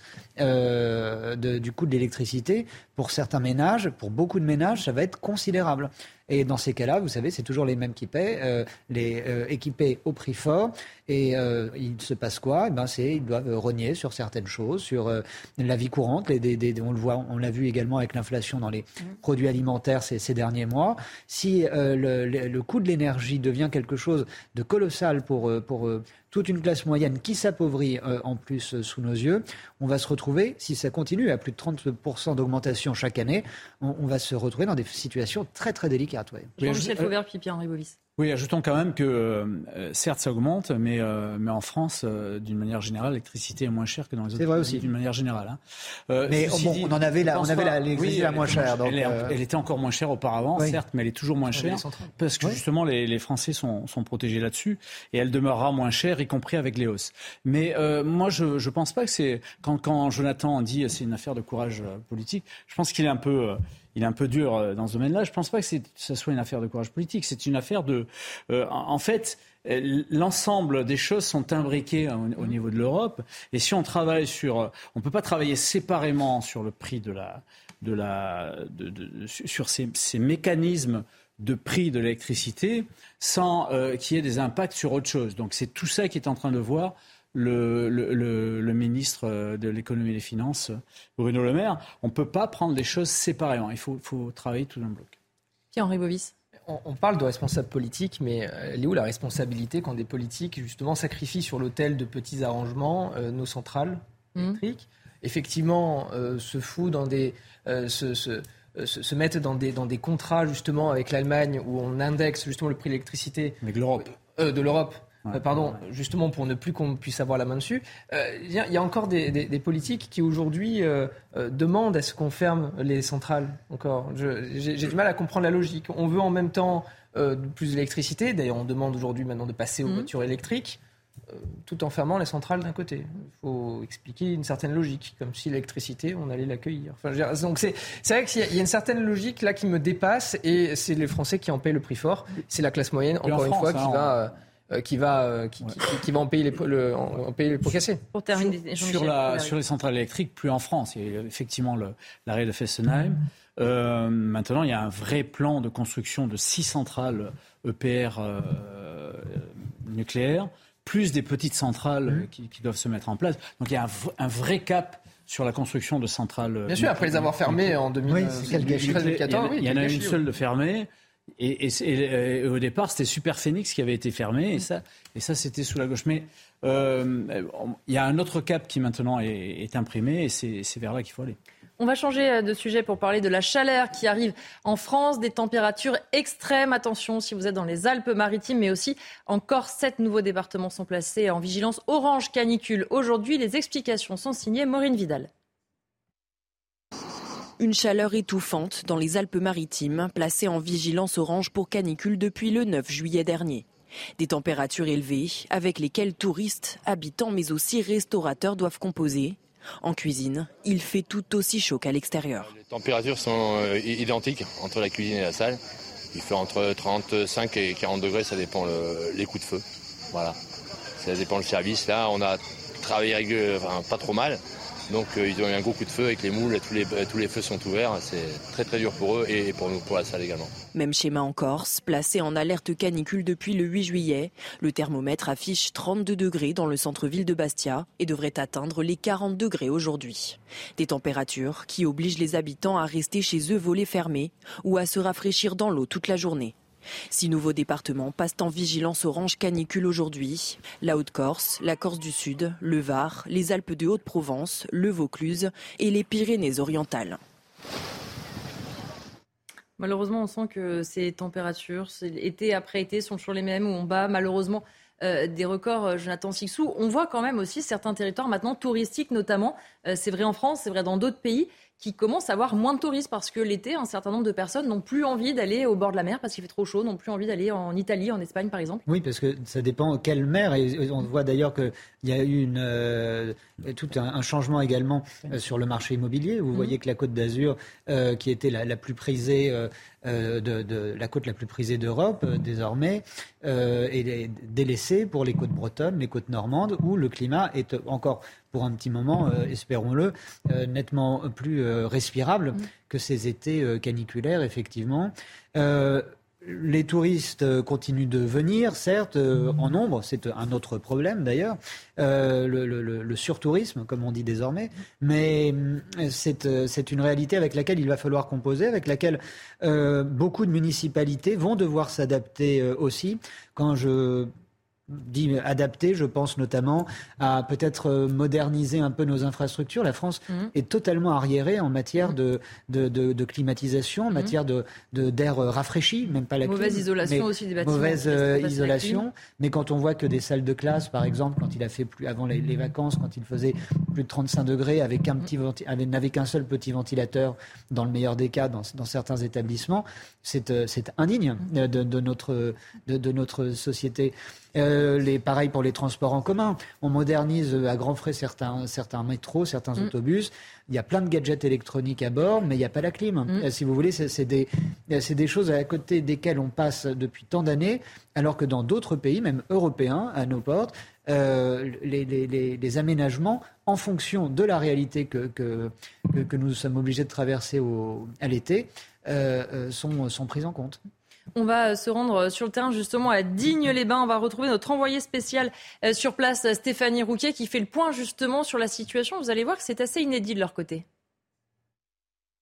du coût de l'électricité. Pour certains ménages, pour beaucoup de ménages, ça va être considérable. Et dans ces cas-là, vous savez, c'est toujours les mêmes qui paient, équipés au prix fort. Et il se passe quoi ? Ils doivent rogner sur certaines choses, sur la vie courante. On l'a vu également avec l'inflation dans les produits alimentaires ces derniers mois. Si le coût de l'énergie devient quelque chose de colossal pour toute une classe moyenne qui s'appauvrit en plus sous nos yeux, on va se retrouver, si ça continue à plus de 30% d'augmentation chaque année, on va se retrouver dans des situations très très délicates. Ouais. Jean-Michel Fauvergue, puis Pierre-Henri Bovis. Oui, ajoutons quand même que certes ça augmente, mais en France, d'une manière générale, l'électricité est moins chère que dans les autres pays, aussi d'une manière générale. Mais on avait l'électricité la moins chère. Donc, elle était encore moins chère auparavant, certes, mais elle est toujours moins chère parce que justement les Français sont protégés là-dessus et elle demeurera moins chère, y compris avec les hausses. Mais moi, je pense pas que c'est quand Jonathan dit c'est une affaire de courage politique. Je pense qu'il est un peu dur dans ce domaine-là. Je ne pense pas que ce soit une affaire de courage politique. C'est une affaire de... en fait, l'ensemble des choses sont imbriquées au niveau de l'Europe. Et si on travaille sur... On ne peut pas travailler séparément sur le prix sur ces mécanismes de prix de l'électricité sans qu'il y ait des impacts sur autre chose. Donc c'est tout ça qui est en train de voir le ministre de l'économie et des finances, Bruno Le Maire. On ne peut pas prendre les choses séparément. Il faut travailler tout dans le bloc. Pierre-Henri Bovis. On parle de responsable politique, mais elle est où la responsabilité quand des politiques, justement, sacrifient sur l'autel de petits arrangements nos centrales électriques, effectivement, se mettent dans des contrats, justement, avec l'Allemagne, où on indexe, justement, le prix de l'électricité... Avec l'Europe. De l'Europe. Justement pour ne plus qu'on puisse avoir la main dessus. Il y a encore des politiques qui aujourd'hui demandent à ce qu'on ferme les centrales. Encore, j'ai du mal à comprendre la logique. On veut en même temps plus d'électricité. D'ailleurs, on demande aujourd'hui maintenant de passer aux voitures électriques, tout en fermant les centrales d'un côté. Il faut expliquer une certaine logique, comme si l'électricité, on allait l'accueillir. Donc c'est vrai qu'il y a une certaine logique là qui me dépasse, et c'est les Français qui en payent le prix fort. C'est la classe moyenne, encore une fois, qui va en payer les pots cassés. Pour terminer, sur les centrales électriques, plus en France. Il y a effectivement l'arrêt de Fessenheim. Maintenant, il y a un vrai plan de construction de 6 centrales EPR nucléaires, plus des petites centrales qui doivent se mettre en place. Donc il y a un vrai cap sur la construction de centrales. Bien sûr, après les avoir fermées en 2013-2014, il y en a une seule de fermée. Et au départ, c'était Super Phoenix qui avait été fermé, et ça c'était sous la gauche. Mais il y a un autre cap qui maintenant est imprimé, et c'est vers là qu'il faut aller. On va changer de sujet pour parler de la chaleur qui arrive en France, des températures extrêmes. Attention si vous êtes dans les Alpes-Maritimes, mais aussi en Corse. 7 nouveaux départements sont placés en vigilance orange canicule. Aujourd'hui, les explications sont signées Maureen Vidal. Une chaleur étouffante dans les Alpes-Maritimes, placée en vigilance orange pour canicule depuis le 9 juillet dernier. Des températures élevées avec lesquelles touristes, habitants mais aussi restaurateurs doivent composer. En cuisine, il fait tout aussi chaud qu'à l'extérieur. Les températures sont identiques entre la cuisine et la salle. Il fait entre 35 et 40 degrés, ça dépend les coups de feu. Voilà. Ça dépend le service. Là, on a travaillé pas trop mal. Donc ils ont eu un gros coup de feu avec les moules, tous les feux sont ouverts, c'est très très dur pour eux et pour nous, pour la salle également. Même schéma en Corse, placé en alerte canicule depuis le 8 juillet. Le thermomètre affiche 32 degrés dans le centre-ville de Bastia et devrait atteindre les 40 degrés aujourd'hui. Des températures qui obligent les habitants à rester chez eux volets fermés ou à se rafraîchir dans l'eau toute la journée. 6 nouveaux départements passent en vigilance orange canicule aujourd'hui. La Haute-Corse, la Corse du Sud, le Var, les Alpes de Haute-Provence, le Vaucluse et les Pyrénées-Orientales. Malheureusement, on sent que ces températures, été après été, sont toujours les mêmes, où on bat malheureusement des records. Jonathan Sicsou, on voit quand même aussi certains territoires maintenant touristiques notamment. C'est vrai en France, c'est vrai dans d'autres pays, qui commencent à avoir moins de touristes parce que l'été, un certain nombre de personnes n'ont plus envie d'aller au bord de la mer parce qu'il fait trop chaud, n'ont plus envie d'aller en Italie, en Espagne par exemple. Oui, parce que ça dépend quelle mer. Et on voit d'ailleurs qu'il y a eu tout un changement également sur le marché immobilier. Vous voyez que la Côte d'Azur, qui était la plus prisée, la côte la plus prisée d'Europe, désormais, est délaissée pour les côtes bretonnes, les côtes normandes, où le climat est encore, pour un petit moment, espérons-le, nettement plus respirable que ces étés caniculaires, effectivement. Les touristes continuent de venir, certes, en nombre, c'est un autre problème d'ailleurs, le surtourisme, comme on dit désormais, mais c'est une réalité avec laquelle il va falloir composer, avec laquelle beaucoup de municipalités vont devoir s'adapter aussi. Quand je dit adapter, je pense notamment à peut-être moderniser un peu nos infrastructures. La France est totalement arriérée en matière de climatisation, en matière d'air rafraîchi, même pas la clim. Mauvaise isolation aussi des bâtiments. Mauvaise isolation, mais quand on voit que des salles de classe, par exemple, quand il a fait avant les vacances, quand il faisait plus de 35 degrés, avec n'avait qu'un seul petit ventilateur, dans le meilleur des cas, dans certains établissements, c'est indigne de notre société. Pareil pour les transports en commun. On modernise à grands frais certains métros, certains autobus. Il y a plein de gadgets électroniques à bord, mais il n'y a pas la clim. Si vous voulez, c'est des choses à côté desquelles on passe depuis tant d'années, alors que dans d'autres pays, même européens, à nos portes, les aménagements en fonction de la réalité que nous sommes obligés de traverser à l'été sont pris en compte. On va se rendre sur le terrain justement à Digne-les-Bains. On va retrouver notre envoyée spéciale sur place, Stéphanie Rouquier, qui fait le point justement sur la situation. Vous allez voir que c'est assez inédit de leur côté.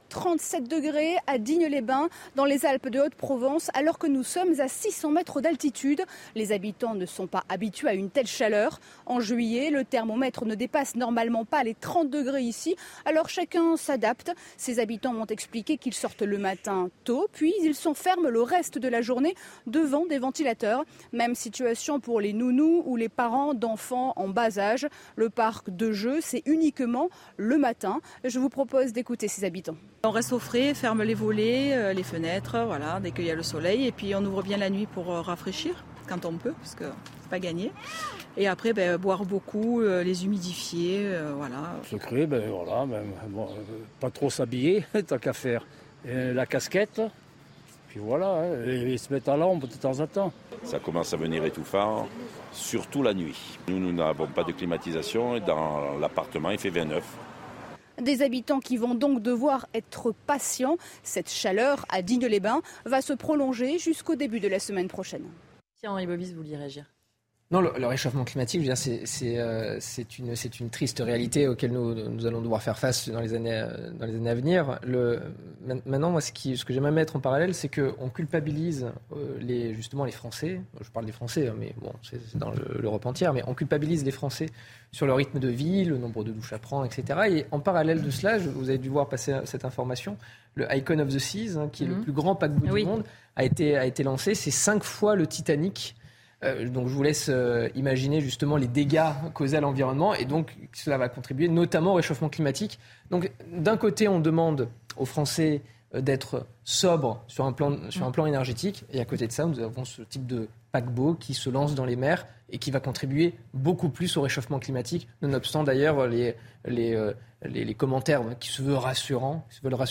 37 degrés à Digne-les-Bains, dans les Alpes de Haute-Provence, alors que nous sommes à 600 mètres d'altitude. Les habitants ne sont pas habitués à une telle chaleur. En juillet, le thermomètre ne dépasse normalement pas les 30 degrés ici, alors chacun s'adapte. Ces habitants m'ont expliqué qu'ils sortent le matin tôt, puis ils s'enferment le reste de la journée devant des ventilateurs. Même situation pour les nounous ou les parents d'enfants en bas âge. Le parc de jeux, c'est uniquement le matin. Je vous propose d'écouter ces habitants. On reste au frais, ferme les volets, les fenêtres, voilà, dès qu'il y a le soleil. Et puis on ouvre bien la nuit pour rafraîchir quand on peut, parce que c'est pas gagné. Et après, boire beaucoup, les humidifier, voilà. Secret, pas trop s'habiller, tant qu'à faire. La casquette, puis voilà, et se mettre à l'ombre de temps en temps. Ça commence à venir étouffant, surtout la nuit. Nous n'avons pas de climatisation et dans l'appartement, il fait 29. Des habitants qui vont donc devoir être patients. Cette chaleur à Digne-les-Bains va se prolonger jusqu'au début de la semaine prochaine. Tiens, Henri Bovis, vous vouliez réagir ? Non, le réchauffement climatique, je veux dire, c'est une triste réalité auquel nous allons devoir faire face dans les années à venir. Maintenant, moi, ce que j'aimerais mettre en parallèle, c'est qu'on culpabilise les Français. Je parle des Français, mais bon, c'est dans l'Europe entière, mais on culpabilise les Français sur le rythme de vie, le nombre de douches à prendre, etc. Et en parallèle de cela, vous avez dû voir passer cette information, le Icon of the Seas, qui est le plus grand paquebot du monde, a été lancé. C'est 5 fois le Titanic. Donc je vous laisse imaginer justement les dégâts causés à l'environnement et donc cela va contribuer notamment au réchauffement climatique. Donc d'un côté on demande aux Français d'être sobres sur un plan énergétique et à côté de ça nous avons ce type de paquebot qui se lance dans les mers et qui va contribuer beaucoup plus au réchauffement climatique, nonobstant d'ailleurs les commentaires qui se veulent rassurants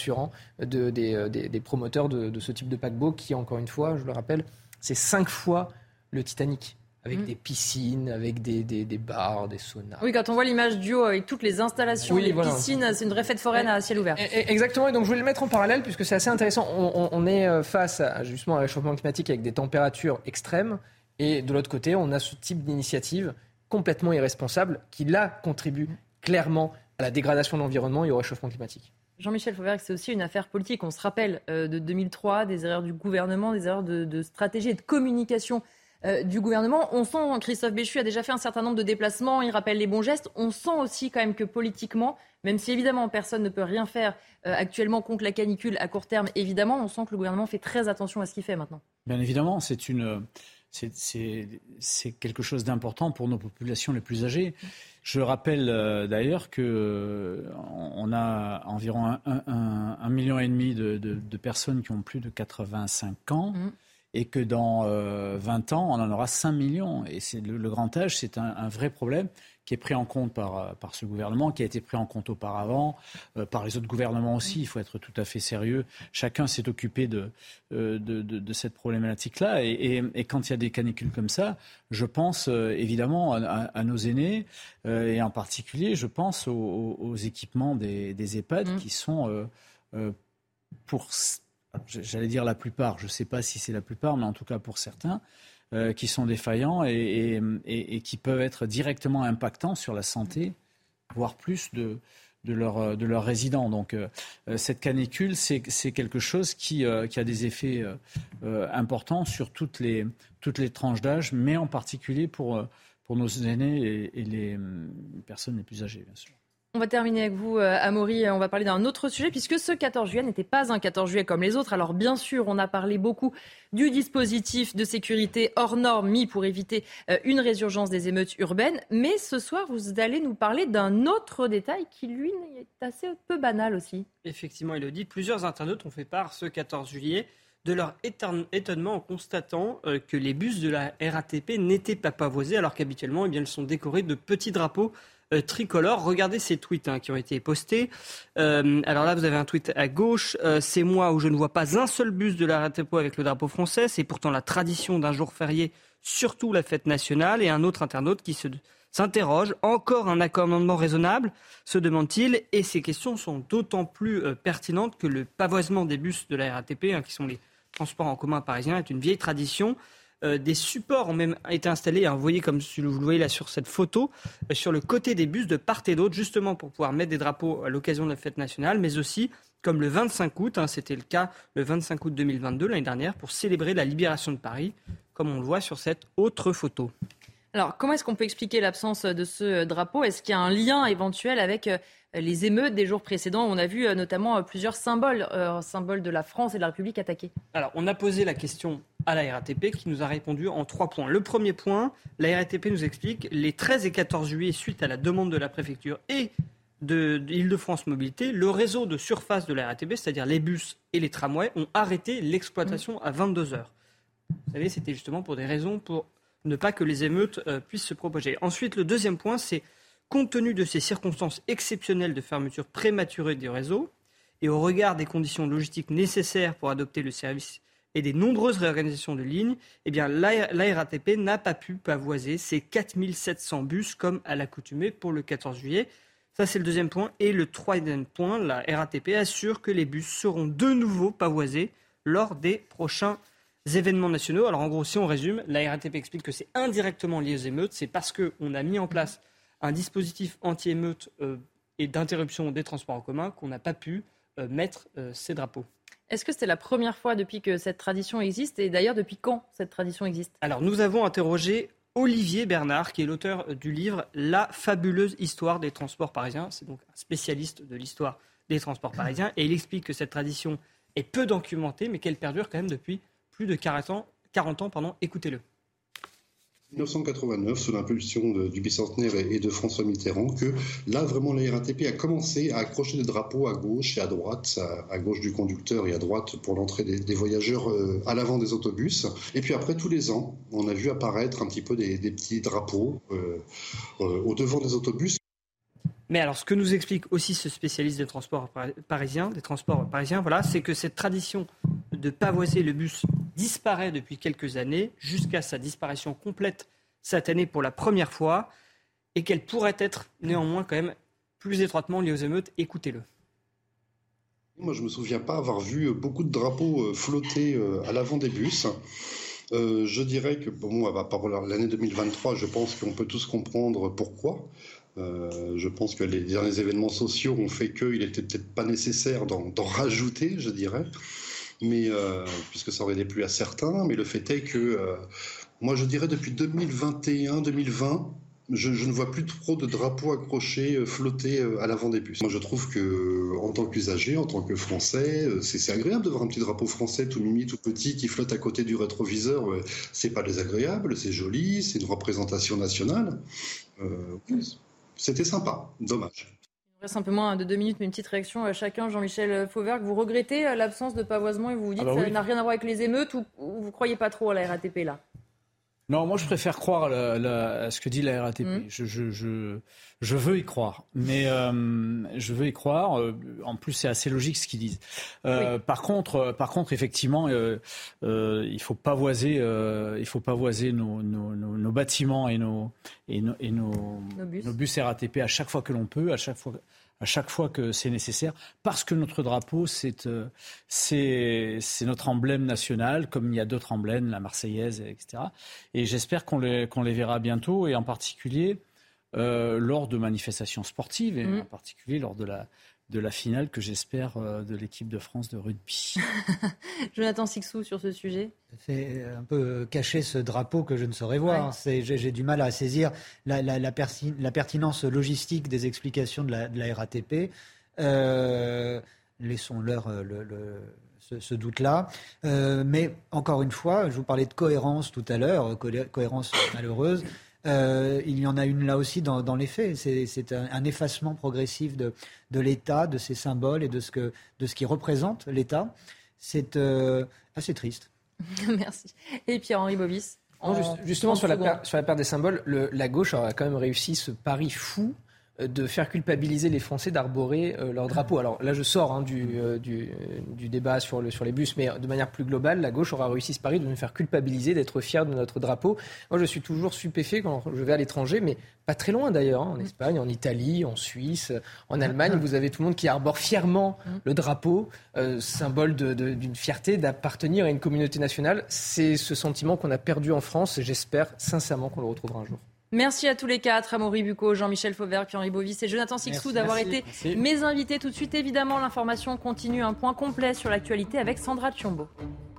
des promoteurs de ce type de paquebot qui, encore une fois, je le rappelle, c'est 5 fois le Titanic, avec des piscines, avec des bars, des saunas. Oui, quand on voit l'image du haut avec toutes les installations, les piscines, c'est une vraie fête foraine à ciel ouvert. Exactement, et donc je voulais le mettre en parallèle puisque c'est assez intéressant. On est face à justement un réchauffement climatique avec des températures extrêmes, et de l'autre côté, on a ce type d'initiative complètement irresponsable qui, là, contribue clairement à la dégradation de l'environnement et au réchauffement climatique. Jean-Michel Fauvergue, c'est aussi une affaire politique. On se rappelle de 2003, des erreurs du gouvernement, des erreurs de stratégie et de communication du gouvernement. On sent, Christophe Béchu a déjà fait un certain nombre de déplacements, il rappelle les bons gestes. On sent aussi quand même que politiquement, même si évidemment personne ne peut rien faire actuellement contre la canicule à court terme, évidemment, on sent que le gouvernement fait très attention à ce qu'il fait maintenant. Bien évidemment, c'est quelque chose d'important pour nos populations les plus âgées. Je rappelle d'ailleurs qu'on a environ 1,5 million de personnes qui ont plus de 85 ans. Et que dans 20 ans, on en aura 5 millions. Et le grand âge, c'est un vrai problème qui est pris en compte par ce gouvernement, qui a été pris en compte auparavant, par les autres gouvernements aussi. Il faut être tout à fait sérieux. Chacun s'est occupé de cette problématique-là. Et quand il y a des canicules comme ça, je pense évidemment à nos aînés. Et en particulier, je pense aux équipements des EHPAD qui sont j'allais dire la plupart, je ne sais pas si c'est la plupart, mais en tout cas pour certains, qui sont défaillants et qui peuvent être directement impactants sur la santé, voire plus de leurs résidents. Donc cette canicule, c'est quelque chose qui a des effets importants sur toutes les tranches d'âge, mais en particulier pour nos aînés et les personnes les plus âgées, bien sûr. On va terminer avec vous, Amaury. On va parler d'un autre sujet, puisque ce 14 juillet n'était pas un 14 juillet comme les autres. Alors bien sûr, on a parlé beaucoup du dispositif de sécurité hors norme mis pour éviter une résurgence des émeutes urbaines. Mais ce soir, vous allez nous parler d'un autre détail qui, lui, est assez peu banal aussi. Effectivement, Élodie, plusieurs internautes ont fait part ce 14 juillet de leur étonnement en constatant que les bus de la RATP n'étaient pas pavoisés, alors qu'habituellement, ils sont décorés de petits drapeaux tricolore. Regardez ces tweets qui ont été postés. Alors là, vous avez un tweet à gauche. C'est moi où je ne vois pas un seul bus de la RATP avec le drapeau français. C'est pourtant la tradition d'un jour férié, surtout la fête nationale. Et un autre internaute qui s'interroge. Encore un accommodement raisonnable, se demande-t-il. Et ces questions sont d'autant plus pertinentes que le pavoisement des bus de la RATP, qui sont les transports en commun parisiens, est une vieille tradition. Des supports ont même été installés, vous voyez comme vous le voyez là sur cette photo, sur le côté des bus de part et d'autre, justement pour pouvoir mettre des drapeaux à l'occasion de la fête nationale, mais aussi comme le 25 août, c'était le cas le 25 août 2022, l'année dernière, pour célébrer la libération de Paris, comme on le voit sur cette autre photo. Alors, comment est-ce qu'on peut expliquer l'absence de ce drapeau ? Est-ce qu'il y a un lien éventuel avec les émeutes des jours précédents ? On a vu notamment plusieurs symboles de la France et de la République attaqués. Alors, on a posé la question à la RATP qui nous a répondu en 3 points. Le premier point, la RATP nous explique les 13 et 14 juillet, suite à la demande de la préfecture et de Île-de-France Mobilité, le réseau de surface de la RATP, c'est-à-dire les bus et les tramways, ont arrêté l'exploitation à 22h. Vous savez, c'était justement pour des raisons pour ne pas que les émeutes puissent se propager. Ensuite, le deuxième point, c'est compte tenu de ces circonstances exceptionnelles de fermeture prématurée des réseaux et au regard des conditions logistiques nécessaires pour adopter le service et des nombreuses réorganisations de lignes, eh bien, la RATP n'a pas pu pavoiser ces 4700 bus comme à l'accoutumée pour le 14 juillet. Ça, c'est le deuxième point. Et le troisième point, la RATP assure que les bus seront de nouveau pavoisés lors des prochains événements nationaux. Alors en gros, si on résume, la RATP explique que c'est indirectement lié aux émeutes. C'est parce qu'on a mis en place un dispositif anti-émeute et d'interruption des transports en commun qu'on n'a pas pu mettre ces drapeaux. Est-ce que c'est la première fois depuis que cette tradition existe ? Et d'ailleurs, depuis quand cette tradition existe ? Alors nous avons interrogé Olivier Bernard, qui est l'auteur du livre « La fabuleuse histoire des transports parisiens ». C'est donc un spécialiste de l'histoire des transports parisiens. Et il explique que cette tradition est peu documentée, mais qu'elle perdure quand même depuis plus de 40 ans. Écoutez-le. 1989, sous l'impulsion du bicentenaire et de François Mitterrand, que là, vraiment, la RATP a commencé à accrocher des drapeaux à gauche et à droite, à gauche du conducteur et à droite pour l'entrée des voyageurs à l'avant des autobus. Et puis après, tous les ans, on a vu apparaître un petit peu des petits drapeaux au devant des autobus. Mais alors, ce que nous explique aussi ce spécialiste des transports parisiens, voilà, c'est que cette tradition de pavoiser le bus disparaît depuis quelques années, jusqu'à sa disparition complète cette année pour la première fois, et qu'elle pourrait être néanmoins quand même plus étroitement liée aux émeutes. Écoutez-le. Moi, je ne me souviens pas avoir vu beaucoup de drapeaux flotter à l'avant des bus. Je dirais que, pour l'année 2023, je pense qu'on peut tous comprendre pourquoi. Je pense que les derniers événements sociaux ont fait qu'il n'était peut-être pas nécessaire d'en rajouter, je dirais, mais puisque ça aurait déplu à certains. Mais le fait est que, moi je dirais depuis 2021-2020, je ne vois plus trop de drapeaux accrochés, flotter à l'avant des bus. Moi je trouve que, en tant qu'usager, en tant que Français, c'est agréable de voir un petit drapeau français tout mimi, tout petit, qui flotte à côté du rétroviseur. C'est pas désagréable, c'est joli, c'est une représentation nationale. C'était sympa, dommage. Il reste un peu moins de 2 minutes, mais une petite réaction à chacun. Jean-Michel Fauvergue, vous regrettez l'absence de pavoisement et vous vous dites que ça n'a rien à voir avec les émeutes ou vous ne croyez pas trop à la RATP là ? Non, moi je préfère croire à ce que dit la RATP. Je veux y croire, mais je veux y croire. En plus, c'est assez logique ce qu'ils disent. Par contre, effectivement, il faut pavoiser nos bâtiments et nos bus RATP à chaque fois que l'on peut, à chaque fois que c'est nécessaire, parce que notre drapeau, c'est notre emblème national, comme il y a d'autres emblèmes, la Marseillaise, etc. Et j'espère qu'on les verra bientôt, et en particulier lors de manifestations sportives, et en particulier lors de la finale que j'espère de l'équipe de France de rugby. Jonathan Sicsou sur ce sujet. C'est un peu cacher ce drapeau que je ne saurais voir. Ouais. J'ai du mal à saisir la pertinence logistique des explications de la RATP. Laissons-leur ce doute-là. Mais encore une fois, je vous parlais de cohérence tout à l'heure, cohérence malheureuse. Il y en a une là aussi dans les faits. C'est un effacement progressif de l'État, de ses symboles et de ce qui représente l'État. C'est assez triste. Merci. Et Pierre-Henri Bovis. Justement, sur la perte des symboles, la gauche a quand même réussi ce pari fou de faire culpabiliser les Français d'arborer leur drapeau. Alors là, je sors du débat sur les bus, mais de manière plus globale, la gauche aura réussi ce pari de nous faire culpabiliser, d'être fiers de notre drapeau. Moi, je suis toujours stupéfait quand je vais à l'étranger, mais pas très loin d'ailleurs, en Espagne, en Italie, en Suisse, en Allemagne, vous avez tout le monde qui arbore fièrement le drapeau, symbole d'une fierté d'appartenir à une communauté nationale. C'est ce sentiment qu'on a perdu en France et j'espère sincèrement qu'on le retrouvera un jour. Merci à tous les quatre, Amaury Bucco, Jean-Michel Fauvert, Pierre-Henri Bovis et Jonathan Sixou d'avoir été mes invités. Tout de suite, évidemment, l'information continue. Un point complet sur l'actualité avec Sandra Tchiombo.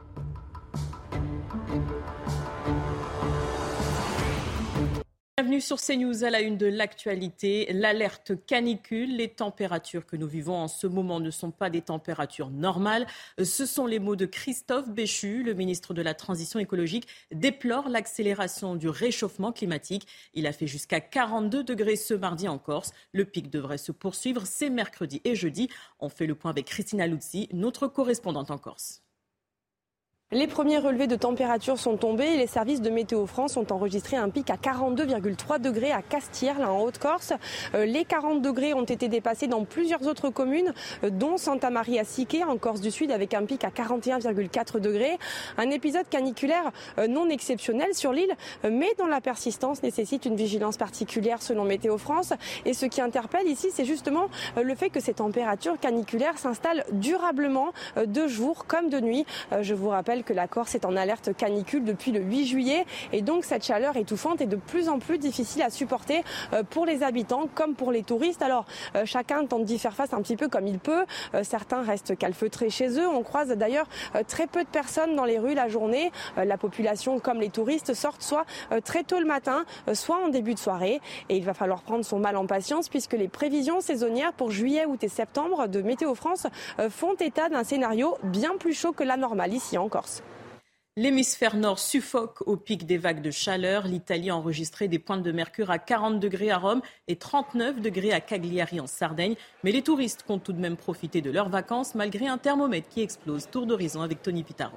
Bienvenue sur CNews à la une de l'actualité. L'alerte canicule. Les températures que nous vivons en ce moment ne sont pas des températures normales. Ce sont les mots de Christophe Béchu. Le ministre de la Transition écologique déplore l'accélération du réchauffement climatique. Il a fait jusqu'à 42 degrés ce mardi en Corse. Le pic devrait se poursuivre ces mercredi et jeudi. On fait le point avec Christina Luzzi, notre correspondante en Corse. Les premiers relevés de température sont tombés et les services de Météo France ont enregistré un pic à 42,3 degrés à Castires, là en Haute-Corse. Les 40 degrés ont été dépassés dans plusieurs autres communes, dont Santa Maria Siquet en Corse du Sud avec un pic à 41,4 degrés. Un épisode caniculaire non exceptionnel sur l'île, mais dont la persistance nécessite une vigilance particulière selon Météo France. Et ce qui interpelle ici, c'est justement le fait que ces températures caniculaires s'installent durablement de jour comme de nuit. Je vous rappelle que la Corse est en alerte canicule depuis le 8 juillet et donc cette chaleur étouffante est de plus en plus difficile à supporter pour les habitants comme pour les touristes. Alors chacun tente d'y faire face un petit peu comme il peut. Certains restent calfeutrés chez eux. On croise d'ailleurs très peu de personnes dans les rues la journée. La population comme les touristes sortent soit très tôt le matin, soit en début de soirée. Et il va falloir prendre son mal en patience puisque les prévisions saisonnières pour juillet, août et septembre de Météo France font état d'un scénario bien plus chaud que la normale ici en Corse. L'hémisphère nord suffoque au pic des vagues de chaleur. L'Italie a enregistré des pointes de mercure à 40 degrés à Rome et 39 degrés à Cagliari en Sardaigne. Mais les touristes comptent tout de même profiter de leurs vacances malgré un thermomètre qui explose. Tour d'horizon avec Tony Pitaro.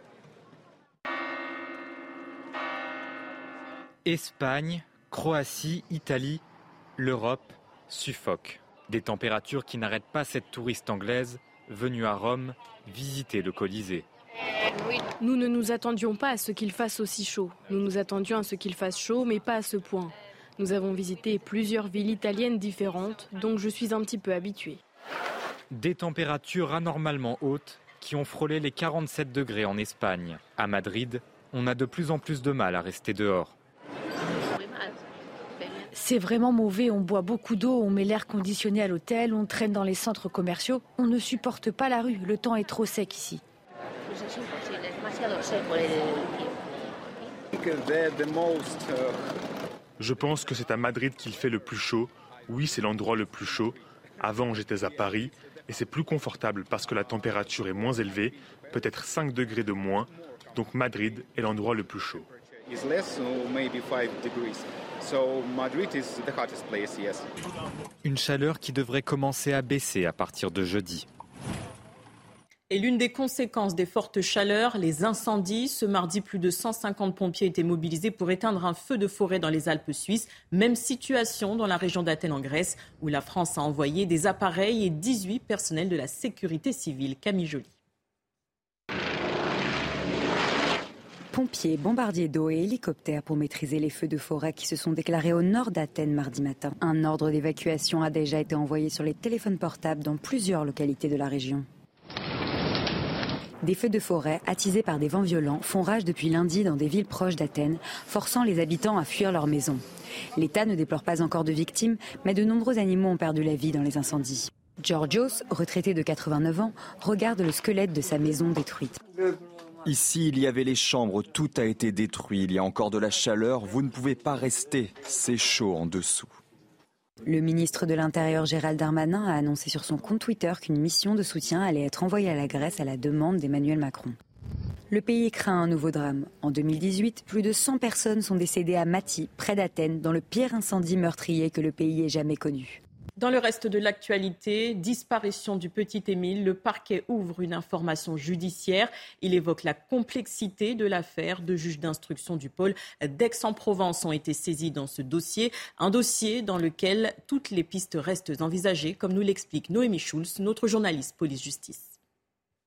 Espagne, Croatie, Italie, l'Europe suffoque. Des températures qui n'arrêtent pas cette touriste anglaise venue à Rome visiter le Colisée. Nous ne nous attendions pas à ce qu'il fasse aussi chaud. Nous nous attendions à ce qu'il fasse chaud, mais pas à ce point. Nous avons visité plusieurs villes italiennes différentes, donc je suis un petit peu habituée. Des températures anormalement hautes qui ont frôlé les 47 degrés en Espagne. À Madrid, on a de plus en plus de mal à rester dehors. C'est vraiment mauvais, on boit beaucoup d'eau, on met l'air conditionné à l'hôtel, on traîne dans les centres commerciaux. On ne supporte pas la rue, le temps est trop sec ici. Je pense que c'est à Madrid qu'il fait le plus chaud. Oui, c'est l'endroit le plus chaud. Avant, j'étais à Paris et c'est plus confortable parce que la température est moins élevée, peut-être 5 degrés de moins. Donc Madrid est l'endroit le plus chaud. Une chaleur qui devrait commencer à baisser à partir de jeudi. Et l'une des conséquences des fortes chaleurs, les incendies. Ce mardi, plus de 150 pompiers étaient mobilisés pour éteindre un feu de forêt dans les Alpes suisses. Même situation dans la région d'Athènes en Grèce, où la France a envoyé des appareils et 18 personnels de la sécurité civile. Camille Joly. Pompiers, bombardiers d'eau et hélicoptères pour maîtriser les feux de forêt qui se sont déclarés au nord d'Athènes mardi matin. Un ordre d'évacuation a déjà été envoyé sur les téléphones portables dans plusieurs localités de la région. Des feux de forêt, attisés par des vents violents, font rage depuis lundi dans des villes proches d'Athènes, forçant les habitants à fuir leurs maisons. L'État ne déplore pas encore de victimes, mais de nombreux animaux ont perdu la vie dans les incendies. Georgios, retraité de 89 ans, regarde le squelette de sa maison détruite. Ici, il y avait les chambres, tout a été détruit. Il y a encore de la chaleur, vous ne pouvez pas rester. C'est chaud en dessous. Le ministre de l'Intérieur Gérald Darmanin a annoncé sur son compte Twitter qu'une mission de soutien allait être envoyée à la Grèce à la demande d'Emmanuel Macron. Le pays craint un nouveau drame. En 2018, plus de 100 personnes sont décédées à Mati, près d'Athènes, dans le pire incendie meurtrier que le pays ait jamais connu. Dans le reste de l'actualité, disparition du petit Émile, le parquet ouvre une information judiciaire. Il évoque la complexité de l'affaire. Deux juges d'instruction du pôle d'Aix-en-Provence ont été saisis dans ce dossier. Un dossier dans lequel toutes les pistes restent envisagées, comme nous l'explique Noémie Schulz, notre journaliste police-justice.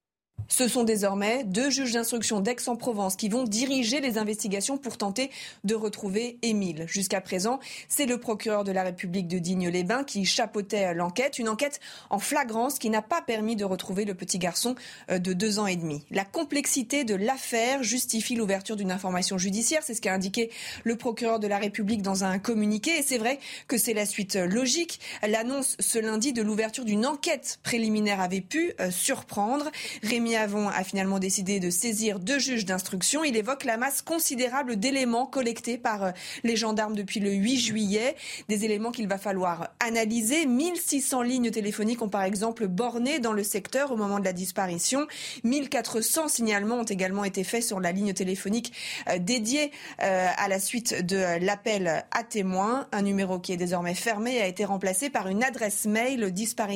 Ce sont désormais 2 juges d'instruction d'Aix-en-Provence qui vont diriger les investigations pour tenter de retrouver Émile. Jusqu'à présent, c'est le procureur de la République de Digne-les-Bains qui chapeautait l'enquête. Une enquête en flagrance qui n'a pas permis de retrouver le petit garçon de 2 ans et demi. La complexité de l'affaire justifie l'ouverture d'une information judiciaire. C'est ce qu'a indiqué le procureur de la République dans un communiqué. Et c'est vrai que c'est la suite logique. L'annonce ce lundi de l'ouverture d'une enquête préliminaire avait pu surprendre. Rémi Avon a finalement décidé de saisir 2 juges d'instruction. Il évoque la masse considérable d'éléments collectés par les gendarmes depuis le 8 juillet. Des éléments qu'il va falloir analyser. 1600 lignes téléphoniques ont par exemple borné dans le secteur au moment de la disparition. 1400 signalements ont également été faits sur la ligne téléphonique dédiée à la suite de l'appel à témoins. Un numéro qui est désormais fermé a été remplacé par une adresse mail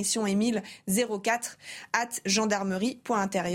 disparitionemile04@gendarmerie.intérieur.gouv.fr.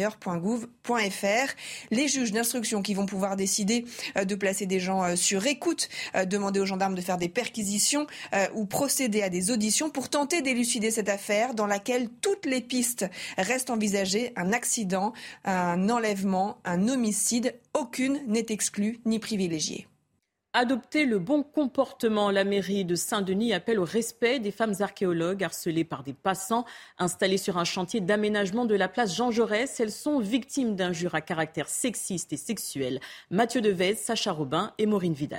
Les juges d'instruction qui vont pouvoir décider de placer des gens sur écoute, demander aux gendarmes de faire des perquisitions ou procéder à des auditions pour tenter d'élucider cette affaire dans laquelle toutes les pistes restent envisagées. Un accident, un enlèvement, un homicide, aucune n'est exclue ni privilégiée. Adopter le bon comportement. La mairie de Saint-Denis appelle au respect des femmes archéologues harcelées par des passants installées sur un chantier d'aménagement de la place Jean Jaurès. Elles sont victimes d'injures à caractère sexiste et sexuel. Mathieu Devez, Sacha Robin et Maureen Vidal.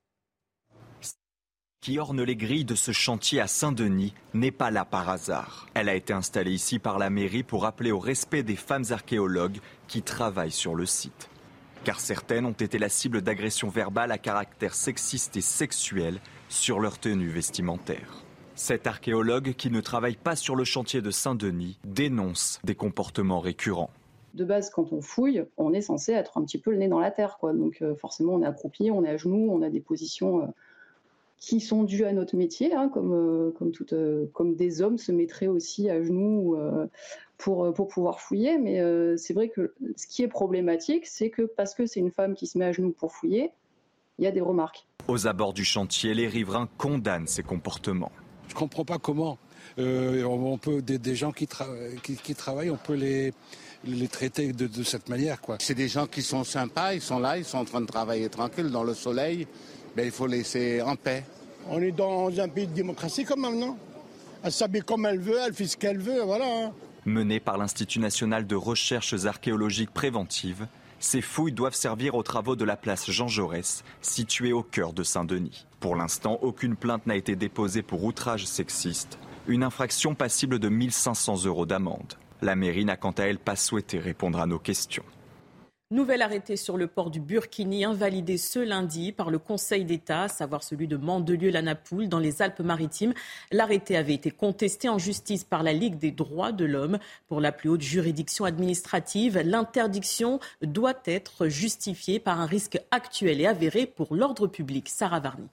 Qui orne les grilles de ce chantier à Saint-Denis n'est pas là par hasard. Elle a été installée ici par la mairie pour appeler au respect des femmes archéologues qui travaillent sur le site. Car certaines ont été la cible d'agressions verbales à caractère sexiste et sexuel sur leur tenue vestimentaire. Cet archéologue, qui ne travaille pas sur le chantier de Saint-Denis, dénonce des comportements récurrents. De base, quand on fouille, on est censé être un petit peu le nez dans la terre, quoi. Donc forcément, on est accroupi, on est à genoux, on a des positions qui sont dues à notre métier, hein, comme des hommes se mettraient aussi à genoux pour pouvoir fouiller. Mais c'est vrai que ce qui est problématique, c'est que parce que c'est une femme qui se met à genoux pour fouiller, il y a des remarques. Aux abords du chantier, les riverains condamnent ces comportements. Je ne comprends pas comment on peut des gens qui travaillent, on peut les traiter de cette manière, quoi. C'est des gens qui sont sympas, ils sont là, ils sont en train de travailler tranquille dans le soleil. Ben, il faut laisser en paix. On est dans un pays de démocratie quand même, non? Elle s'habille comme elle veut, elle fait ce qu'elle veut, voilà. Menées par l'Institut national de recherches archéologiques préventives, ces fouilles doivent servir aux travaux de la place Jean Jaurès, située au cœur de Saint-Denis. Pour l'instant, aucune plainte n'a été déposée pour outrage sexiste, une infraction passible de 1 500 € d'amende. La mairie n'a quant à elle pas souhaité répondre à nos questions. Nouvel arrêté sur le port du burkini invalidé ce lundi par le Conseil d'État, à savoir celui de Mandelieu-la-Napoule dans les Alpes-Maritimes. L'arrêté avait été contesté en justice par la Ligue des droits de l'homme. Pour la plus haute juridiction administrative, l'interdiction doit être justifiée par un risque actuel et avéré pour l'ordre public. Sarah Varny.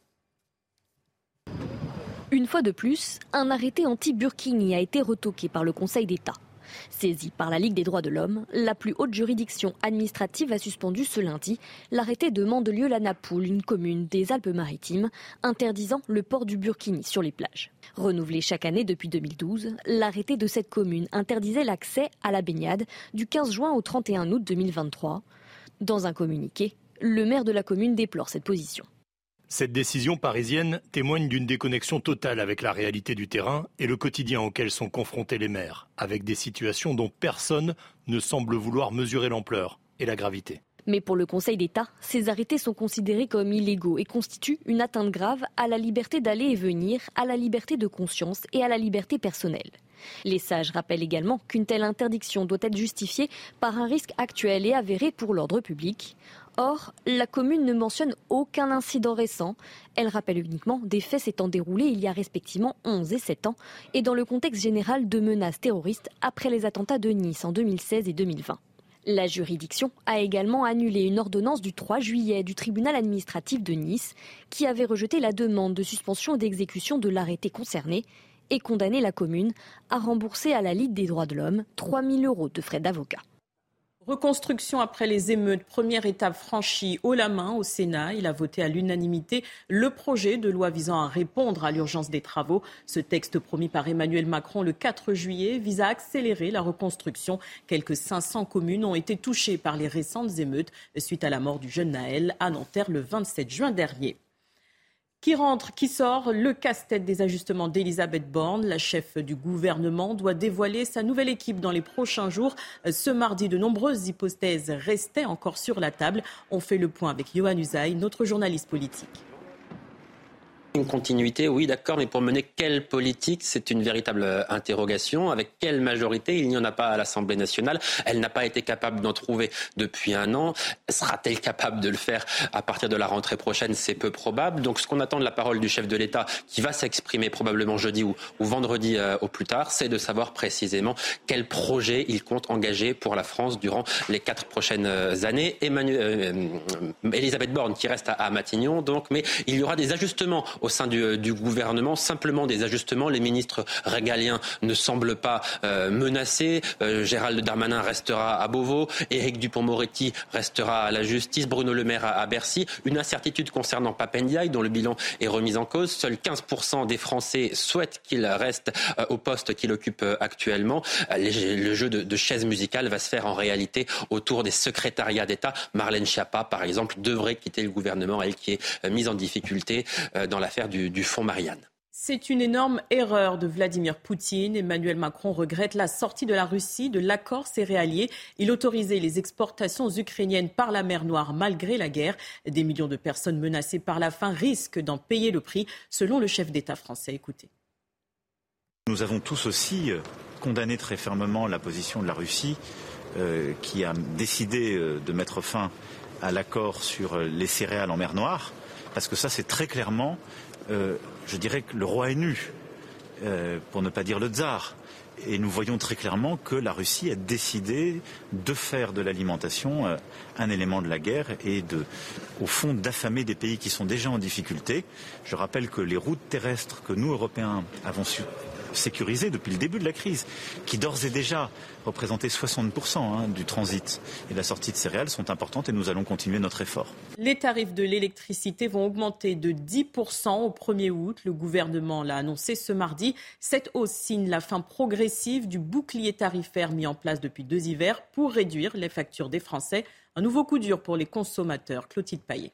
Une fois de plus, un arrêté anti-burkini a été retoqué par le Conseil d'État. Saisi par la Ligue des droits de l'homme, la plus haute juridiction administrative a suspendu ce lundi l'arrêté de Mandelieu-la-Napoule, une commune des Alpes-Maritimes, interdisant le port du burkini sur les plages. Renouvelé chaque année depuis 2012, l'arrêté de cette commune interdisait l'accès à la baignade du 15 juin au 31 août 2023. Dans un communiqué, le maire de la commune déplore cette position. Cette décision parisienne témoigne d'une déconnexion totale avec la réalité du terrain et le quotidien auquel sont confrontés les maires, avec des situations dont personne ne semble vouloir mesurer l'ampleur et la gravité. Mais pour le Conseil d'État, ces arrêtés sont considérés comme illégaux et constituent une atteinte grave à la liberté d'aller et venir, à la liberté de conscience et à la liberté personnelle. Les sages rappellent également qu'une telle interdiction doit être justifiée par un risque actuel et avéré pour l'ordre public. Or, la commune ne mentionne aucun incident récent. Elle rappelle uniquement des faits s'étant déroulés il y a respectivement 11 et 7 ans et dans le contexte général de menaces terroristes après les attentats de Nice en 2016 et 2020. La juridiction a également annulé une ordonnance du 3 juillet du tribunal administratif de Nice qui avait rejeté la demande de suspension d'exécution de l'arrêté concerné et condamné la commune à rembourser à la Ligue des droits de l'homme 3 000 € de frais d'avocat. Reconstruction après les émeutes, première étape franchie haut la main au Sénat. Il a voté à l'unanimité le projet de loi visant à répondre à l'urgence des travaux. Ce texte promis par Emmanuel Macron le 4 juillet vise à accélérer la reconstruction. Quelques 500 communes ont été touchées par les récentes émeutes suite à la mort du jeune Naël à Nanterre le 27 juin dernier. Qui rentre, qui sort, le casse-tête des ajustements d'Elisabeth Borne. La chef du gouvernement doit dévoiler sa nouvelle équipe dans les prochains jours. Ce mardi, de nombreuses hypothèses restaient encore sur la table. On fait le point avec Yohann Usaï, notre journaliste politique. Une continuité, oui, d'accord, mais pour mener quelle politique ? C'est une véritable interrogation. Avec quelle majorité ? Il n'y en a pas à l'Assemblée nationale. Elle n'a pas été capable d'en trouver depuis un an. Sera-t-elle capable de le faire à partir de la rentrée prochaine ? C'est peu probable. Donc ce qu'on attend de la parole du chef de l'État, qui va s'exprimer probablement jeudi ou vendredi au plus tard, c'est de savoir précisément quel projet il compte engager pour la France durant les 4 prochaines années. Elisabeth Borne qui reste à Matignon, donc, mais il y aura des ajustements au sein du gouvernement, simplement des ajustements. Les ministres régaliens ne semblent pas menacés. Gérald Darmanin restera à Beauvau, Éric Dupond-Moretti restera à la justice, Bruno Le Maire à Bercy. Une incertitude concernant Pap Ndiaye, dont le bilan est remis en cause. Seuls 15% des Français souhaitent qu'il reste au poste qu'il occupe actuellement. Le jeu de chaises musicales va se faire en réalité autour des secrétariats d'État. Marlène Schiappa, par exemple, devrait quitter le gouvernement, elle qui est mise en difficulté dans l'affaire du fonds Marianne. C'est une énorme erreur de Vladimir Poutine. Emmanuel Macron regrette la sortie de la Russie de l'accord céréalier. Il autorisait les exportations ukrainiennes par la mer Noire malgré la guerre. Des millions de personnes menacées par la faim risquent d'en payer le prix, selon le chef d'État français. Écoutez. Nous avons tous aussi condamné très fermement la position de la Russie qui a décidé de mettre fin à l'accord sur les céréales en mer Noire. Parce que ça, c'est très clairement, je dirais que le roi est nu, pour ne pas dire le tsar. Et nous voyons très clairement que la Russie a décidé de faire de l'alimentation un élément de la guerre et au fond, d'affamer des pays qui sont déjà en difficulté. Je rappelle que les routes terrestres que nous, Européens, avons su sécurisées depuis le début de la crise, qui d'ores et déjà représentaient 60% du transit et de la sortie de céréales, sont importantes et nous allons continuer notre effort. Les tarifs de l'électricité vont augmenter de 10% au 1er août. Le gouvernement l'a annoncé ce mardi. Cette hausse signe la fin progressive du bouclier tarifaire mis en place depuis 2 hivers pour réduire les factures des Français. Un nouveau coup dur pour les consommateurs. Clotilde Paillet.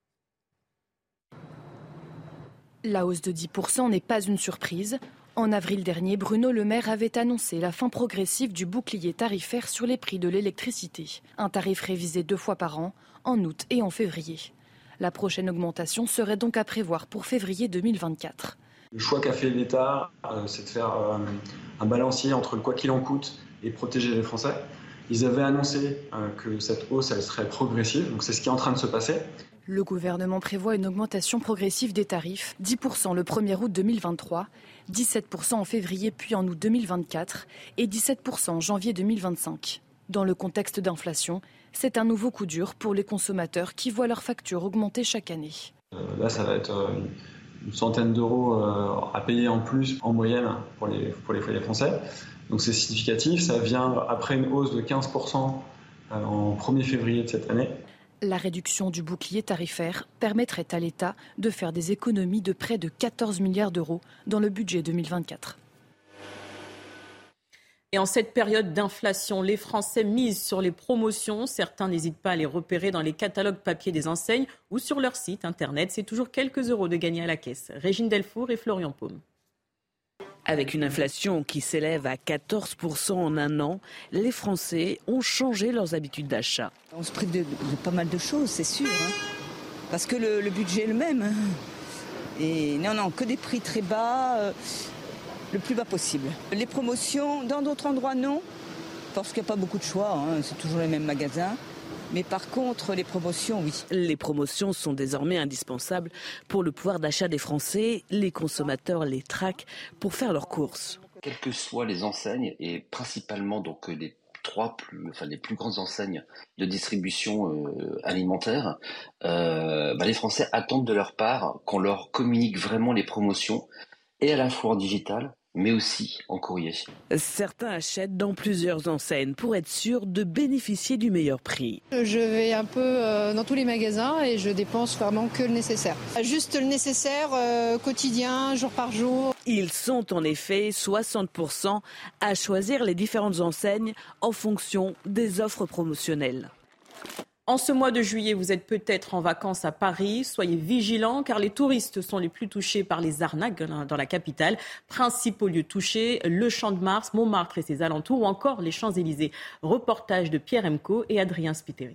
La hausse de 10% n'est pas une surprise. En avril dernier, Bruno Le Maire avait annoncé la fin progressive du bouclier tarifaire sur les prix de l'électricité. Un tarif révisé 2 fois par an, en août et en février. La prochaine augmentation serait donc à prévoir pour février 2024. Le choix qu'a fait l'État, c'est de faire un balancier entre le quoi qu'il en coûte et protéger les Français. Ils avaient annoncé que cette hausse elle serait progressive, donc c'est ce qui est en train de se passer. Le gouvernement prévoit une augmentation progressive des tarifs, 10% le 1er août 2023, 17% en février puis en août 2024 et 17% en janvier 2025. Dans le contexte d'inflation, c'est un nouveau coup dur pour les consommateurs qui voient leurs factures augmenter chaque année. Là, ça va être une centaine d'euros à payer en plus en moyenne pour les foyers français. Donc c'est significatif, ça vient après une hausse de 15% en 1er février de cette année. La réduction du bouclier tarifaire permettrait à l'État de faire des économies de près de 14 milliards d'euros dans le budget 2024. Et en cette période d'inflation, les Français misent sur les promotions. Certains n'hésitent pas à les repérer dans les catalogues papier des enseignes ou sur leur site internet. C'est toujours quelques euros de gagner à la caisse. Régine Delfour et Florian Paume. Avec une inflation qui s'élève à 14% en un an, les Français ont changé leurs habitudes d'achat. On se prive de pas mal de choses, c'est sûr. Parce que le budget est le même. Et non, que des prix très bas, le plus bas possible. Les promotions, dans d'autres endroits, non. Parce qu'il n'y a pas beaucoup de choix, c'est toujours les mêmes magasins. Mais par contre, les promotions, oui. Les promotions sont désormais indispensables pour le pouvoir d'achat des Français. Les consommateurs les traquent pour faire leurs courses. Quelles que soient les enseignes, et principalement donc les plus grandes enseignes de distribution alimentaire, les Français attendent de leur part qu'on leur communique vraiment les promotions, et à la fois en digital, mais aussi en courrier. Certains achètent dans plusieurs enseignes pour être sûrs de bénéficier du meilleur prix. Je vais un peu dans tous les magasins et je dépense vraiment que le nécessaire. Juste le nécessaire quotidien, jour par jour. Ils sont en effet 60% à choisir les différentes enseignes en fonction des offres promotionnelles. En ce mois de juillet, vous êtes peut-être en vacances à Paris. Soyez vigilants car les touristes sont les plus touchés par les arnaques dans la capitale. Principaux lieux touchés, le Champ de Mars, Montmartre et ses alentours ou encore les Champs-Élysées. Reportage de Pierre Emco et Adrien Spiteri.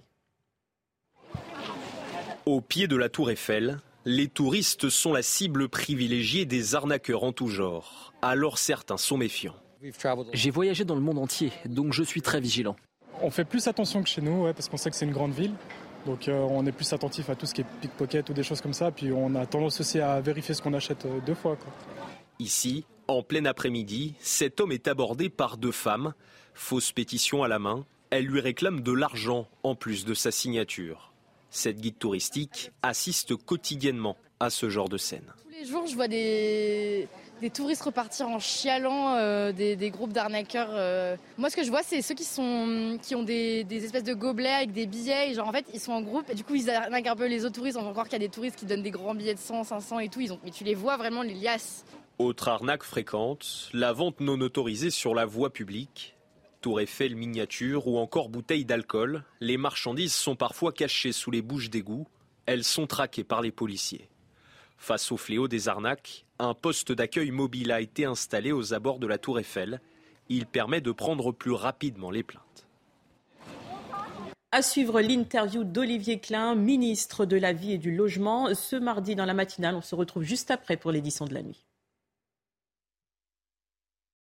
Au pied de la Tour Eiffel, les touristes sont la cible privilégiée des arnaqueurs en tout genre. Alors certains sont méfiants. J'ai voyagé dans le monde entier, donc je suis très vigilant. On fait plus attention que chez nous, parce qu'on sait que c'est une grande ville. Donc on est plus attentif à tout ce qui est pickpocket ou des choses comme ça. Puis on a tendance aussi à vérifier ce qu'on achète 2 fois. Ici, en plein après-midi, cet homme est abordé par 2 femmes. Fausse pétition à la main, elles lui réclament de l'argent en plus de sa signature. Cette guide touristique assiste quotidiennement à ce genre de scène. Tous les jours, je vois des touristes repartir en chialant, des groupes d'arnaqueurs. Moi, ce que je vois, c'est ceux qui ont des espèces de gobelets avec des billets. Et genre, en fait, ils sont en groupe et du coup, ils arnaquent un peu les autres touristes. On va croire qu'il y a des touristes qui donnent des grands billets de 100, 500 et tout. Mais tu les vois vraiment, les liasses. Autre arnaque fréquente, la vente non autorisée sur la voie publique. Tour Eiffel miniature ou encore bouteilles d'alcool. Les marchandises sont parfois cachées sous les bouches d'égout. Elles sont traquées par les policiers. Face au fléau des arnaques, un poste d'accueil mobile a été installé aux abords de la Tour Eiffel. Il permet de prendre plus rapidement les plaintes. À suivre l'interview d'Olivier Klein, ministre de la Vie et du Logement. Ce mardi dans la matinale, on se retrouve juste après pour l'édition de la nuit.